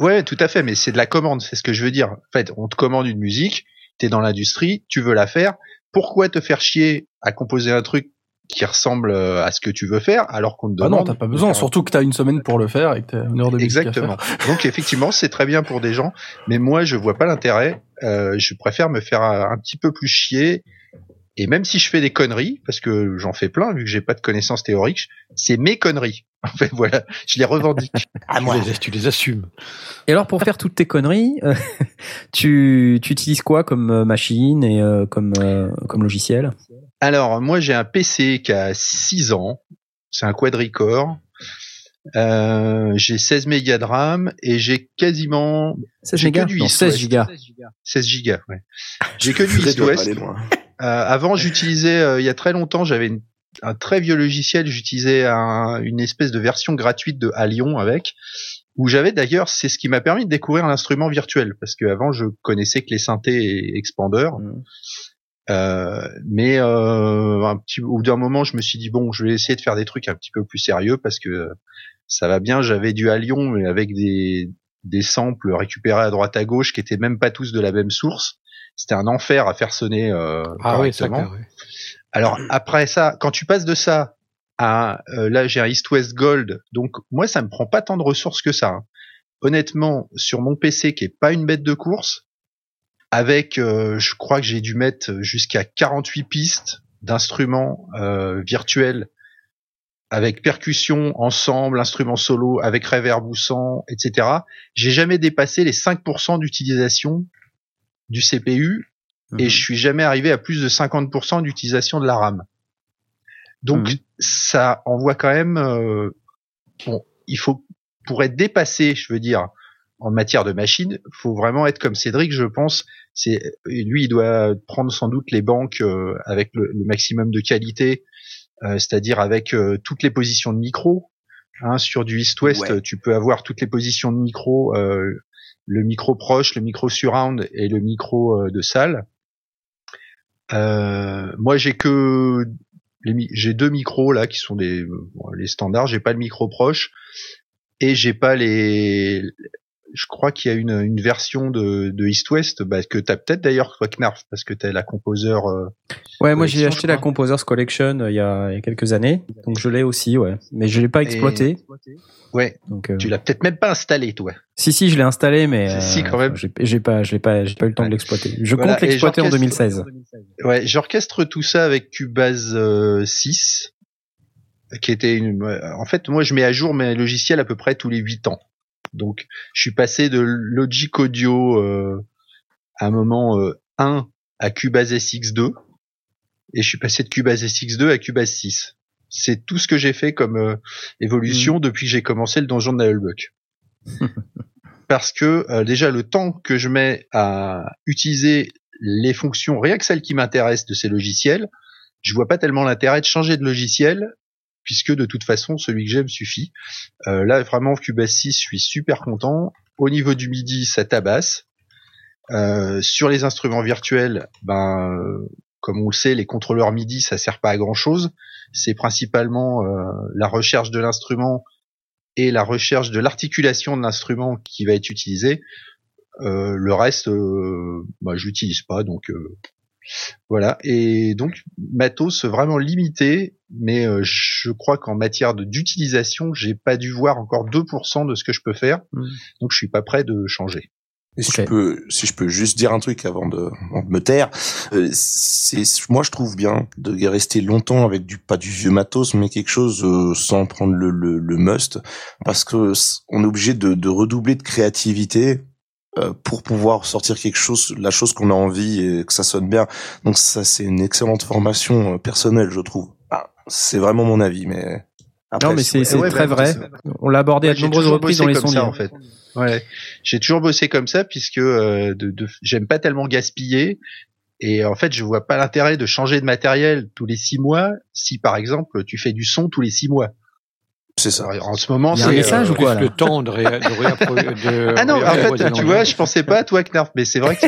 Ouais, tout à fait, mais c'est de la commande, c'est ce que je veux dire. En fait, on te commande une musique, t'es dans l'industrie, tu veux la faire. Pourquoi te faire chier à composer un truc qui ressemble à ce que tu veux faire, alors qu'on te demande... Ah non, t'as pas besoin, surtout que t'as une semaine pour le faire et que t'as une heure de musique Exactement. à faire. Donc effectivement, c'est très bien pour des gens, mais moi, je vois pas l'intérêt. Je préfère me faire un petit peu plus chier. Et même si je fais des conneries, parce que j'en fais plein, vu que j'ai pas de connaissances théoriques, c'est mes conneries. En fait, voilà, je les revendique. Tu les assumes. Et alors, pour faire toutes tes conneries, tu utilises quoi comme machine et comme logiciel? Alors, moi, j'ai un PC qui a 6 ans. C'est un quadricore. J'ai 16 mégas de RAM et j'ai quasiment... 16 mégas? Non, 16 gigas. 16 gigas, ouais. J'ai que du East West. Avant, j'utilisais, il y a très longtemps, j'avais un très vieux logiciel, j'utilisais une espèce de version gratuite de Allion avec, où j'avais d'ailleurs, c'est ce qui m'a permis de découvrir l'instrument virtuel, parce qu'avant, je connaissais que les synthés et Expander. Mais au bout d'un moment, je me suis dit bon, je vais essayer de faire des trucs un petit peu plus sérieux parce que ça va bien. J'avais du Allion, mais avec des samples récupérés à droite à gauche qui étaient même pas tous de la même source. C'était un enfer à faire sonner correctement. Oui. Alors après ça, quand tu passes de ça à là, j'ai un East West Gold, donc moi ça me prend pas tant de ressources que ça. Hein. Honnêtement, sur mon PC qui est pas une bête de course. Avec, je crois que j'ai dû mettre jusqu'à 48 pistes d'instruments virtuels avec percussion, ensemble, instruments solo, avec reverb boussant, etc. J'ai jamais dépassé les 5% d'utilisation du CPU et je suis jamais arrivé à plus de 50% d'utilisation de la RAM. Donc ça envoie quand même... bon, il faut, pour être dépassé, je veux dire, en matière de machine, faut vraiment être comme Cédric, je pense. Lui, il doit prendre sans doute les banques avec le maximum de qualité, c'est-à-dire avec toutes les positions de micro. Hein, sur du East-West, tu peux avoir toutes les positions de micro, le micro proche, le micro surround et le micro de salle. Moi, j'ai 2 micros là qui sont les standards. J'ai pas le micro proche et j'ai pas les. Je crois qu'il y a une version de East West que t'as peut-être d'ailleurs toi Knarf parce que t'as la Composer. Ouais, moi j'ai acheté la Composer's Collection il y a quelques années, donc je l'ai aussi, ouais, mais je l'ai pas exploité. Ouais. Donc tu l'as peut-être même pas installé, toi. Si, je l'ai installé, mais si quand même. J'ai pas eu le temps de l'exploiter. Je compte l'exploiter en 2016. Ouais, j'orchestre tout ça avec Cubase 6, qui était en fait, moi je mets à jour mes logiciels à peu près tous les 8 ans. Donc, je suis passé de Logic Audio à un moment 1 à Cubase SX2 et je suis passé de Cubase SX2 à Cubase 6. C'est tout ce que j'ai fait comme évolution depuis que j'ai commencé le donjon de Nullbuck. Parce que déjà le temps que je mets à utiliser les fonctions, rien que celles qui m'intéressent de ces logiciels, je vois pas tellement l'intérêt de changer de logiciel puisque de toute façon celui que j'aime suffit. Là vraiment Cubase 6, je suis super content. Au niveau du MIDI, ça tabasse. Sur les instruments virtuels, comme on le sait, les contrôleurs MIDI, ça sert pas à grand chose. C'est principalement la recherche de l'instrument et la recherche de l'articulation de l'instrument qui va être utilisé. Le reste, je l'utilise pas, donc voilà. Et donc matos vraiment limité, mais je crois qu'en matière d'utilisation, j'ai pas dû voir encore 2% de ce que je peux faire, donc je suis pas prêt de changer. Et si je peux juste dire un truc avant de me taire, moi je trouve bien de rester longtemps avec pas du vieux matos, mais quelque chose sans prendre le must, parce que on est obligé de redoubler de créativité pour pouvoir sortir quelque chose, la chose qu'on a envie et que ça sonne bien. Donc ça, c'est une excellente formation personnelle, je trouve. C'est vraiment mon avis, mais après, non, mais c'est très vrai. On l'a abordé à de nombreuses reprises dans les sondiers. En fait. Ouais, j'ai toujours bossé comme ça puisque j'aime pas tellement gaspiller et en fait je vois pas l'intérêt de changer de matériel tous les 6 mois si par exemple tu fais du son tous les 6 mois. C'est ça. Alors, en ce moment, c'est un message ou quoi là ? Le temps de ah non, en fait, tu vois, je pensais pas à toi Knarf, mais c'est vrai que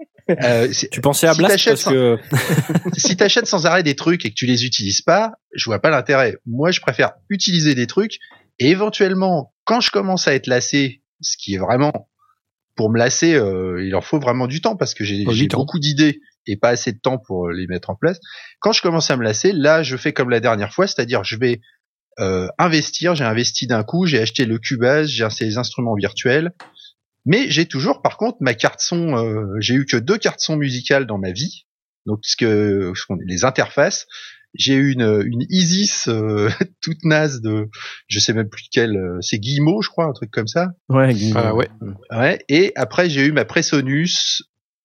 tu pensais à Blast parce que si t'achètes sans arrêt des trucs et que tu les utilises pas, je vois pas l'intérêt. Moi, je préfère utiliser des trucs et éventuellement, quand je commence à être lassé ce qui est vraiment, pour me lasser, il en faut vraiment du temps parce que j'ai beaucoup d'idées et pas assez de temps pour les mettre en place. Quand je commence à me lasser, là, je fais comme la dernière fois, c'est-à-dire je vais investir. J'ai investi d'un coup, j'ai acheté le Cubase, j'ai acheté les instruments virtuels, mais j'ai toujours, par contre, ma carte son. J'ai eu que 2 cartes son musicales dans ma vie, donc les interfaces. J'ai eu une Isis toute naze de, je sais même plus quelle, c'est Guillemot, je crois, un truc comme ça. Ouais, Guillemot. Ouais. Et après j'ai eu ma Presonus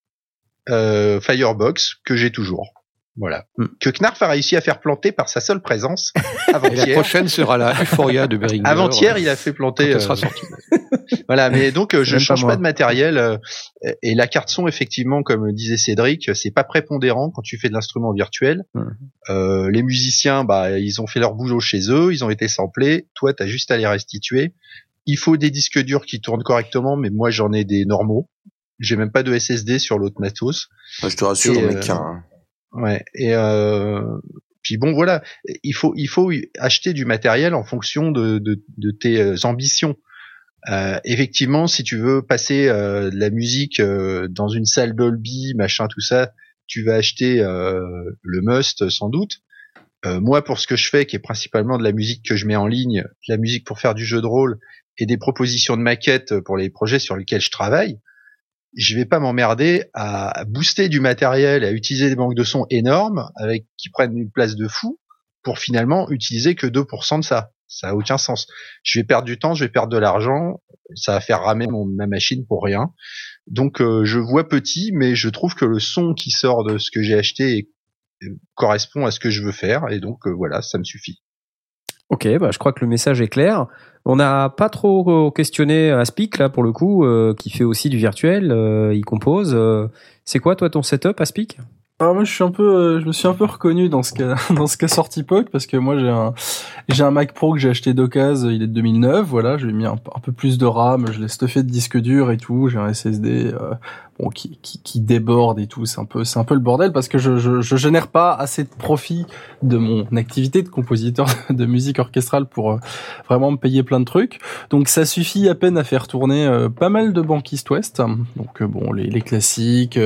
Firebox que j'ai toujours. Voilà. Que Knarf a réussi à faire planter par sa seule présence avant-hier. Et la prochaine sera la Euphoria de Behringer. Avant-hier, il a fait planter. Elle sera sortie. Voilà, mais donc je change pas de matériel et la carte son, effectivement, comme disait Cédric, c'est pas prépondérant quand tu fais de l'instrument virtuel. Les musiciens, ils ont fait leur boulot chez eux, ils ont été samplés. Toi, t'as juste à les restituer. Il faut des disques durs qui tournent correctement, mais moi j'en ai des normaux. J'ai même pas de SSD sur l'autre matos. Je te rassure, j'en ai qu'un. Ouais, et puis bon, voilà, il faut acheter du matériel en fonction de tes ambitions. Effectivement, si tu veux passer de la musique dans une salle Dolby, machin, tout ça, tu vas acheter le Must sans doute. Moi, pour ce que je fais, qui est principalement de la musique que je mets en ligne, de la musique pour faire du jeu de rôle et des propositions de maquettes pour les projets sur lesquels je travaille, je vais pas m'emmerder à booster du matériel, à utiliser des banques de sons énormes qui prennent une place de fou pour finalement utiliser que 2% de ça. Ça a aucun sens. Je vais perdre du temps, je vais perdre de l'argent, ça va faire ramer ma machine pour rien. Donc je vois petit, mais je trouve que le son qui sort de ce que j'ai acheté correspond à ce que je veux faire, et donc voilà, ça me suffit. Ok, je crois que le message est clair. On n'a pas trop questionné Aspic là pour le coup, qui fait aussi du virtuel, il compose. C'est quoi toi ton setup, Aspic ? Alors moi je me suis un peu reconnu dans ce qu'a sorti POC, parce que moi j'ai un Mac Pro que j'ai acheté d'occasion, il est de 2009, voilà, je lui ai mis un peu plus de RAM, je l'ai stuffé de disque dur et tout, j'ai un SSD qui déborde et tout, c'est un peu le bordel parce que je génère pas assez de profit de mon activité de compositeur de musique orchestrale pour vraiment me payer plein de trucs. Donc ça suffit à peine à faire tourner pas mal de banques East West. Donc les classiques,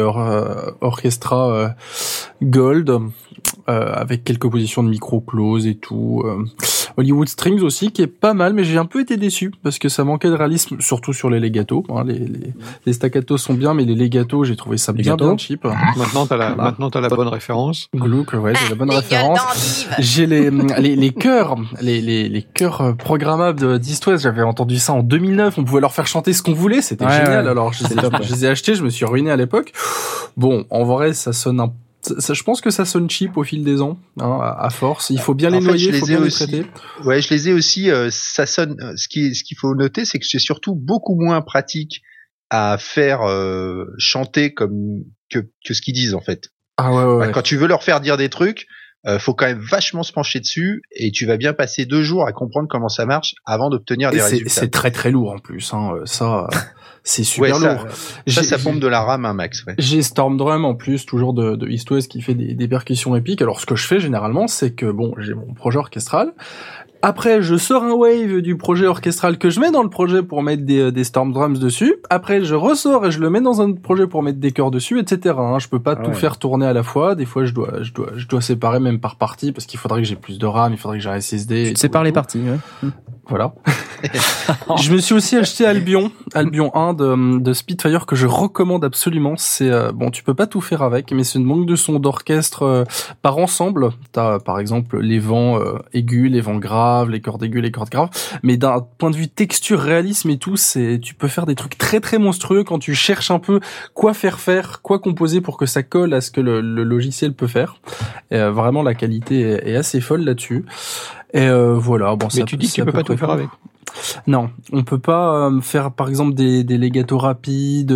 Orchestra Gold, avec quelques positions de micro close et tout. Hollywood Strings aussi, qui est pas mal, mais j'ai un peu été déçu parce que ça manquait de réalisme, surtout sur les legato. Les staccato sont bien, mais les legato, j'ai trouvé ça bien cheap. Maintenant t'as la bonne référence. Gluck, ouais, j'ai la bonne référence. J'ai les chœurs, les chœurs programmables d'East West. J'avais entendu ça en 2009. On pouvait leur faire chanter ce qu'on voulait. C'était génial. Ouais. Alors, je les ai achetés. Je me suis ruiné à l'époque. Bon, en vrai, ça sonne je pense que ça sonne cheap au fil des ans, à force. Il faut bien les noyer, il faut bien les traiter. Ouais, je les ai aussi. Ça sonne. Ce qu'il faut noter, c'est que c'est surtout beaucoup moins pratique à faire chanter comme que ce qu'ils disent en fait. Ah ouais. Quand tu veux leur faire dire des trucs, faut quand même vachement se pencher dessus, et tu vas bien passer 2 jours à comprendre comment ça marche avant d'obtenir des résultats. C'est très très lourd en plus, ça. C'est super lourd. Ça pompe de la RAM, max. Ouais. J'ai Storm Drum en plus, toujours de East West, qui fait des percussions épiques. Alors ce que je fais généralement, c'est que j'ai mon projet orchestral. Après, je sors un wave du projet orchestral que je mets dans le projet pour mettre des Storm Drums dessus. Après, je ressors et je le mets dans un projet pour mettre des chœurs dessus, etc. Je peux pas tout faire tourner à la fois. Des fois, je dois séparer même par partie parce qu'il faudrait que j'ai plus de RAM, il faudrait que j'ai un SSD. Tu sépares les parties, ouais. Voilà. Je me suis aussi acheté Albion 1 de Spitfire que je recommande absolument. C'est tu peux pas tout faire avec, mais c'est une banque de sons d'orchestre par ensemble. T'as par exemple les vents aigus, les vents graves, les cordes aiguës, les cordes graves, mais d'un point de vue texture, réalisme et tout, tu peux faire des trucs très très monstrueux quand tu cherches un peu quoi faire, quoi composer pour que ça colle à ce que le logiciel peut faire. Et vraiment la qualité est assez folle là-dessus. Et voilà, mais tu dis que tu peux pas tout faire avec. Non, on peut pas faire par exemple des legato rapides,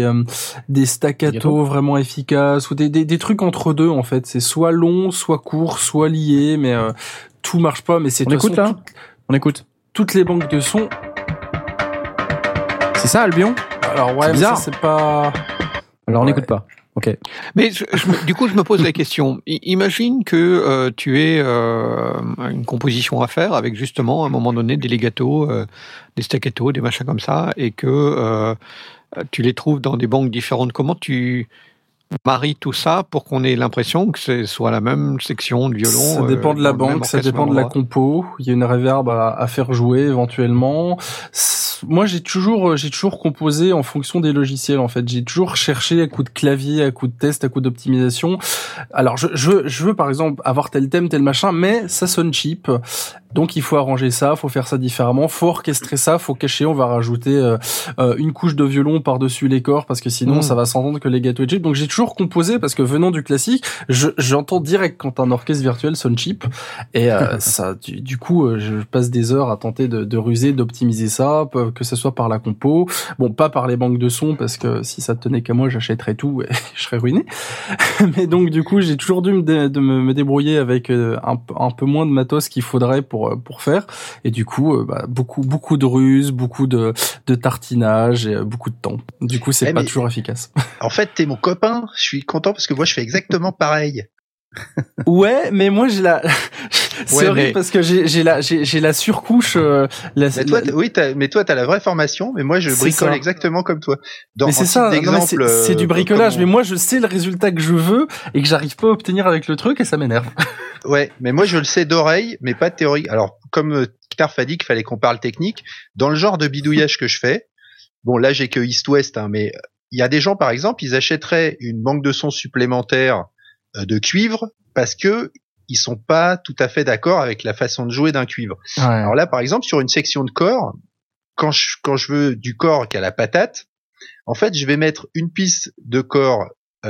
des staccato vraiment efficaces, ou des trucs entre deux en fait. C'est soit long, soit court, soit lié, mais tout marche pas. Mais c'est on écoute là. On écoute. Toutes les banques de sons. C'est ça, Albion. Alors ouais, mais ça c'est pas. Alors on n'écoute pas. Ok. Mais du coup, je me pose la question. Imagine que tu aies une composition à faire avec justement à un moment donné des legato, des staccato, des machins comme ça, et que tu les trouves dans des banques différentes. Comment tu maries tout ça pour qu'on ait l'impression que ce soit la même section de violon? Ça dépend de la banque, ça dépend de la compo. Il y a une reverb à faire jouer éventuellement. Moi, j'ai toujours composé en fonction des logiciels, en fait. J'ai toujours cherché à coup de clavier, à coup de test, à coup d'optimisation. Alors, je veux, par exemple, avoir tel thème, tel machin, mais ça sonne cheap. Donc, il faut arranger ça, faut faire ça différemment, faut orchestrer ça, faut cacher, on va rajouter une couche de violon par-dessus les corps, parce que sinon, ça va s'entendre que les gâteaux est cheap. Donc, j'ai toujours composé, parce que venant du classique, j'entends direct quand un orchestre virtuel sonne cheap. Et ça, du coup, je passe des heures à tenter de ruser, d'optimiser ça, que ce soit par la compo, bon, pas par les banques de sons, parce que si ça tenait qu'à moi, j'achèterais tout et je serais ruiné. Mais donc, du coup, j'ai toujours dû me débrouiller avec un peu moins de matos qu'il faudrait pour faire. Et du coup, beaucoup de ruses, beaucoup de tartinage et beaucoup de temps. Du coup, c'est pas toujours efficace. En fait, t'es mon copain. Je suis content parce que moi, je fais exactement pareil. Ouais, mais moi j'ai la c'est horrible parce que j'ai la surcouche mais toi t'as la vraie formation, mais moi je bricole exactement comme toi. Mais c'est ça, c'est du bricolage, mais moi je sais le résultat que je veux et que j'arrive pas à obtenir avec le truc et ça m'énerve. Ouais, mais moi je le sais d'oreille, mais pas de théorie. Alors comme Knarf a dit qu'il fallait qu'on parle technique, dans le genre de bidouillage que je fais, bon là j'ai que East-West, mais il y a des gens par exemple, ils achèteraient une banque de sons supplémentaire de cuivre parce que ils sont pas tout à fait d'accord avec la façon de jouer d'un cuivre. Ouais. Alors là, par exemple, sur une section de corps, quand je veux du corps qui a la patate, en fait, je vais mettre une piste de corps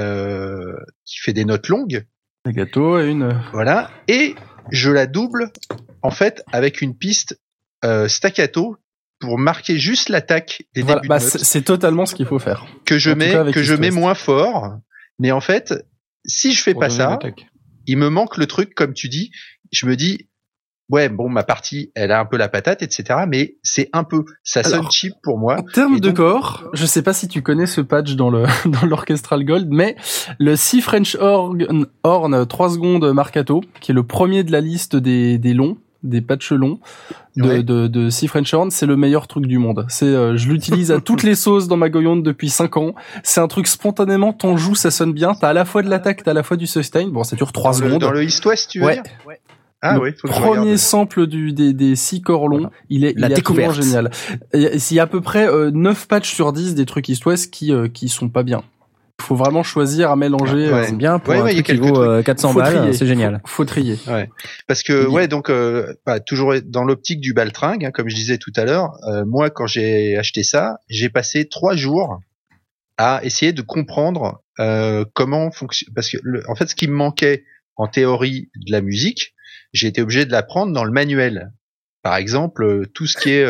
qui fait des notes longues, des gâteaux et voilà, et je la double en fait avec une piste staccato pour marquer juste l'attaque des débuts de notes. C'est totalement ce qu'il faut faire. Que je mets moins fort, mais en fait, si je fais pas ça, il me manque le truc, comme tu dis. Je me dis, ouais, bon, ma partie, elle a un peu la patate, etc. Mais c'est un peu, ça sonne cheap pour moi. En termes de corps, je sais pas si tu connais ce patch dans l'Orchestral Gold, mais le C French Horn 3 secondes Marcato, qui est le premier de la liste des longs, des patchs longs de C French Horn, c'est le meilleur truc du monde. Je l'utilise à toutes les sauces dans ma goyonde depuis 5 ans. C'est un truc spontanément, ton joue, ça sonne bien. T'as à la fois de l'attaque, t'as à la fois du sustain. Bon, ça dure 3 secondes. Dans le East-West, tu veux dire? Ah oui, faut que premier sample des 6 corps longs, il est absolument génial. Il y a à peu près 9 patchs sur 10 des trucs East-West qui sont pas bien. Faut vraiment choisir à mélanger. C'est bien pour un truc qui vaut 400 balles, c'est génial. Faut trier. Ouais. Parce que donc toujours dans l'optique du baltringue, comme je disais tout à l'heure, moi quand j'ai acheté ça, j'ai passé 3 jours à essayer de comprendre comment fonctionne, parce que en fait ce qui me manquait en théorie de la musique, j'ai été obligé de l'apprendre dans le manuel. Par exemple, tout ce qui est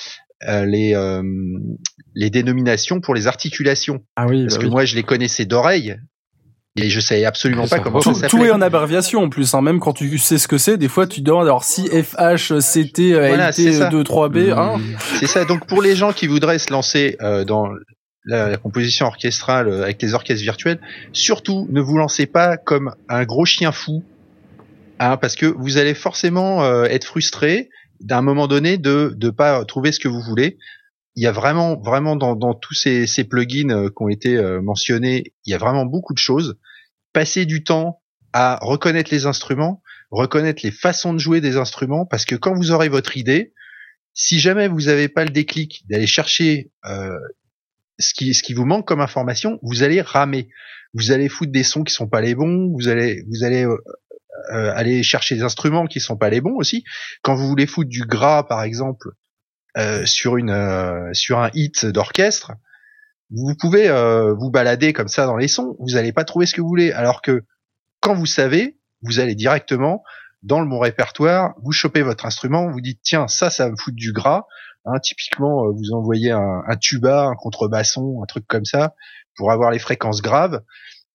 les dénominations pour les articulations. Ah oui, parce que moi je les connaissais d'oreille et je savais absolument pas comment ça s'appelait. Tout est en abréviation en plus, même quand tu sais ce que c'est, des fois tu demandes alors si FH CT LT 2 3B. C'est ça. Donc pour les gens qui voudraient se lancer dans la composition orchestrale avec les orchestres virtuels, surtout ne vous lancez pas comme un gros chien fou, parce que vous allez forcément être frustré d'un moment donné de pas trouver ce que vous voulez. Il y a vraiment dans tous ces plugins qui ont été mentionnés, il y a vraiment beaucoup de choses. Passez du temps à reconnaître les instruments, reconnaître les façons de jouer des instruments, parce que quand vous aurez votre idée, si jamais vous n'avez pas le déclic d'aller chercher ce qui vous manque comme information, vous allez ramer. Vous allez foutre des sons qui sont pas les bons, vous allez aller chercher des instruments qui sont pas les bons aussi. Quand vous voulez foutre du gras, par exemple, sur un hit d'orchestre, vous pouvez vous balader comme ça dans les sons, vous allez pas trouver ce que vous voulez. Alors que quand vous savez, vous allez directement dans le bon répertoire, vous chopez votre instrument, vous dites tiens, ça va me foutre du gras. Typiquement, vous envoyez un tuba, un contrebasson, un truc comme ça, pour avoir les fréquences graves.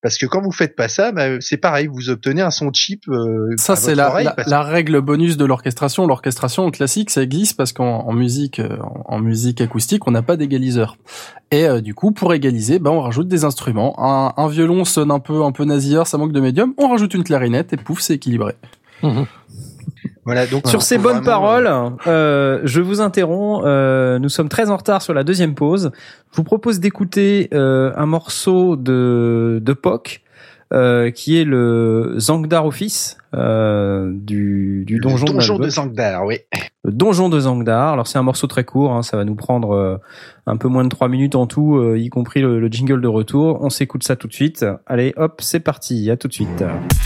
Parce que quand vous faites pas ça, c'est pareil, vous obtenez un son cheap. Ça, c'est la règle bonus de l'orchestration. L'orchestration classique, ça existe parce qu'en musique acoustique, on n'a pas d'égaliseur. Et du coup, pour égaliser, on rajoute des instruments. Un violon sonne un peu nasillard, ça manque de médium. On rajoute une clarinette et pouf, c'est équilibré. Voilà, donc sur ces bonnes paroles, je vous interromps. Nous sommes très en retard sur la deuxième pause. Je vous propose d'écouter un morceau de POC qui est le Zangdar Office du donjon de Zangdar, oui. Le donjon de Zangdar. Alors c'est un morceau très court, ça va nous prendre un peu moins de 3 minutes en tout, y compris le jingle de retour. On s'écoute ça tout de suite. Allez, hop, c'est parti. À tout de suite.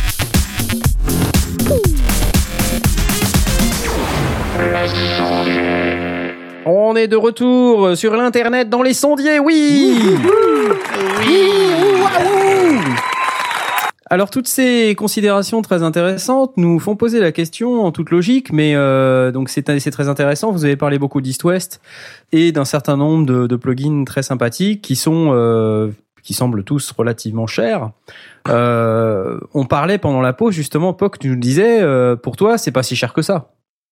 On est de retour sur l'internet dans les sondiers, oui. Alors toutes ces considérations très intéressantes nous font poser la question en toute logique, mais donc c'est très intéressant. Vous avez parlé beaucoup d'East West et d'un certain nombre de plugins très sympathiques qui semblent tous relativement chers. On parlait pendant la pause justement, Poc, tu nous disais pour toi c'est pas si cher que ça.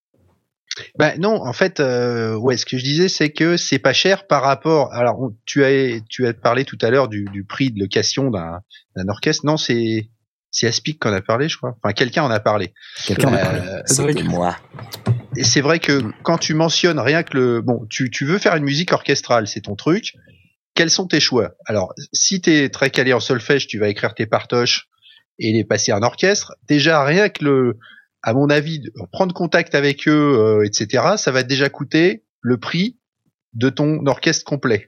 Non, en fait, ce que je disais, c'est que c'est pas cher par rapport. Alors, tu as parlé tout à l'heure du prix de location d'un orchestre. Non, c'est Aspic qu'on a parlé, je crois. Enfin, quelqu'un en a parlé. C'était moi. Et c'est vrai que quand tu mentionnes rien que tu veux faire une musique orchestrale, c'est ton truc. Quels sont tes choix? Alors, si t'es très calé en solfège, tu vas écrire tes partoches et les passer en orchestre. Déjà, rien que à mon avis, prendre contact avec eux, etc., ça va déjà coûter le prix de ton orchestre complet.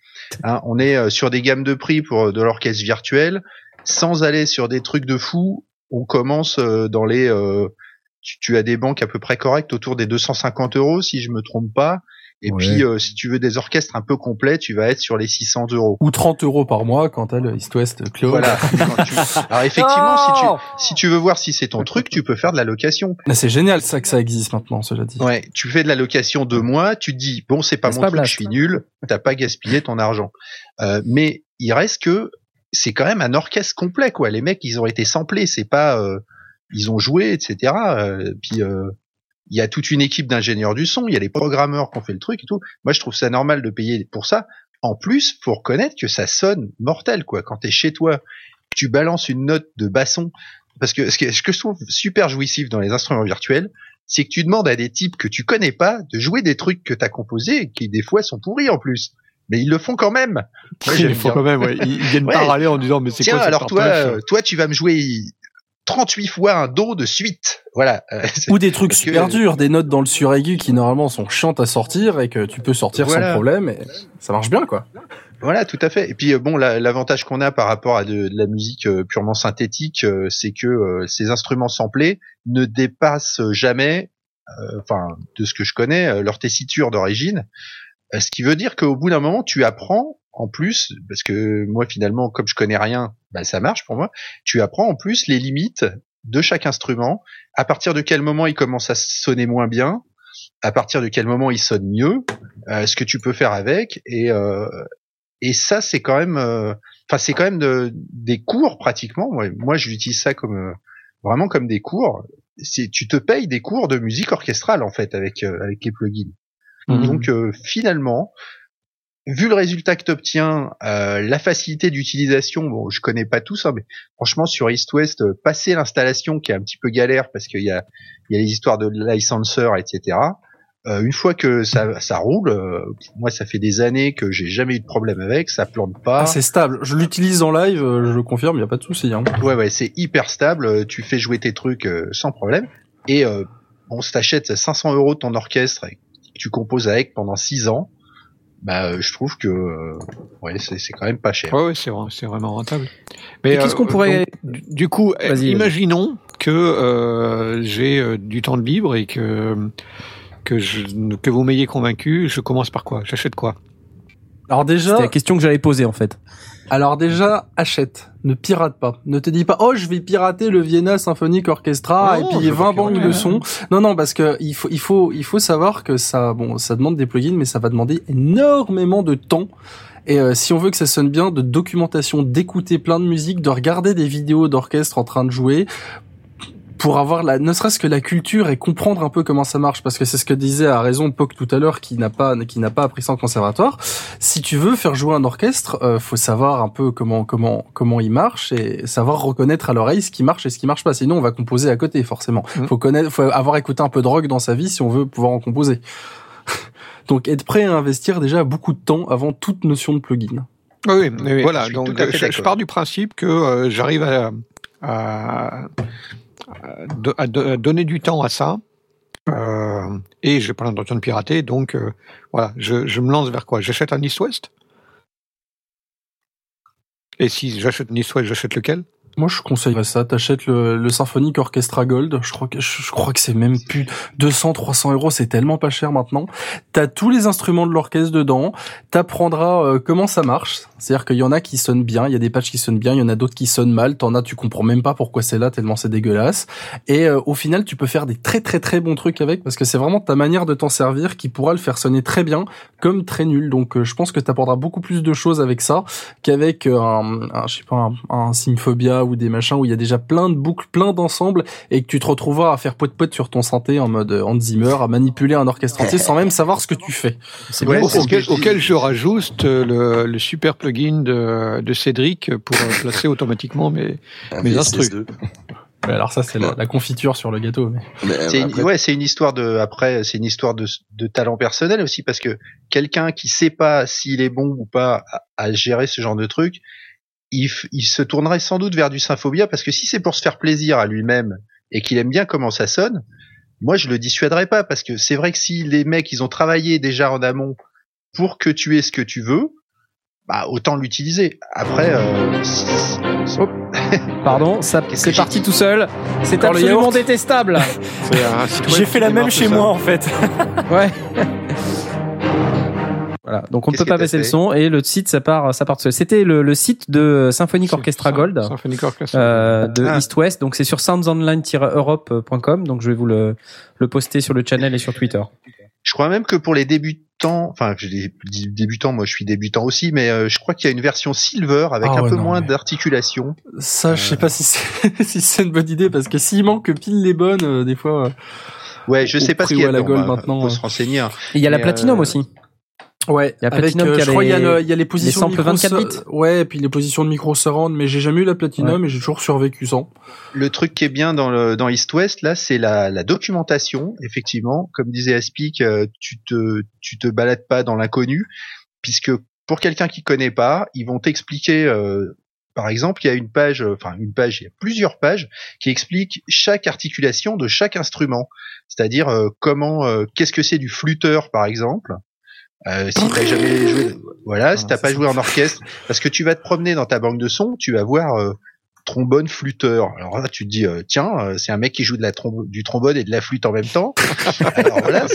On est sur des gammes de prix pour de l'orchestre virtuel, sans aller sur des trucs de fou. On commence dans les... tu as des banques à peu près correctes autour des 250 €, si je me trompe pas. Et puis, si tu veux des orchestres un peu complets, tu vas être sur les 600 €. Ou 30 € par mois quand t'as le East West Cloud. Voilà. Alors effectivement, si tu veux voir si c'est ton truc, tu peux faire de la location. C'est génial ça que ça existe maintenant, cela dit. Ouais, tu fais de la location 2 mois, tu te dis bon, c'est pas mon truc, je suis nul, t'as pas gaspillé ton argent. Mais il reste que c'est quand même un orchestre complet, quoi. Les mecs, ils ont été samplés, c'est pas ils ont joué, etc. Puis il y a toute une équipe d'ingénieurs du son, il y a les programmeurs qui ont fait le truc et tout. Moi, je trouve ça normal de payer pour ça. En plus, faut reconnaître que ça sonne mortel, quoi. Quand t'es chez toi, tu balances une note de basson. Parce que ce que je trouve super jouissif dans les instruments virtuels, c'est que tu demandes à des types que tu connais pas de jouer des trucs que t'as composés et qui, des fois, sont pourris en plus. Mais ils le font quand même. Ils le font quand même, ouais. Ils viennent pas râler en disant, mais c'est quoi ça? Alors toi, tu vas me jouer 38 fois un do de suite. Voilà. Ou des trucs super durs, des notes dans le suraigu qui normalement sont chiantes à sortir et que tu peux sortir sans problème et ça marche bien, quoi. Voilà, tout à fait. Et puis l'avantage qu'on a par rapport à de la musique purement synthétique, c'est que ces instruments samplés ne dépassent jamais, de ce que je connais, leur tessiture d'origine. Ce qui veut dire qu'au bout d'un moment, tu apprends en plus, parce que moi finalement, comme je connais rien, ça marche pour moi. Tu apprends en plus les limites de chaque instrument, à partir de quel moment il commence à sonner moins bien, à partir de quel moment il sonne mieux, ce que tu peux faire avec, et ça c'est quand même, c'est quand même des cours pratiquement. Moi j'utilise ça comme vraiment comme des cours. Tu te payes des cours de musique orchestrale en fait avec les plugins. Donc finalement, vu le résultat que t'obtiens, la facilité d'utilisation, je connais pas tout ça, mais franchement sur East West, passer l'installation qui est un petit peu galère parce qu'il y a les histoires de licenseur, etc. Une fois que ça roule, moi ça fait des années que j'ai jamais eu de problème avec, ça plante pas. Ah, c'est stable. Je l'utilise en live, je confirme, il y a pas de souci. Hein. Ouais, c'est hyper stable. Tu fais jouer tes trucs sans problème. Et si t'achètes 500 € de ton orchestre et que tu composes avec pendant 6 ans. Je trouve que c'est quand même pas cher. Ouais, c'est vraiment rentable. Mais qu'est-ce qu'on pourrait du coup, imaginons que j'ai du temps de libre et que vous m'ayez convaincu, je commence par quoi? J'achète quoi? Alors déjà, c'était la question que j'allais poser en fait. Alors déjà, achète, ne pirate pas. Ne te dis pas je vais pirater le Vienna Symphonic Orchestra et puis 20 banques de son. Non, parce que il faut savoir que ça demande des plugins, mais ça va demander énormément de temps Et si on veut que ça sonne bien, de documentation, d'écouter plein de musique, de regarder des vidéos d'orchestre en train de jouer, pour avoir ne serait-ce que la culture et comprendre un peu comment ça marche, parce que c'est ce que disait à raison Poc tout à l'heure, qui n'a pas appris ça en conservatoire. Si tu veux faire jouer un orchestre, faut savoir un peu comment il marche et savoir reconnaître à l'oreille ce qui marche et ce qui marche pas. Sinon, on va composer à côté, forcément. Faut avoir écouté un peu de rock dans sa vie si on veut pouvoir en composer. Donc, être prêt à investir déjà beaucoup de temps avant toute notion de plugin. Oui. Voilà. Donc, je pars du principe que j'arrive à donner du temps à ça, et j'ai pas l'intention de pirater, donc voilà, je me lance vers quoi? J'achète un East West, et si j'achète un East West, j'achète lequel? Moi, je conseillerais ça. T'achètes le Symphonic Orchestra Gold. Je crois que c'est même plus 200-300 €. C'est tellement pas cher maintenant. T'as tous les instruments de l'orchestre dedans. T'apprendras comment ça marche. C'est-à-dire qu'il y en a qui sonnent bien. Il y a des patchs qui sonnent bien. Il y en a d'autres qui sonnent mal. T'en as, tu comprends même pas pourquoi c'est là tellement c'est dégueulasse. Et au final, tu peux faire des très très très bons trucs avec, parce que c'est vraiment ta manière de t'en servir qui pourra le faire sonner très bien comme très nul. Donc, je pense que t'apprendras beaucoup plus de choses avec ça qu'avec un Symphobia ou des machins où il y a déjà plein de boucles, plein d'ensembles, et que tu te retrouveras à faire pote-pote sur ton synthé en mode Hans Zimmer, à manipuler un orchestre entier sans même savoir ce que tu fais. C'est auquel je rajoute le super plugin de Cédric pour placer automatiquement mes instrus. Alors ça, c'est la confiture sur le gâteau. C'est une histoire de talent personnel aussi, parce que quelqu'un qui sait pas s'il est bon ou pas à gérer ce genre de truc, il se tournerait sans doute vers du Symphobia, parce que si c'est pour se faire plaisir à lui-même et qu'il aime bien comment ça sonne, moi je le dissuaderais pas, parce que c'est vrai que si les mecs ils ont travaillé déjà en amont pour que tu aies ce que tu veux, bah autant l'utiliser. Après pardon, c'est parti tout seul. C'est absolument détestable. J'ai fait la même chez moi en fait. Ouais. Voilà, donc on ne peut pas baisser le son, et le site ça part seul. C'était le site de Symphonic Orchestra Gold, de East West. Donc c'est sur soundsonline-europe.com. Donc je vais vous le poster sur le channel et sur Twitter. Je crois même que pour les débutants, enfin débutants, moi je suis débutant aussi, mais je crois qu'il y a une version Silver avec moins d'articulation. Ça, je sais pas si c'est une bonne idée, parce que s'il manque pile les bonnes, des fois. Ouais, je sais pas ce qu'il y a la Gold maintenant. Faut se renseigner. Et il y a la Platinum aussi. Ouais, il y a Platinum qui a je crois il y a les positions de micro 24 bits. Ouais, et puis les positions de micro surround, mais j'ai jamais eu la Platinum et j'ai toujours survécu sans. Le truc qui est bien dans East West là, c'est la documentation. Effectivement, comme disait Aspic, tu te balades pas dans l'inconnu, puisque pour quelqu'un qui connaît pas, ils vont t'expliquer. Par exemple, il y a il y a plusieurs pages qui expliquent chaque articulation de chaque instrument. C'est-à-dire qu'est-ce que c'est du flûteur par exemple. Si t'as jamais joué, si t'as pas joué en orchestre, parce que tu vas te promener dans ta banque de sons, tu vas voir trombone, flûteur. Alors là, tu te dis c'est un mec qui joue du trombone et de la flûte en même temps. Alors voilà,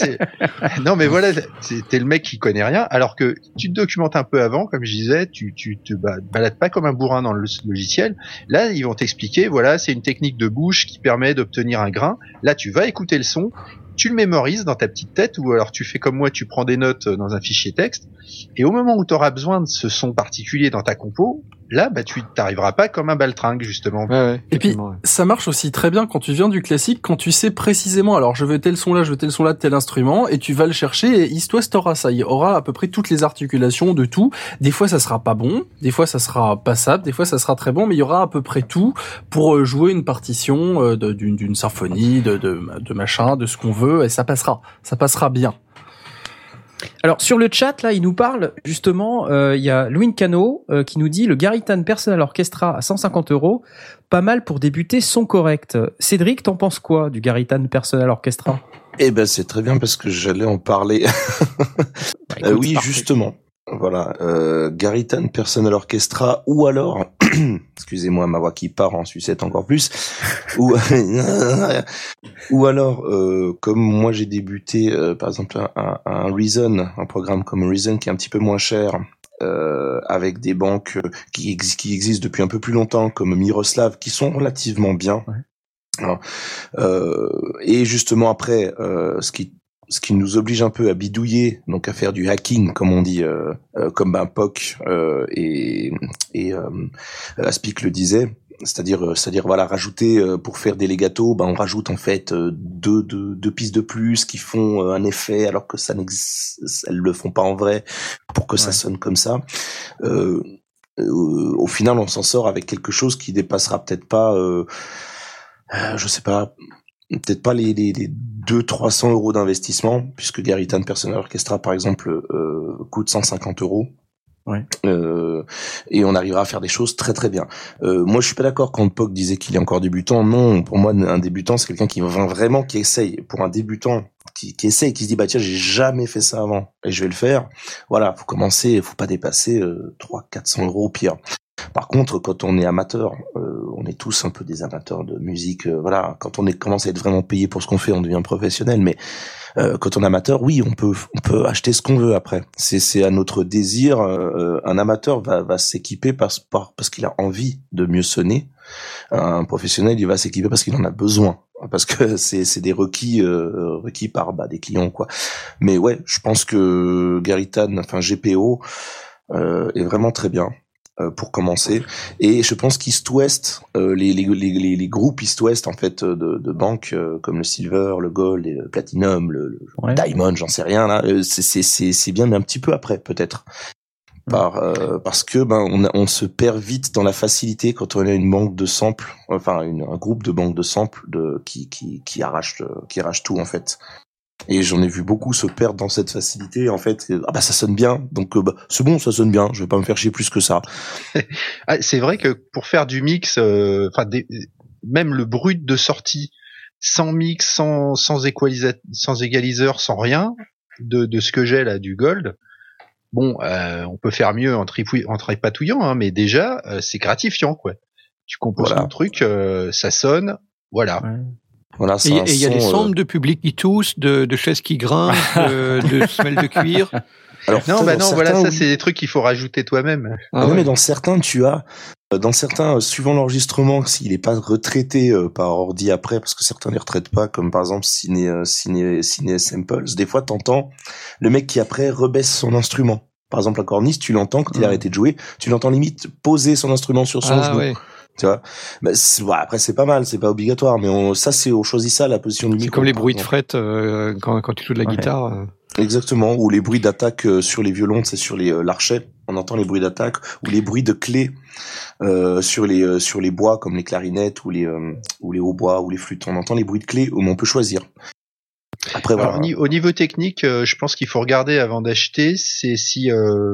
t'es le mec qui connaît rien. Alors que tu te documentes un peu avant, comme je disais, tu te balades pas comme un bourrin dans le logiciel. Là, ils vont t'expliquer, c'est une technique de bouche qui permet d'obtenir un grain. Là, tu vas écouter le son. Tu le mémorises dans ta petite tête, ou alors tu fais comme moi, tu prends des notes dans un fichier texte, et au moment où tu auras besoin de ce son particulier dans ta compo, là, tu t'arriveras pas comme un baltringue, justement. Ouais, et puis, ça marche aussi très bien quand tu viens du classique, quand tu sais précisément, alors je veux tel son là de tel instrument, et tu vas le chercher, et East West aura ça. Il aura à peu près toutes les articulations de tout. Des fois, ça sera pas bon, des fois, ça sera passable, des fois, ça sera très bon, mais il y aura à peu près tout pour jouer une partition d'une symphonie, de machin, de ce qu'on veut, et ça passera bien. Alors sur le chat là, il nous parle justement, il y a Louis Cano qui nous dit le Garitan Personal Orchestra à 150 €, pas mal pour débuter, son correct. Cédric, t'en penses quoi du Garitan Personal Orchestra? C'est très bien, parce que j'allais en parler. Oui, justement. Voilà, Garitan Personal Orchestra, ou alors, excusez-moi, ma voix qui part en sucette encore plus, ou alors, comme moi j'ai débuté, par exemple, un Reason, un programme comme Reason qui est un petit peu moins cher, avec des banques qui existent depuis un peu plus longtemps, comme Miroslav, qui sont relativement bien. Ouais. Et justement après, ce qui nous oblige un peu à bidouiller, donc à faire du hacking, comme on dit, comme POC et Aspic le disait. C'est-à-dire voilà, rajouter pour faire des legato, on rajoute en fait deux pistes de plus qui font un effet alors que elles le font pas en vrai pour que ça sonne comme ça. Au final, on s'en sort avec quelque chose qui dépassera peut-être pas, je sais pas, peut-être pas les 200-300 euros d'investissement, puisque Garritan Personal Orchestra par exemple coûte 150 euros. Ouais. Et on arrivera à faire des choses très très bien. Moi je suis pas d'accord quand POC disait qu'il est encore débutant. Non, pour moi un débutant c'est quelqu'un qui vraiment qui essaye. Pour un débutant qui essaye, qui se dit tiens j'ai jamais fait ça avant et je vais le faire. Voilà, faut commencer, faut pas dépasser 300-400 euros au pire. Par contre, quand on est amateur, on est tous un peu des amateurs de musique. Voilà, quand on commence à être vraiment payé pour ce qu'on fait, on devient professionnel. Mais quand on est amateur, oui, on peut acheter ce qu'on veut après. C'est à notre désir. Un amateur va s'équiper parce qu'il a envie de mieux sonner. Un professionnel, il va s'équiper parce qu'il en a besoin. Parce que c'est des requis par des clients quoi. Mais ouais, je pense que Garritan, GPO est vraiment très bien. Pour commencer, et je pense qu'East West, les groupes East West en fait de banques comme le Silver, le Gold, et le Platinum, le Diamond, j'en sais rien là, c'est bien, mais un petit peu après peut-être, parce que on se perd vite dans la facilité quand on a une banque de samples, enfin un groupe de banques de samples qui arrache tout en fait. Et j'en ai vu beaucoup se perdre dans cette facilité. En fait, ça sonne bien, donc c'est bon, ça sonne bien. Je vais pas me faire chier plus que ça. C'est vrai que pour faire du mix, même le brut de sortie, sans mix, sans égaliseur, sans rien, de ce que j'ai là du Gold. Bon, on peut faire mieux en tripatouillant, hein, mais déjà c'est gratifiant quoi. Tu composes ton truc, ça sonne, voilà. Ouais. Voilà, et il y a des sons de public qui toussent, de chaises qui grincent, de semelles de cuir. Alors, voilà, ça c'est des trucs qu'il faut rajouter toi-même. Mais dans certains, suivant l'enregistrement, s'il est pas retraité par ordi après, parce que certains les retraitent pas, comme par exemple Ciné Samples, des fois t'entends le mec qui après rebaisse son instrument. Par exemple, un corniste, tu l'entends quand il a arrêté de jouer, tu l'entends limite poser son instrument sur son genou. Ouais. Tu vois, après c'est pas mal, c'est pas obligatoire, mais on choisit ça, la position du micro. C'est comme les bruits de fret quand tu joues de la guitare. Exactement, ou les bruits d'attaque sur les violons, c'est sur l'archet, on entend les bruits d'attaque, ou les bruits de clés sur les bois comme les clarinettes ou les hautbois ou les flûtes, on entend les bruits de clés, mais on peut choisir. Après, alors, au niveau technique, je pense qu'il faut regarder avant d'acheter, c'est si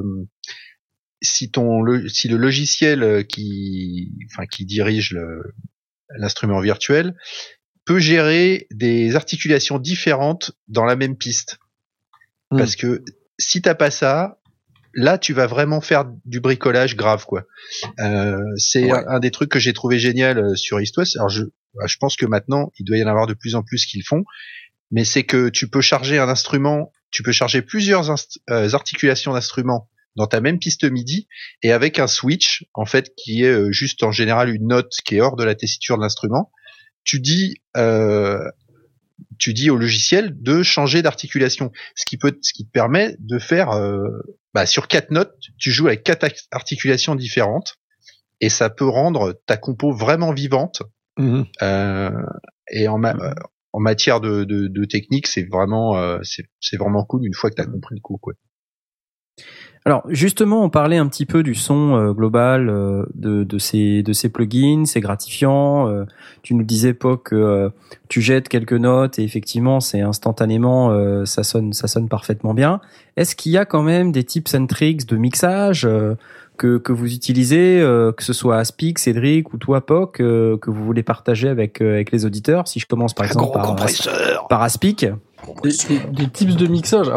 le logiciel qui dirige l'instrument virtuel peut gérer des articulations différentes dans la même piste. Parce que si t'as pas ça, là tu vas vraiment faire du bricolage grave quoi. C'est un des trucs que j'ai trouvé génial sur East West. Alors je pense que maintenant il doit y en avoir de plus en plus qui le font, mais c'est que tu peux charger un instrument, tu peux charger plusieurs articulations d'instruments dans ta même piste MIDI, et avec un switch, en fait, qui est juste en général une note qui est hors de la tessiture de l'instrument, tu dis au logiciel de changer d'articulation, ce qui te permet de faire, sur 4 notes, tu joues avec 4 articulations différentes, et ça peut rendre ta compo vraiment vivante. Et en matière de technique, c'est vraiment cool une fois que t'as compris le coup, quoi. Alors justement, on parlait un petit peu du son global de ces plugins, c'est gratifiant. Tu nous disais POC que tu jettes quelques notes et effectivement, c'est instantanément, ça sonne parfaitement bien. Est-ce qu'il y a quand même des tips and tricks de mixage que vous utilisez, que ce soit Aspic, Cédric ou toi POC, que vous voulez partager avec les auditeurs? Si je commence par exemple par Aspic. Des tips de mixage,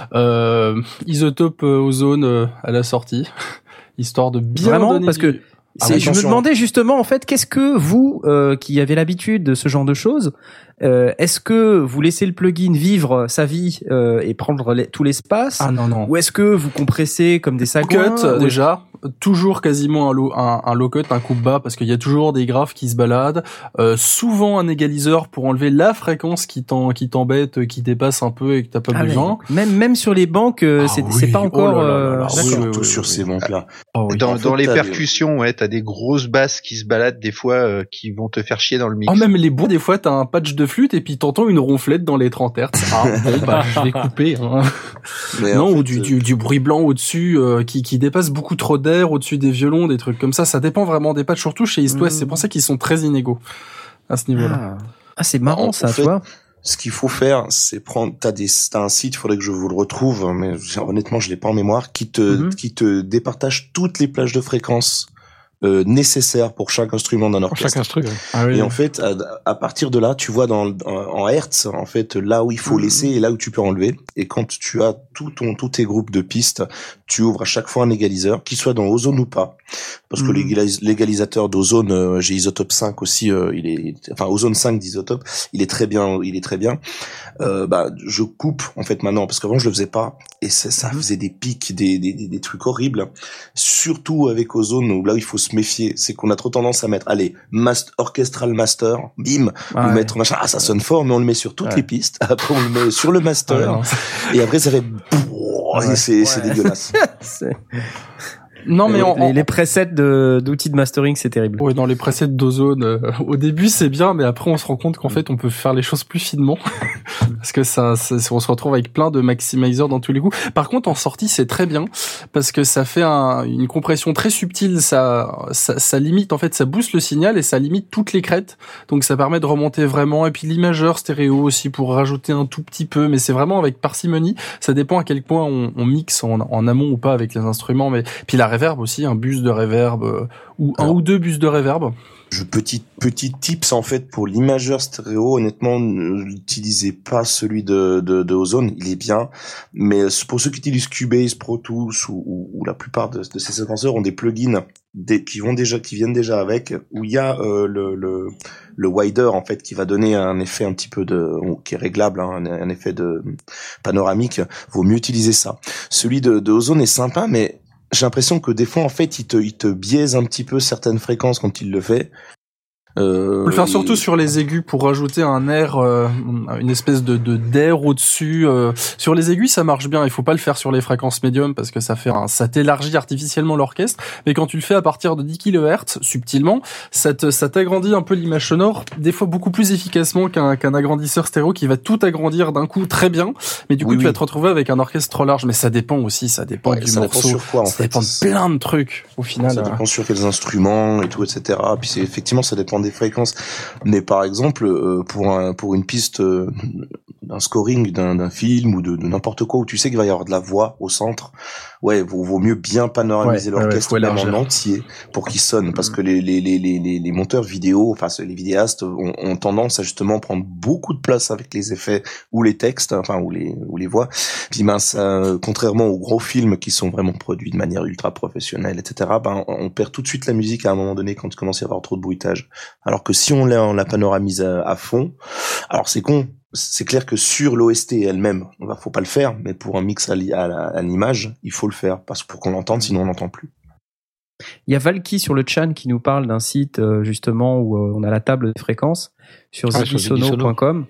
isotope ozone à la sortie, histoire de bien vraiment donner parce que Je me demandais justement, en fait, qu'est-ce que vous, qui avez l'habitude de ce genre de choses, est-ce que vous laissez le plugin vivre sa vie et prendre tout l'espace? Ah non. Ou est-ce que vous compressez comme des sagouins? Cut, déjà. Toujours quasiment un low cut, un coupe bas, parce qu'il y a toujours des graphes qui se baladent. Souvent un égaliseur pour enlever la fréquence qui t'embête, qui dépasse un peu et que t'as pas besoin. Même sur les banques, c'est pas encore. Surtout sur ces banques-là. Dans les percussions, t'as des grosses basses qui se baladent des fois, qui vont te faire chier dans le mix. Même les bons, des fois t'as un patch de flûte et puis t'entends une ronflette dans les 30 Hz. Je vais couper. Hein. Non, ou du bruit blanc au-dessus qui dépasse beaucoup trop d'air au-dessus des violons, des trucs comme ça. Ça dépend vraiment des patchs, surtout chez East West. C'est pour ça qu'ils sont très inégaux à ce niveau-là. C'est marrant ça, tu vois. Ce qu'il faut faire, c'est prendre. T'as un site, il faudrait que je vous le retrouve, mais honnêtement, je l'ai pas en mémoire, qui te départage toutes les plages de fréquences nécessaires pour chaque instrument d'un orchestre. Pour chaque instrument. Et en fait, à partir de là, tu vois en Hertz, en fait, là où il faut laisser et là où tu peux enlever. Et quand tu as tous tes groupes de pistes, tu ouvres à chaque fois un égaliseur, qu'il soit dans Ozone ou pas. Parce que l'égalisateur d'Ozone, j'ai Isotope 5 aussi, Ozone 5 d'Isotope, il est très bien. Je coupe, en fait, maintenant, parce qu'avant, je le faisais pas. Et ça faisait des pics, des trucs horribles. Surtout avec Ozone, où là, il faut se méfier. C'est qu'on a trop tendance à mettre, orchestral master, bim, ou mettre machin, ça sonne fort, mais on le met sur toutes les pistes. Après, on le met sur le master. Et après, ça fait, c'est dégueulasse. Non, mais les presets d'outils de mastering, c'est terrible. Ouais, dans les presets d'Ozone, au début c'est bien, mais après on se rend compte qu'en fait on peut faire les choses plus finement, parce que on se retrouve avec plein de maximisers dans tous les coups. Par contre, en sortie c'est très bien, parce que ça fait une compression très subtile, ça limite, en fait ça booste le signal et ça limite toutes les crêtes, donc ça permet de remonter vraiment. Et puis l'imageur stéréo aussi pour rajouter un tout petit peu, mais c'est vraiment avec parcimonie. Ça dépend à quel point on mixe en amont ou pas avec les instruments, mais puis la reverb aussi, un bus de reverb ou un ou deux bus de reverb. Petit tips en fait pour l'imageur stéréo, honnêtement, n'utilisez pas celui de Ozone, il est bien, mais pour ceux qui utilisent Cubase, Pro Tools ou la plupart de ces séquenceurs ont des plugins qui viennent déjà avec, où il y a le wider en fait qui va donner un effet un petit peu qui est réglable, un effet de panoramique. Vaut mieux utiliser ça. Celui de Ozone est sympa, mais j'ai l'impression que des fois, en fait, il te biaise un petit peu certaines fréquences quand il le fait. On peut le faire surtout sur les aigus pour rajouter un air, une espèce d'air au-dessus. Sur les aigus, ça marche bien. Il faut pas le faire sur les fréquences médium parce que ça t'élargit artificiellement l'orchestre. Mais quand tu le fais à partir de 10 kHz, subtilement, ça t'agrandit un peu l'image sonore, des fois beaucoup plus efficacement qu'un agrandisseur stéréo qui va tout agrandir d'un coup très bien. Mais du coup, tu vas te retrouver avec un orchestre trop large. Mais ça dépend aussi, ça dépend du morceau. Dépend sur quoi, ça dépend de plein de trucs, au final. Ça dépend sur quels instruments et tout, etc. Puis effectivement, ça dépend des fréquences. Mais par exemple, pour une piste d'un scoring d'un film ou de n'importe quoi où tu sais qu'il va y avoir de la voix au centre, vaut mieux bien panoramiser l'orchestre même en entier pour qu'il sonne, parce que les monteurs vidéo, enfin les vidéastes ont tendance à justement prendre beaucoup de place avec les effets ou les textes, ou les voix. Puis contrairement aux gros films qui sont vraiment produits de manière ultra professionnelle, etc. On perd tout de suite la musique à un moment donné quand il commence à y avoir trop de bruitage. Alors que si on la panoramise à fond, alors c'est con. C'est clair que sur l'OST elle-même, faut pas le faire, mais pour un mix à l'image, il faut le faire, parce que pour qu'on l'entende, sinon on l'entend plus. Il y a Valky sur le chat qui nous parle d'un site justement où on a la table de fréquences sur ziggysono.com.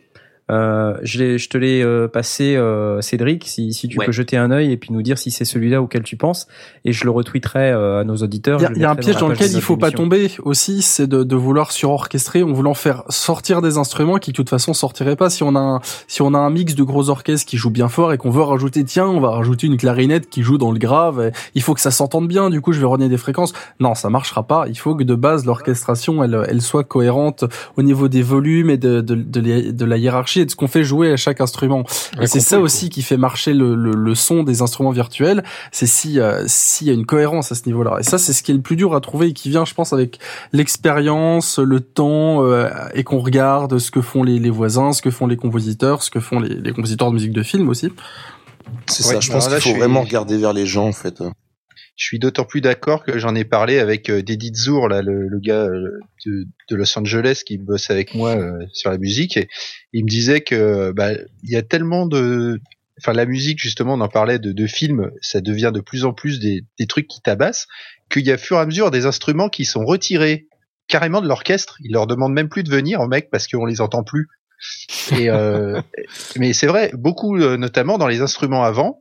Je te l'ai passé, Cédric, si tu peux jeter un œil et puis nous dire si c'est celui-là auquel tu penses, et je le retweeterai à nos auditeurs. Il y a un piège dans lequel il faut pas tomber aussi, c'est de vouloir surorchestrer en voulant faire sortir des instruments qui de toute façon sortiraient pas. Si on a un mix de gros orchestres qui joue bien fort et qu'on veut rajouter, on va rajouter une clarinette qui joue dans le grave, il faut que ça s'entende bien, du coup je vais renier des fréquences. Non, ça marchera pas. Il faut que de base l'orchestration elle soit cohérente au niveau des volumes et de la hiérarchie et de ce qu'on fait jouer à chaque instrument. Et c'est ça aussi qui fait marcher le son des instruments virtuels, c'est s'il y a une cohérence à ce niveau-là. Et ça, c'est ce qui est le plus dur à trouver et qui vient, je pense, avec l'expérience, le temps, et qu'on regarde ce que font les voisins, ce que font les compositeurs, ce que font les compositeurs de musique de film aussi. C'est ça, je pense qu'il faut vraiment regarder vers les gens, en fait. Je suis d'autant plus d'accord que j'en ai parlé avec Dedi Zour, là, le gars de Los Angeles qui bosse avec moi sur la musique, et il me disait que il y a tellement la musique, justement, on en parlait de films, ça devient de plus en plus des trucs qui tabassent, qu'il y a au fur et à mesure des instruments qui sont retirés carrément de l'orchestre. Ils leur demandent même plus de venir aux mecs parce qu'on les entend plus. Et mais c'est vrai, beaucoup, notamment dans les instruments avant,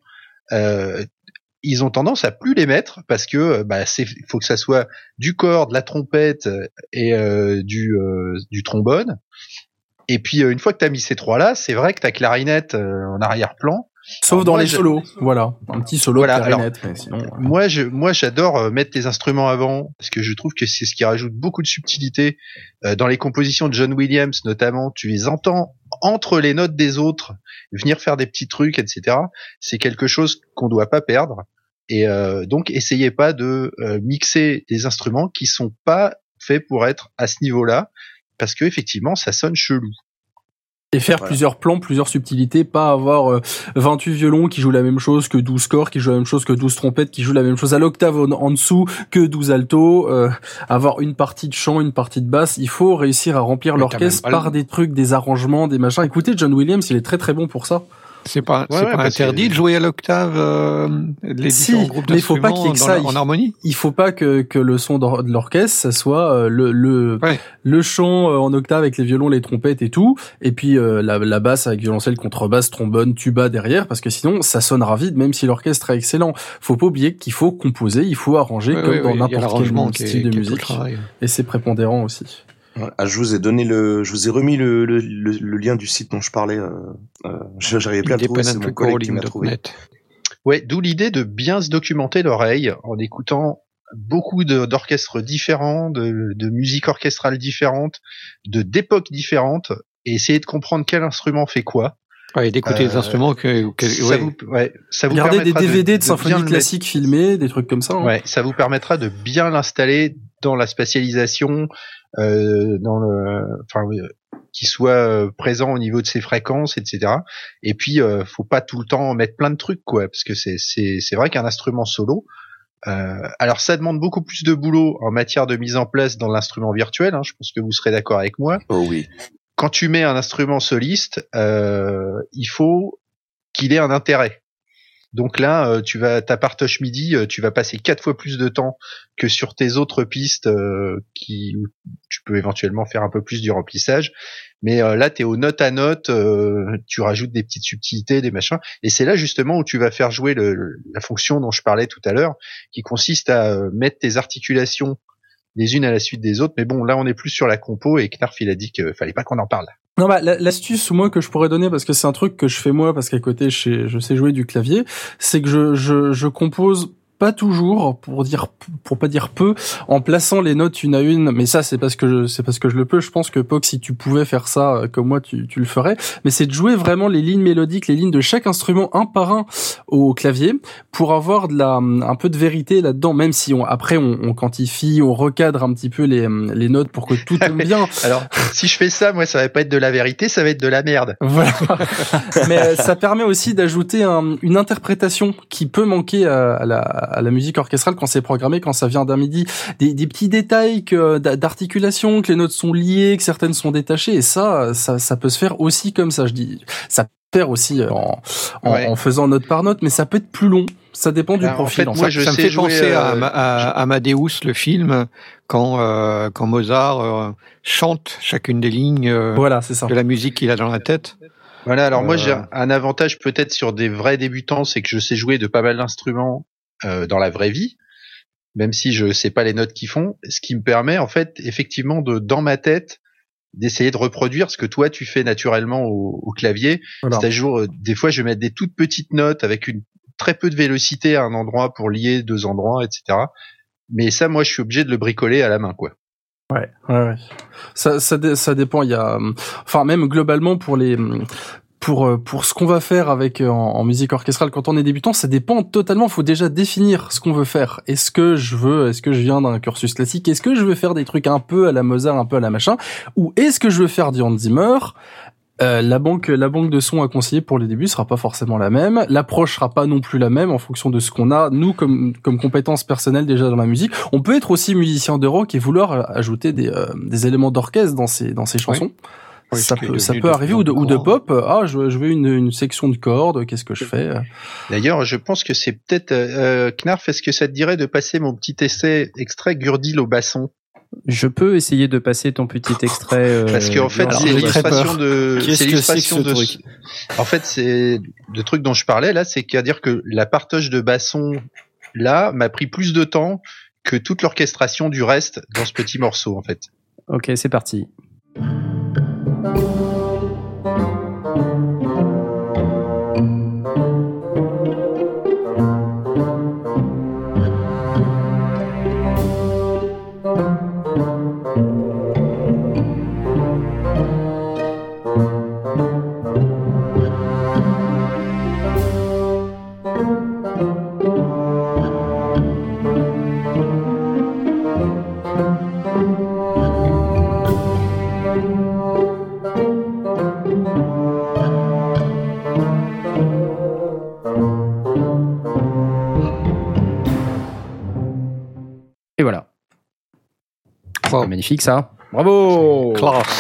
ils ont tendance à plus les mettre parce que faut que ça soit du corps, de la trompette et du trombone. Et puis une fois que t'as mis ces trois-là, c'est vrai que ta clarinette en arrière-plan. Sauf dans les solos, voilà, un petit solo de clarinette. Moi, j'adore mettre les instruments avant parce que je trouve que c'est ce qui rajoute beaucoup de subtilité dans les compositions de John Williams, notamment. Tu les entends entre les notes des autres, venir faire des petits trucs, etc. C'est quelque chose qu'on doit pas perdre. Et donc, essayez pas de mixer des instruments qui sont pas faits pour être à ce niveau-là, parce que effectivement, ça sonne chelou. Et faire plusieurs plans, plusieurs subtilités, pas avoir 28 violons qui jouent la même chose que 12 corps, qui jouent la même chose que 12 trompettes, qui jouent la même chose à l'octave en dessous que 12 altos, avoir une partie de chant, une partie de basse. Il faut réussir à remplir l'orchestre par des trucs, des arrangements, des machins. Écoutez, John Williams, il est très très bon pour ça. C'est pas interdit de jouer à l'octave les différents groupes d'instruments, mais il faut pas qu'il y ait que ça, en harmonie. Il faut pas que le son de l'orchestre, ça soit le chant en octave avec les violons, les trompettes et tout, et puis la basse avec violoncelle, contrebasse, trombone, tuba derrière, parce que sinon ça sonnera vide même si l'orchestre est excellent. Faut pas oublier qu'il faut composer, il faut arranger comme dans n'importe quel style de musique, et c'est prépondérant aussi. Ah, je vous ai remis le lien du site dont je parlais. J'arrivais plus à le trouver, c'est mon collègue qui m'a trouvé. Ouais, d'où l'idée de bien se documenter l'oreille en écoutant beaucoup d'orchestres différents, de musiques orchestrales différentes, d'époques différentes, et essayer de comprendre quel instrument fait quoi. Ouais, et d'écouter les instruments ça vous regardez des DVD de symphonie classique filmés, des trucs comme ça. Hein. Ouais, ça vous permettra de bien l'installer dans la spatialisation, qui soit présent au niveau de ses fréquences, etc. Et puis, faut pas tout le temps mettre plein de trucs, quoi, parce que c'est vrai qu'un instrument solo, alors ça demande beaucoup plus de boulot en matière de mise en place dans l'instrument virtuel. Hein, je pense que vous serez d'accord avec moi. Oh oui. Quand tu mets un instrument soliste, il faut qu'il ait un intérêt. Donc là, ta partoche MIDI, tu vas passer 4 fois plus de temps que sur tes autres pistes où tu peux éventuellement faire un peu plus du remplissage. Mais là, t'es au note à note, tu rajoutes des petites subtilités, des machins. Et c'est là justement où tu vas faire jouer la fonction dont je parlais tout à l'heure, qui consiste à mettre tes articulations les unes à la suite des autres. Mais bon, là, on est plus sur la compo et Knarf, il a dit qu'il fallait pas qu'on en parle. Non, l'astuce, moi, que je pourrais donner, parce que c'est un truc que je fais moi, parce qu'à côté, je sais jouer du clavier, c'est que je compose pas toujours, pour pas dire peu, en plaçant les notes une à une, mais ça c'est parce que je le peux. Je pense que Poc, si tu pouvais faire ça comme moi, tu le ferais. Mais c'est de jouer vraiment les lignes mélodiques, les lignes de chaque instrument un par un au clavier, pour avoir un peu de vérité là-dedans. Même si après on quantifie, on recadre un petit peu les notes pour que tout tombe bien. Alors si je fais ça, moi ça va pas être de la vérité, ça va être de la merde. Voilà. Mais ça permet aussi d'ajouter une interprétation qui peut manquer à la musique orchestrale quand c'est programmé, quand ça vient d'un MIDI, des petits détails d'articulation, que les notes sont liées, que certaines sont détachées, et ça peut se faire aussi comme ça. Je dis, ça peut se faire aussi en faisant note par note, mais ça peut être plus long. Ça dépend du profil. En fait, ça me fait penser à Amadeus, le film, quand Mozart chante chacune des lignes voilà, c'est ça, de la musique qu'il a dans la tête. Voilà, alors moi j'ai un avantage peut-être sur des vrais débutants, c'est que je sais jouer de pas mal d'instruments dans la vraie vie, même si je sais pas les notes qu'ils font, ce qui me permet en fait effectivement dans ma tête d'essayer de reproduire ce que toi tu fais naturellement au clavier. Voilà. C'est-à-dire des fois je vais mettre des toutes petites notes avec très peu de vélocité à un endroit pour lier deux endroits, etc. Mais ça, moi je suis obligé de le bricoler à la main, quoi. Ouais. Ça dépend. Il y a, enfin même globalement pour ce qu'on va faire avec en musique orchestrale quand on est débutant, ça dépend totalement. Faut déjà définir ce qu'on veut faire. Est-ce que je viens d'un cursus classique? Est-ce que je veux faire des trucs un peu à la Mozart, un peu à la machin? Ou est-ce que je veux faire du Hans Zimmer? La banque de son à conseiller pour les débuts sera pas forcément la même. L'approche sera pas non plus la même en fonction de ce qu'on a, nous, comme compétences personnelles déjà dans la musique. On peut être aussi musicien de rock et vouloir ajouter des éléments d'orchestre dans ses chansons. Oui, ça peut arriver, ou de pop. Ah, je veux une section de cordes, qu'est-ce que je fais? D'ailleurs, je pense que c'est peut-être, Knarf, est-ce que ça te dirait de passer mon petit extrait Gurdil au basson? Je peux essayer de passer ton petit extrait. Parce qu'en fait, c'est l'illustration de. Truc. En fait, c'est le truc dont je parlais là, c'est qu'à dire que la partage de basson là m'a pris plus de temps que toute l'orchestration du reste dans ce petit morceau en fait. Ok, c'est parti. Et voilà. Oh, magnifique ça. Bravo. Classe.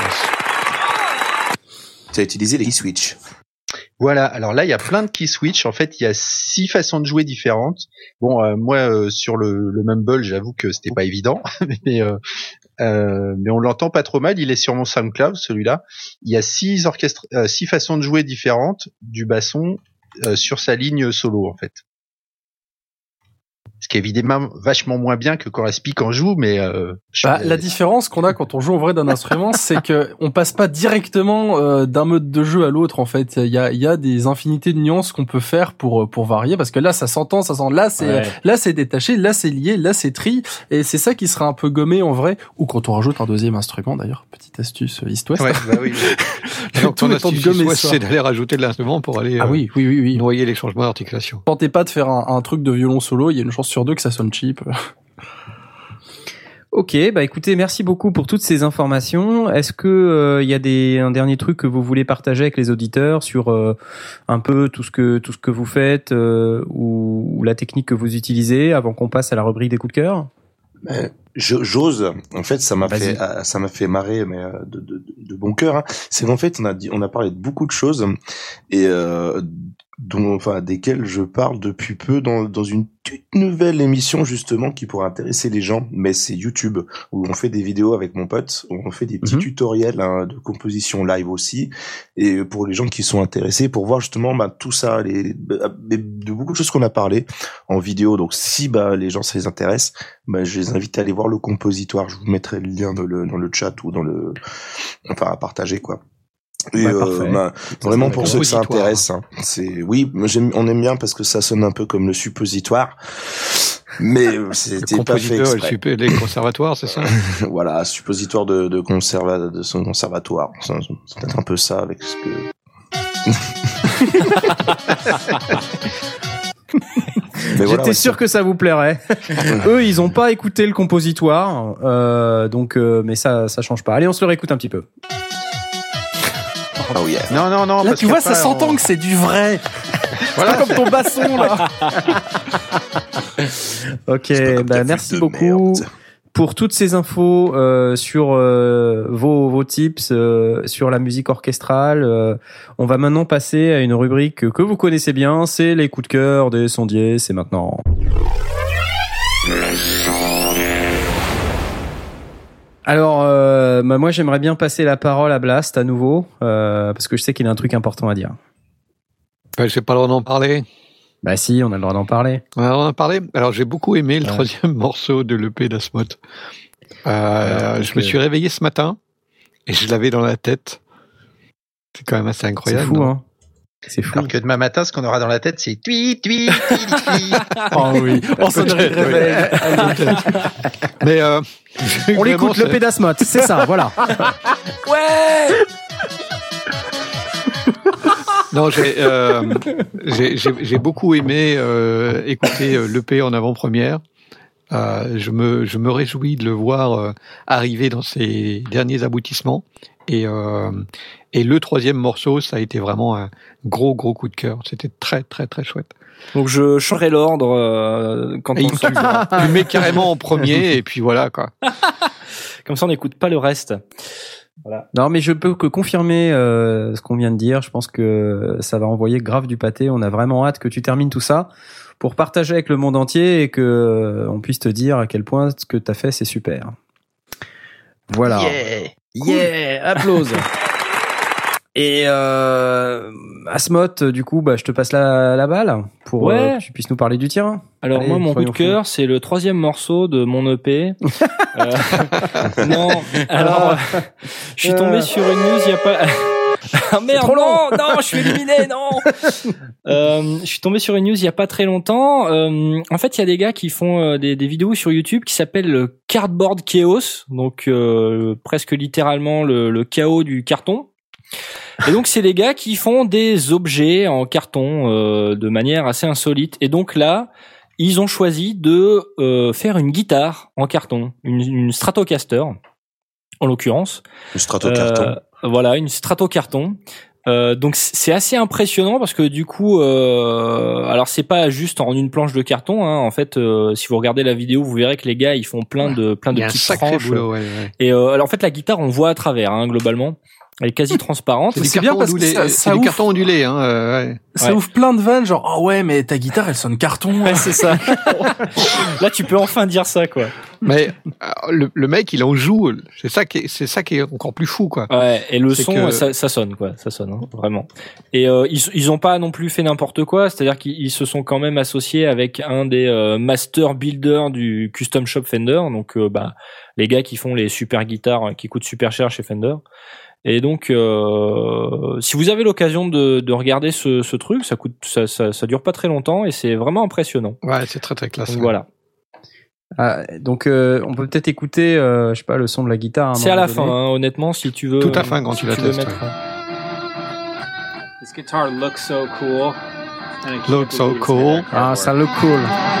Tu as utilisé les key switch. Voilà. Alors là, il y a plein de key switch. En fait, il y a 6 façons de jouer différentes. Bon, moi, sur le Mumble, j'avoue que c'était pas évident, mais on l'entend pas trop mal. Il est sur mon SoundCloud, celui-là. Il y a 6 façons de jouer différentes du basson sur sa ligne solo, en fait. Ce qui est évidemment vachement moins bien que quand Aspic en joue, mais la différence qu'on a quand on joue en vrai d'un instrument, c'est que on passe pas directement d'un mode de jeu à l'autre. En fait, il y a des infinités de nuances qu'on peut faire pour varier, parce que là ça s'entend, là c'est détaché, là c'est lié, là c'est tri, et c'est ça qui sera un peu gommé en vrai. Ou quand on rajoute un deuxième instrument, d'ailleurs, petite astuce East West. Ouais, bah oui. Donc ton astuce East West, c'est d'aller rajouter de l'instrument pour aller oui. noyer les changements d'articulation. Tentez pas de faire un truc de violon solo, il y a une chance sur 2 que ça sonne cheap. Ok, bah écoutez, merci beaucoup pour toutes ces informations. Est-ce que il y a un dernier truc que vous voulez partager avec les auditeurs sur un peu tout ce que vous faites ou la technique que vous utilisez avant qu'on passe à la rubrique des coups de cœur? J'ose. En fait, ça m'a fait marrer, mais de bon cœur. Hein. C'est qu'en fait, on a parlé de beaucoup de choses et desquelles je parle depuis peu dans une toute nouvelle émission justement qui pourrait intéresser les gens, mais c'est YouTube où on fait des vidéos avec mon pote, où on fait des petits tutoriels de composition live aussi, et pour les gens qui sont intéressés pour voir justement tout ça, de beaucoup de choses qu'on a parlé en vidéo. Donc si les gens ça les intéresse, je les invite à aller voir le compositoire. Je vous mettrai le lien dans le chat ou à partager quoi. Et vraiment pour ceux que ça intéresse, hein, on aime bien parce que ça sonne un peu comme le suppositoire, mais c'était pas fait exprès. Les conservatoires, c'est ça? Voilà, suppositoire de son conservatoire. C'est peut-être un peu ça avec ce que. J'étais sûr que ça vous plairait. Eux, ils ont pas écouté le compositoire, mais ça change pas. Allez, on se le réécoute un petit peu. Oh yeah. Non. Là, parce tu vois, ça s'entend que c'est du vrai. Voilà, pas comme ton basson, là. Ok, merci beaucoup pour toutes ces infos sur vos tips sur la musique orchestrale. On va maintenant passer à une rubrique que vous connaissez bien, c'est les coups de cœur des sondiers. C'est maintenant. Alors, moi, j'aimerais bien passer la parole à Blast à nouveau, parce que je sais qu'il a un truc important à dire. J'ai pas le droit d'en parler. Bah si, on a le droit d'en parler. On en a parlé. Alors, j'ai beaucoup aimé le troisième morceau de l'EP d'Asmot. Je me suis réveillé ce matin et je l'avais dans la tête. C'est quand même assez incroyable. C'est fou, hein. C'est fou. Alors que demain matin, ce qu'on aura dans la tête, c'est tui. Oh oui, on s'en réveille. Mais on l'écoute, le Pédasmot, c'est ça, voilà. Ouais. Non, j'ai beaucoup aimé écouter l'EP en avant-première. Je me réjouis de le voir arriver dans ses derniers aboutissements Et le troisième morceau, ça a été vraiment un gros coup de cœur. C'était très très très chouette. Donc je changerai l'ordre quand on sortira. Tu mets carrément en premier et puis voilà quoi. Comme ça on n'écoute pas le reste. Voilà. Non mais je peux que confirmer ce qu'on vient de dire. Je pense que ça va envoyer grave du pâté. On a vraiment hâte que tu termines tout ça pour partager avec le monde entier et que on puisse te dire à quel point ce que t'as fait c'est super. Voilà. Yeah, applause. Et Asmoth, du coup, je te passe la balle pour que tu puisses nous parler du tien. Alors allez, moi, mon coup de cœur, c'est le 3e morceau de mon EP. Non, alors je suis tombé sur une news il y a pas. Ah merde, non, je suis éliminé, non. Je suis tombé sur une news il y a pas très longtemps. En fait, il y a des gars qui font des vidéos sur YouTube qui s'appellent le Cardboard Chaos, donc presque littéralement le chaos du carton. Et donc c'est des gars qui font des objets en carton de manière assez insolite. Et donc là, ils ont choisi de faire une guitare en carton, une Stratocaster en l'occurrence. Une Stratocarton. Voilà, une Stratocarton. Donc c'est assez impressionnant parce que du coup, alors c'est pas juste en une planche de carton. Hein. En fait, si vous regardez la vidéo, vous verrez que les gars ils font plein de petites tranches. Boulot, Et alors en fait la guitare on voit à travers globalement. Elle est quasi transparente. C'est bien parce que c'est du carton ondulé. Ça ouvre plein de vannes, genre oh ouais mais ta guitare elle sonne carton. Ouais, c'est ça. Là tu peux enfin dire ça quoi. Mais le mec il en joue. C'est ça qui est encore plus fou quoi. Ouais. Et le son ça sonne quoi. Ça sonne vraiment. Et ils ont pas non plus fait n'importe quoi. C'est-à-dire qu'ils se sont quand même associés avec un des master builders du Custom Shop Fender. Donc les gars qui font les super guitares qui coûtent super cher chez Fender. Et donc, si vous avez l'occasion de regarder ce truc, ça dure pas très longtemps et c'est vraiment impressionnant. Ouais, c'est très très classe. Donc, voilà. Donc, on peut peut-être écouter, je sais pas, le son de la guitare. C'est à la fin, honnêtement, si tu veux. Tout à fait quand tu la testes. This guitar looks so cool. Looks so cool. Ah, ça look cool.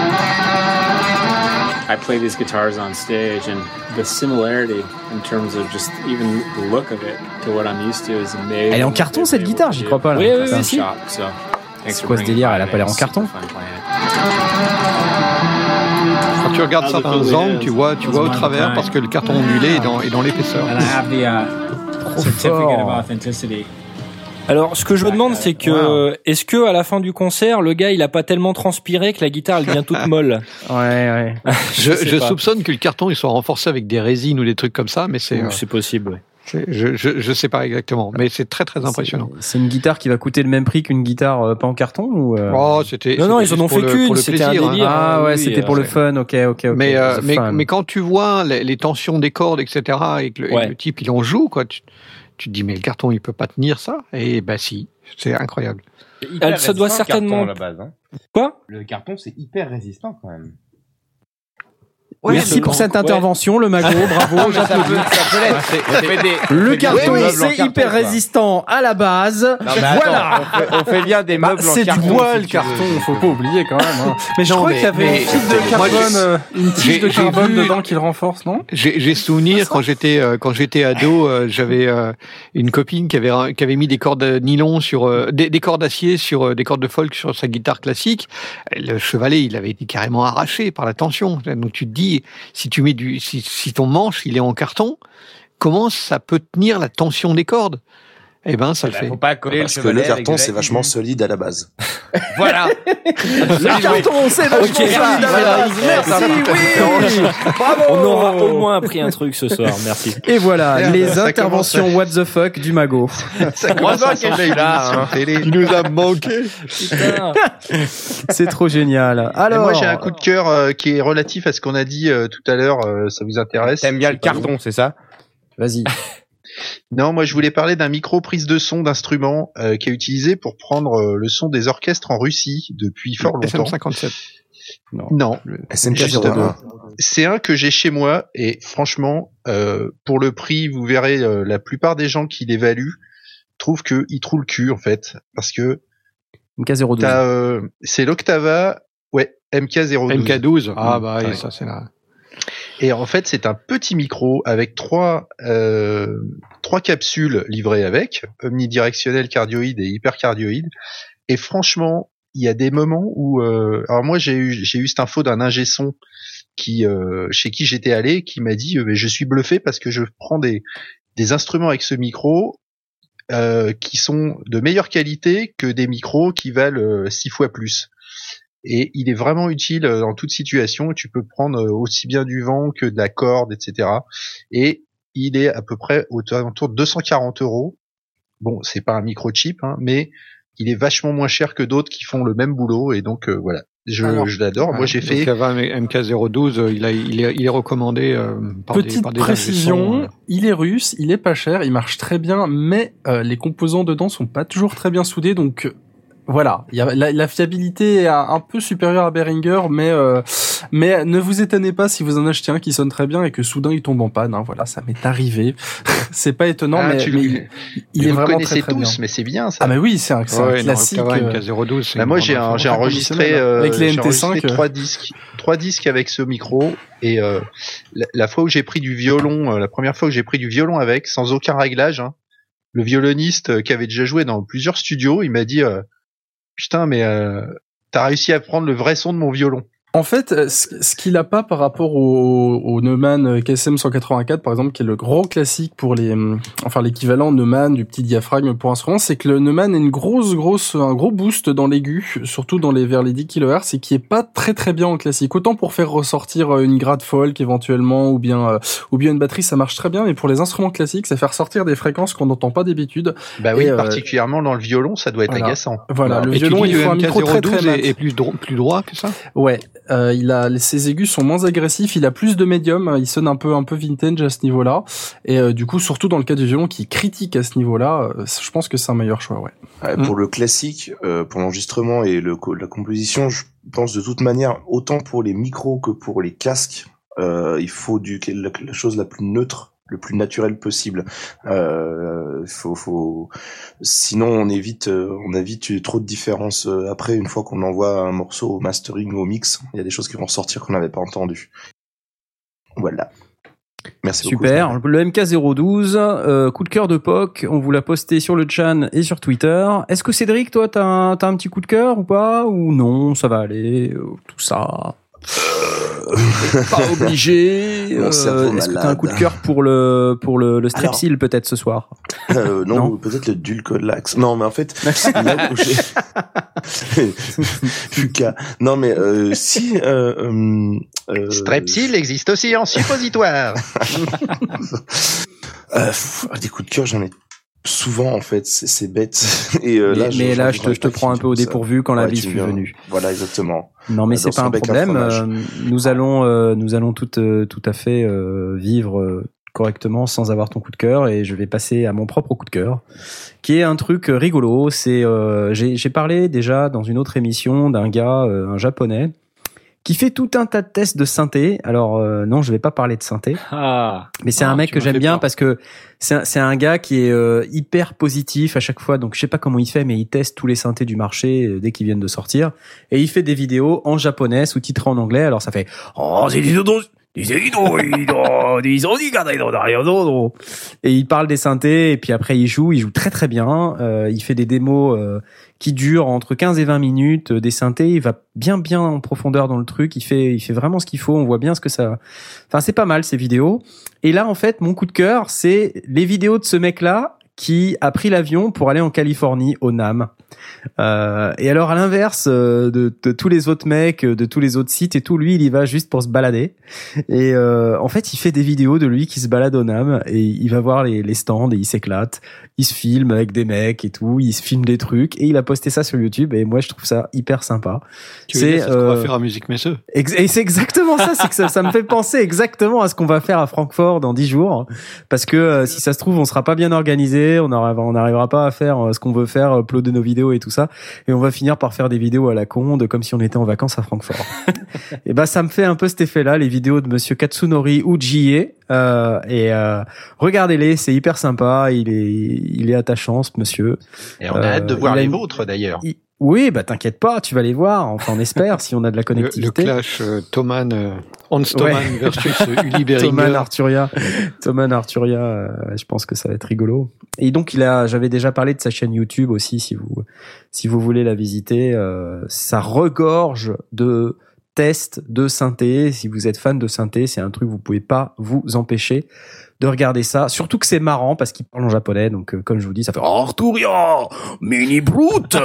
I play these guitars on stage, and the similarity in terms of just even the look of it to what I'm used to is amazing. Elle est en carton cette guitare, j'y crois pas là. Oui, si. C'est quoi ce délire? Elle a pas l'air en carton. Quand tu regardes certains angles, tu vois au travers parce que le carton ondulé est dans l'épaisseur. And I have the certificate of authenticity. Alors, ce que je me demande, c'est que est-ce que à la fin du concert, le gars, il a pas tellement transpiré que la guitare elle devient toute molle. Ouais. Je soupçonne que le carton il soit renforcé avec des résines ou des trucs comme ça, mais c'est possible. Ouais. Je sais pas exactement, mais c'est très très impressionnant. C'est une guitare qui va coûter le même prix qu'une guitare pas en carton ou c'était Non, ils en ont fait qu'une, c'était un délire. Ah ouais, c'était pour le fun. OK. Mais quand tu vois les tensions des cordes etc. et que le type il en joue quoi, tu te dis mais le carton il peut pas tenir ça et si, c'est incroyable. Ça doit certainement à la base. Quoi? Le carton c'est hyper résistant quand même. Ouais, merci pour cette intervention, le mago, bravo, j'applaudis. Le carton, c'est hyper résistant à la base. Non, voilà. On fait bien des meubles en carton. C'est du bois, le carton, faut pas oublier quand même. Mais je crois qu'il y avait une tige de carbone dedans qui le renforce, non? J'ai souvenir quand j'étais ado, j'avais une copine qui avait mis des cordes nylon sur des cordes d'acier sur des cordes de folk sur sa guitare classique. Le chevalet, il avait été carrément arraché par la tension. Donc tu te dis si tu mets si ton manche il est en carton, comment ça peut tenir la tension des cordes? Ça le fait. Faut pas coller parce que le carton c'est vachement solide à la base. Voilà. Le carton c'est vachement solide à la base. Merci, oui. Bravo. On aura au moins appris un truc ce soir. Merci. Et voilà les interventions what the fuck du mago. Ça commence à sembler là. Il nous a manqué. Putain. C'est trop génial. Alors, moi j'ai un coup de cœur qui est relatif à ce qu'on a dit tout à l'heure. Ça vous intéresse? T'aimes bien le carton, c'est ça? Vas-y. Non, moi je voulais parler d'un micro prise de son d'instrument qui est utilisé pour prendre le son des orchestres en Russie depuis fort longtemps. SM57. Non. SMK02. C'est un que j'ai chez moi et franchement, pour le prix, vous verrez la plupart des gens qui l'évaluent trouvent que il trouve le cul en fait, parce que MK02. C'est l'Octava, MK02. MK12. Ah ça c'est là. Et en fait, c'est un petit micro avec trois capsules livrées avec, omnidirectionnel, cardioïde et hypercardioïde. Et franchement, il y a des moments où, alors moi j'ai eu cette info d'un ingé son chez qui j'étais allé, qui m'a dit, mais je suis bluffé parce que je prends des instruments avec ce micro qui sont de meilleure qualité que des micros qui valent 6 fois plus. Et il est vraiment utile dans toute situation. Tu peux prendre aussi bien du vent que de la corde, etc. Et il est à peu près autour de 240 €. Bon, c'est pas un microchip, hein, mais il est vachement moins cher que d'autres qui font le même boulot. Et donc voilà, je l'adore. Moi, j'ai fait. Le MK012, il est recommandé par des précision. Il est russe, il est pas cher, il marche très bien, mais les composants dedans sont pas toujours très bien soudés, donc. Voilà, il y a la fiabilité est un peu supérieure à Behringer, mais ne vous étonnez pas si vous en achetez un qui sonne très bien et que soudain il tombe en panne. Hein, voilà, ça m'est arrivé. C'est pas étonnant, mais il est vraiment très très bien. Mais c'est bien ça. Ah mais oui, c'est un classique. Bah moi j'ai enregistré avec les NT5 trois disques avec ce micro et la fois où j'ai pris du violon, la première fois que j'ai pris du violon avec, sans aucun réglage, hein, le violoniste qui avait déjà joué dans plusieurs studios, il m'a dit putain, mais t'as réussi à prendre le vrai son de mon violon. En fait, ce qu'il a pas par rapport au Neumann KSM 184, par exemple, qui est le gros classique pour l'équivalent Neumann du petit diaphragme pour instrument, c'est que le Neumann a un gros boost dans l'aigu, surtout vers les 10 kHz, et qui est pas très très bien en classique. Autant pour faire ressortir une grade folk éventuellement, ou bien une batterie, ça marche très bien, mais pour les instruments classiques, ça fait ressortir des fréquences qu'on n'entend pas d'habitude. Bah oui, particulièrement dans le violon, ça doit être agaçant. Voilà, le violon, il faut un micro très très mat. Et plus droit que ça? Ouais. Ses aigus sont moins agressifs, il a plus de médium, il sonne un peu vintage à ce niveau-là, et du coup surtout dans le cas du violon qui est critique à ce niveau-là, je pense que c'est un meilleur choix, ouais. Pour le classique, pour l'enregistrement et la composition, je pense de toute manière, autant pour les micros que pour les casques, il faut la chose la plus neutre, le plus naturel possible. Sinon on évite trop de différences après, une fois qu'on envoie un morceau au mastering ou au mix, il y a des choses qui vont sortir qu'on n'avait pas entendues. Voilà. Merci Super. beaucoup. Super. Le MK012, coup de cœur de POC, on vous l'a posté sur le chan et sur Twitter. Est-ce que Cédric, toi, t'as un petit coup de cœur ou pas? Ou non, ça va aller, tout ça? Pas obligé. Est-ce que t'as un coup de cœur pour le Strepsil peut-être ce soir? Non, peut-être le Dulcolax. Non, mais en fait, là où Fuka. Non, mais si. Strepsil existe aussi en suppositoire. Des coups de cœur, j'en ai souvent en fait, c'est bête. Et mais là, je te prends un peu au dépourvu quand la vie fut venue. Voilà, exactement. Non, mais c'est pas un problème. Nous allons tout à fait vivre correctement sans avoir ton coup de cœur, et je vais passer à mon propre coup de cœur, qui est un truc rigolo. C'est j'ai parlé déjà dans une autre émission d'un gars, un japonais, qui fait tout un tas de tests de synthé. Alors non, je vais pas parler de synthé. Mais c'est un mec que j'aime bien parce que c'est un gars qui est hyper positif à chaque fois. Donc je sais pas comment il fait, mais il teste tous les synthés du marché dès qu'ils viennent de sortir, et il fait des vidéos en japonais sous-titrées en anglais. Alors ça fait et il parle des synthés, et puis après il joue très très bien. Il fait des démos qui durent entre 15 et 20 minutes, des synthés. Il va bien en profondeur dans le truc. Il fait vraiment ce qu'il faut. On voit bien ce que ça. Enfin, c'est pas mal ces vidéos. Et là, en fait, mon coup de cœur, c'est les vidéos de ce mec-là qui a pris l'avion pour aller en Californie, au NAMM. Et alors, à l'inverse de tous les autres mecs, de tous les autres sites et tout, lui, il y va juste pour se balader. Et en fait, il fait des vidéos de lui qui se balade au NAMM, et il va voir les stands et il s'éclate. Il se filme avec des mecs et tout, il se filme des trucs, et il a posté ça sur YouTube, et moi, je trouve ça hyper sympa. C'est ce qu'on va faire à Musique Messeux. Et c'est exactement ça, c'est que ça me fait penser exactement à ce qu'on va faire à Francfort dans 10 jours, parce que si ça se trouve, on sera pas bien organisé, on n'arrivera pas à faire ce qu'on veut faire, uploader nos vidéos et tout ça, et on va finir par faire des vidéos à la con, comme si on était en vacances à Francfort. Et ça me fait un peu cet effet-là, les vidéos de monsieur Katsunori Ujie, regardez-les, c'est hyper sympa, il est attachant, ce monsieur. Et on a hâte de voir les vôtres d'ailleurs. Oui, bah t'inquiète pas, tu vas les voir. Enfin, on espère si on a de la connectivité. Le clash Hans Thoman versus Uli Beringer. Thoman Arturia. Je pense que ça va être rigolo. Et donc j'avais déjà parlé de sa chaîne YouTube aussi, si vous voulez la visiter. Ça regorge de tests de synthé. Si vous êtes fan de synthé, c'est un truc vous pouvez pas vous empêcher de regarder ça, surtout que c'est marrant parce qu'il parle en japonais, donc comme je vous dis, ça fait Arturia, mini brute,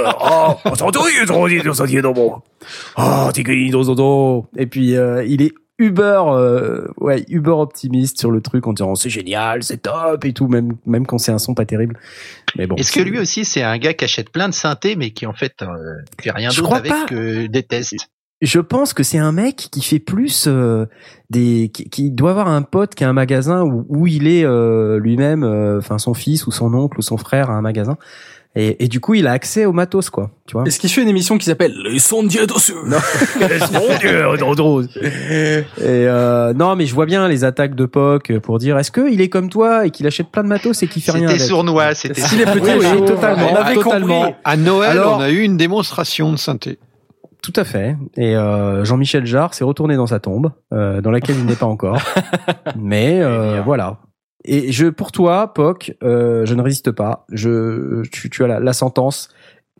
et puis il est uber optimiste sur le truc en disant c'est génial, c'est top et tout, même quand c'est un son pas terrible. Mais bon. Est-ce que lui aussi c'est un gars qui achète plein de synthés mais qui en fait fait rien d'autre avec que des tests? Je pense que c'est un mec qui fait plus qui doit avoir un pote qui a un magasin où il est lui-même, enfin son fils ou son oncle ou son frère a un magasin. Et du coup, il a accès au matos, quoi. Tu vois. Est-ce qu'il fait une émission qui s'appelle Les sondiers dessus? Non. Les sondiers Et non, mais je vois bien les attaques de POC pour dire est-ce que il est comme toi et qu'il achète plein de matos et qu'il fait rien avec. C'était sournois, c'était. S'il est petit, oui, totalement. On avait compris. À Noël, on a eu une démonstration de synthé. Tout à fait. Et Jean-Michel Jarre s'est retourné dans sa tombe, dans laquelle il n'est pas encore. Mais voilà. Et pour toi, POC, je ne résiste pas. Tu as la sentence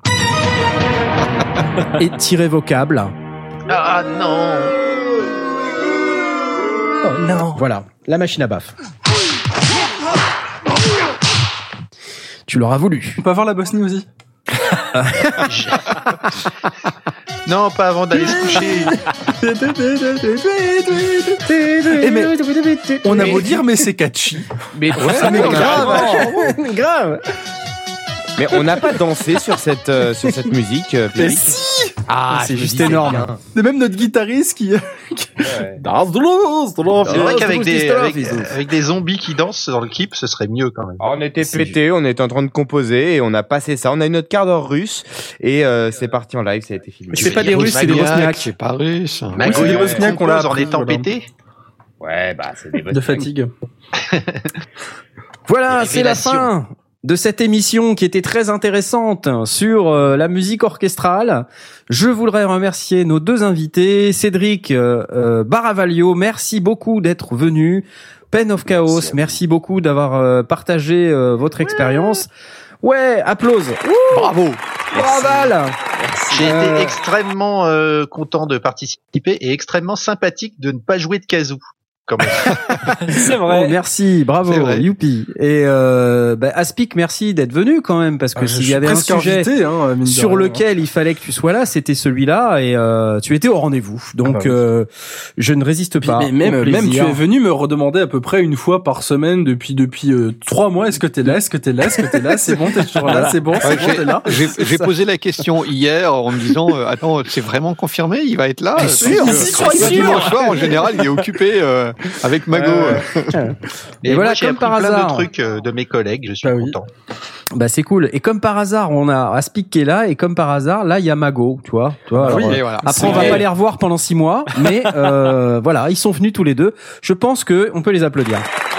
est irrévocable. Ah non. Oh non. Voilà, la machine à baffe. Tu l'auras voulu. On peut avoir la Bosnie aussi. Non, pas avant d'aller se coucher. Mais on a beau dire, mais c'est catchy. Mais grave. Mais on n'a pas dansé sur cette musique. Mais si. C'est juste énorme. C'est même notre guitariste qui. C'est vrai qu'avec des zombies qui dansent dans le clip, ce serait mieux quand même. On était pétés, on était en train de composer et on a passé ça. On a eu notre quart d'heure russe et c'est parti en live, ça a été filmé. C'est pas des Russes, c'est des Bosniaques. C'est pas russe. C'est des Bosniaques qu'on l'a en étant pétés. Ouais, bah c'est des de fatigue. Voilà, c'est la fin de cette émission qui était très intéressante sur la musique orchestrale. Je voudrais remercier nos deux invités, Cédric Baravaglio, merci beaucoup d'être venu. Pen of Chaos, merci beaucoup d'avoir partagé votre expérience. Ouais, applause. Bravo. Bravo. J'ai été extrêmement content de participer et extrêmement sympathique de ne pas jouer de kazoo. C'est vrai. Oh, merci, bravo, youpi. Et Aspic, merci d'être venu quand même, parce que s'il y avait un sujet sur lequel il fallait que tu sois là, c'était celui-là, et tu étais au rendez-vous. Donc je ne résiste pas. Mais même tu es venu me redemander à peu près une fois par semaine depuis 3 mois. Est-ce que t'es là? C'est bon, t'es toujours là. C'est bon, t'es là. J'ai posé la question hier en me disant attends, c'est vraiment confirmé, il va être là? Sûr. Dimanche soir, en général, il est occupé. Avec Mago. Et voilà, comme par hasard, plein de trucs de mes collègues, je suis content. Bah c'est cool. Et comme par hasard, on a Aspic qui est là, et comme par hasard, là il y a Mago, tu vois. Alors, voilà. Après on va pas les revoir pendant 6 mois, mais voilà, ils sont venus tous les deux. Je pense que on peut les applaudir.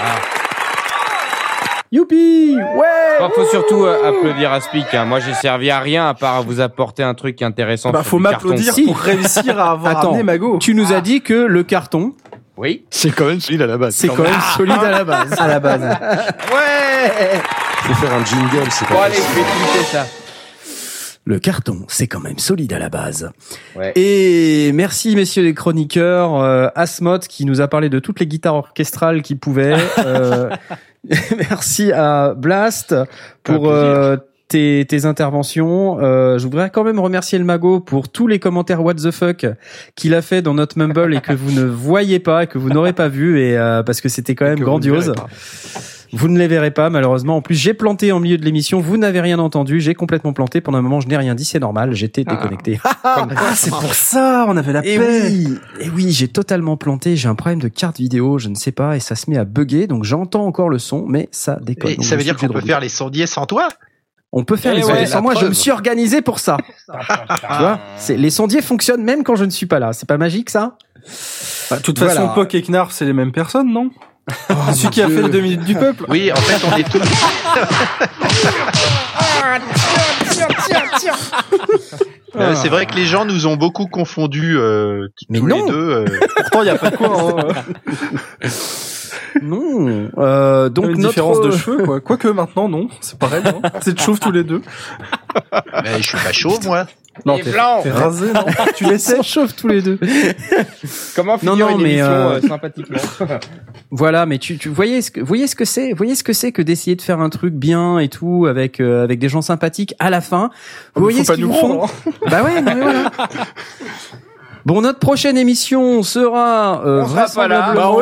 Youpi! Ouais! Faut surtout applaudir Aspic. Moi, j'ai servi à rien à part vous apporter un truc intéressant. Bah, faut m'applaudir pour réussir à avoir amené Mago. Tu nous as dit que le carton. Oui. C'est quand même solide à la base. C'est quand même solide à la base. Ouais! Faut faire un jingle, c'est pas allez, je vais tweeter ça. Le carton, c'est quand même solide à la base. Ouais. Et merci messieurs les chroniqueurs, Asmod qui nous a parlé de toutes les guitares orchestrales qu'il pouvait. Merci à Blast pour tes interventions. Je voudrais quand même remercier le Mago pour tous les commentaires what the fuck qu'il a fait dans notre Mumble et que vous ne voyez pas et que vous n'aurez pas vu, et parce que c'était quand même grandiose. Vous ne les verrez pas, malheureusement. En plus, j'ai planté en milieu de l'émission. Vous n'avez rien entendu. J'ai complètement planté. Pendant un moment, je n'ai rien dit. C'est normal. J'étais déconnecté. C'est pour ça. On avait la paix. Et oui, j'ai totalement planté. J'ai un problème de carte vidéo. Je ne sais pas. Et ça se met à bugger. Donc, j'entends encore le son, mais ça déconne. Et ça veut dire qu'on peut faire les sondiers sans toi? On peut faire les sondiers sans moi. Je me suis organisé pour ça. Tu vois? Les sondiers fonctionnent même quand je ne suis pas là. C'est pas magique, ça? De toute façon, POC et Knarf, c'est les mêmes personnes, non? Celui qui a fait les 2 minutes du peuple. Oui, en fait, on est tous. tiens. C'est vrai que les gens nous ont beaucoup confondus tous les deux. Pourtant, il n'y a pas de quoi. Non. Donc une différence de cheveux, quoi. Quoique maintenant, non. C'est pareil, non. C'est de chauve tous les deux. Mais je suis pas chauve, moi. Non, t'es rasé, non. Tu les sais chauve tous les deux. Comment finir une émission sympathiquement. Voilà, mais tu voyez ce que c'est que d'essayer de faire un truc bien et tout avec des gens sympathiques à la fin. Vous voyez ce qu'ils vous font. Bah ouais, non mais voilà. Bon, notre prochaine émission sera vraisemblablement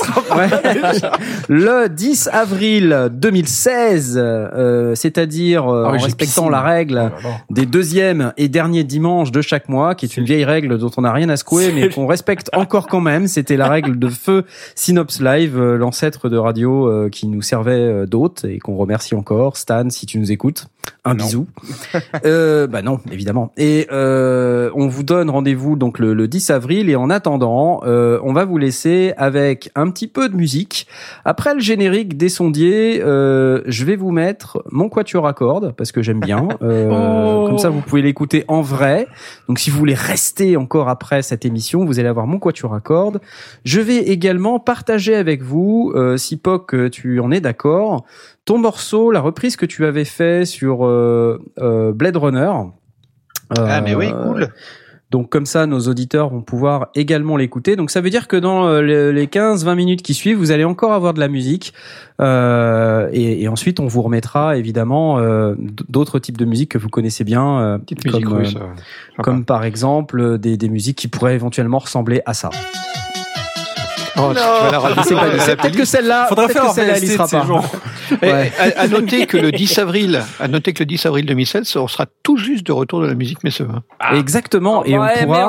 le 10 avril 2016, c'est-à-dire en respectant la règle des deuxième et dernier dimanches de chaque mois, qui est une vieille règle dont on n'a rien à secouer, mais qu'on respecte encore quand même. C'était la règle de feu Synops Live, l'ancêtre de radio qui nous servait d'hôte et qu'on remercie encore. Stan, si tu nous écoutes, bisou. Bah non, évidemment. Et on vous donne rendez-vous donc le 10 avril, et en attendant, on va vous laisser avec un petit peu de musique. Après le générique des sondiers, je vais vous mettre mon quatuor à cordes, parce que j'aime bien. Comme ça, vous pouvez l'écouter en vrai. Donc si vous voulez rester encore après cette émission, vous allez avoir mon quatuor à cordes. Je vais également partager avec vous, si Poc, tu en es d'accord, ton morceau, la reprise que tu avais fait sur Blade Runner. Mais oui, cool. Donc comme ça, nos auditeurs vont pouvoir également l'écouter. Donc ça veut dire que dans les 15-20 minutes qui suivent, vous allez encore avoir de la musique. Et ensuite, on vous remettra évidemment d'autres types de musique que vous connaissez bien, comme par exemple des musiques qui pourraient éventuellement ressembler à ça. Oh, c'est peut-être que celle-là, faudrait faire celle-là, elle y sera pas. Ouais. À noter que le 10 avril 2016, on sera tout juste de retour de la musique Messeux. Exactement. Et on pourra,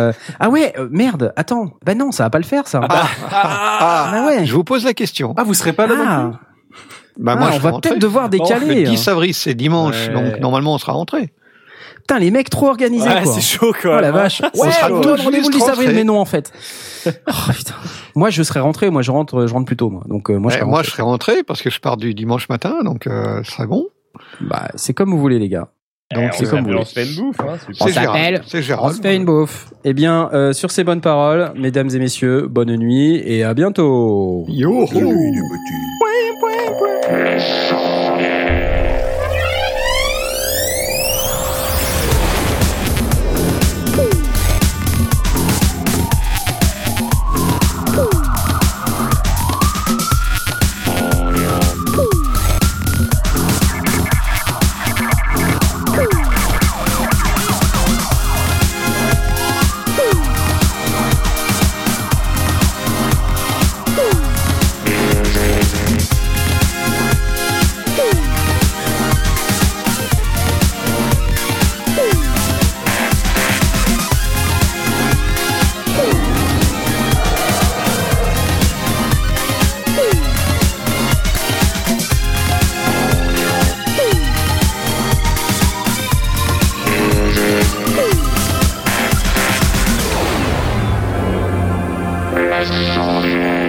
merde. Attends. Bah non, ça va pas le faire, ça. Bah ouais. Je vous pose la question. Vous serez pas là non plus. Bah moi, on va peut-être devoir décaler. Le 10 avril, c'est dimanche, donc normalement, on sera rentré. Putain, les mecs trop organisés, quoi. C'est chaud, quoi. Oh la vache. On sera rendez-vous le 10 avril, mais non, en fait. Oh, putain. Moi, je serais rentré. Moi, je rentre plus tôt, moi. Donc, moi, je serais rentré parce que je pars du dimanche matin, donc, ce serait bon. Bah, c'est comme vous voulez, les gars. Donc, c'est comme vous voulez. On se fait une bouffe, On se fait une bouffe. Eh bien, sur ces bonnes paroles, mesdames et messieurs, bonne nuit et à bientôt. Yo. Let's go.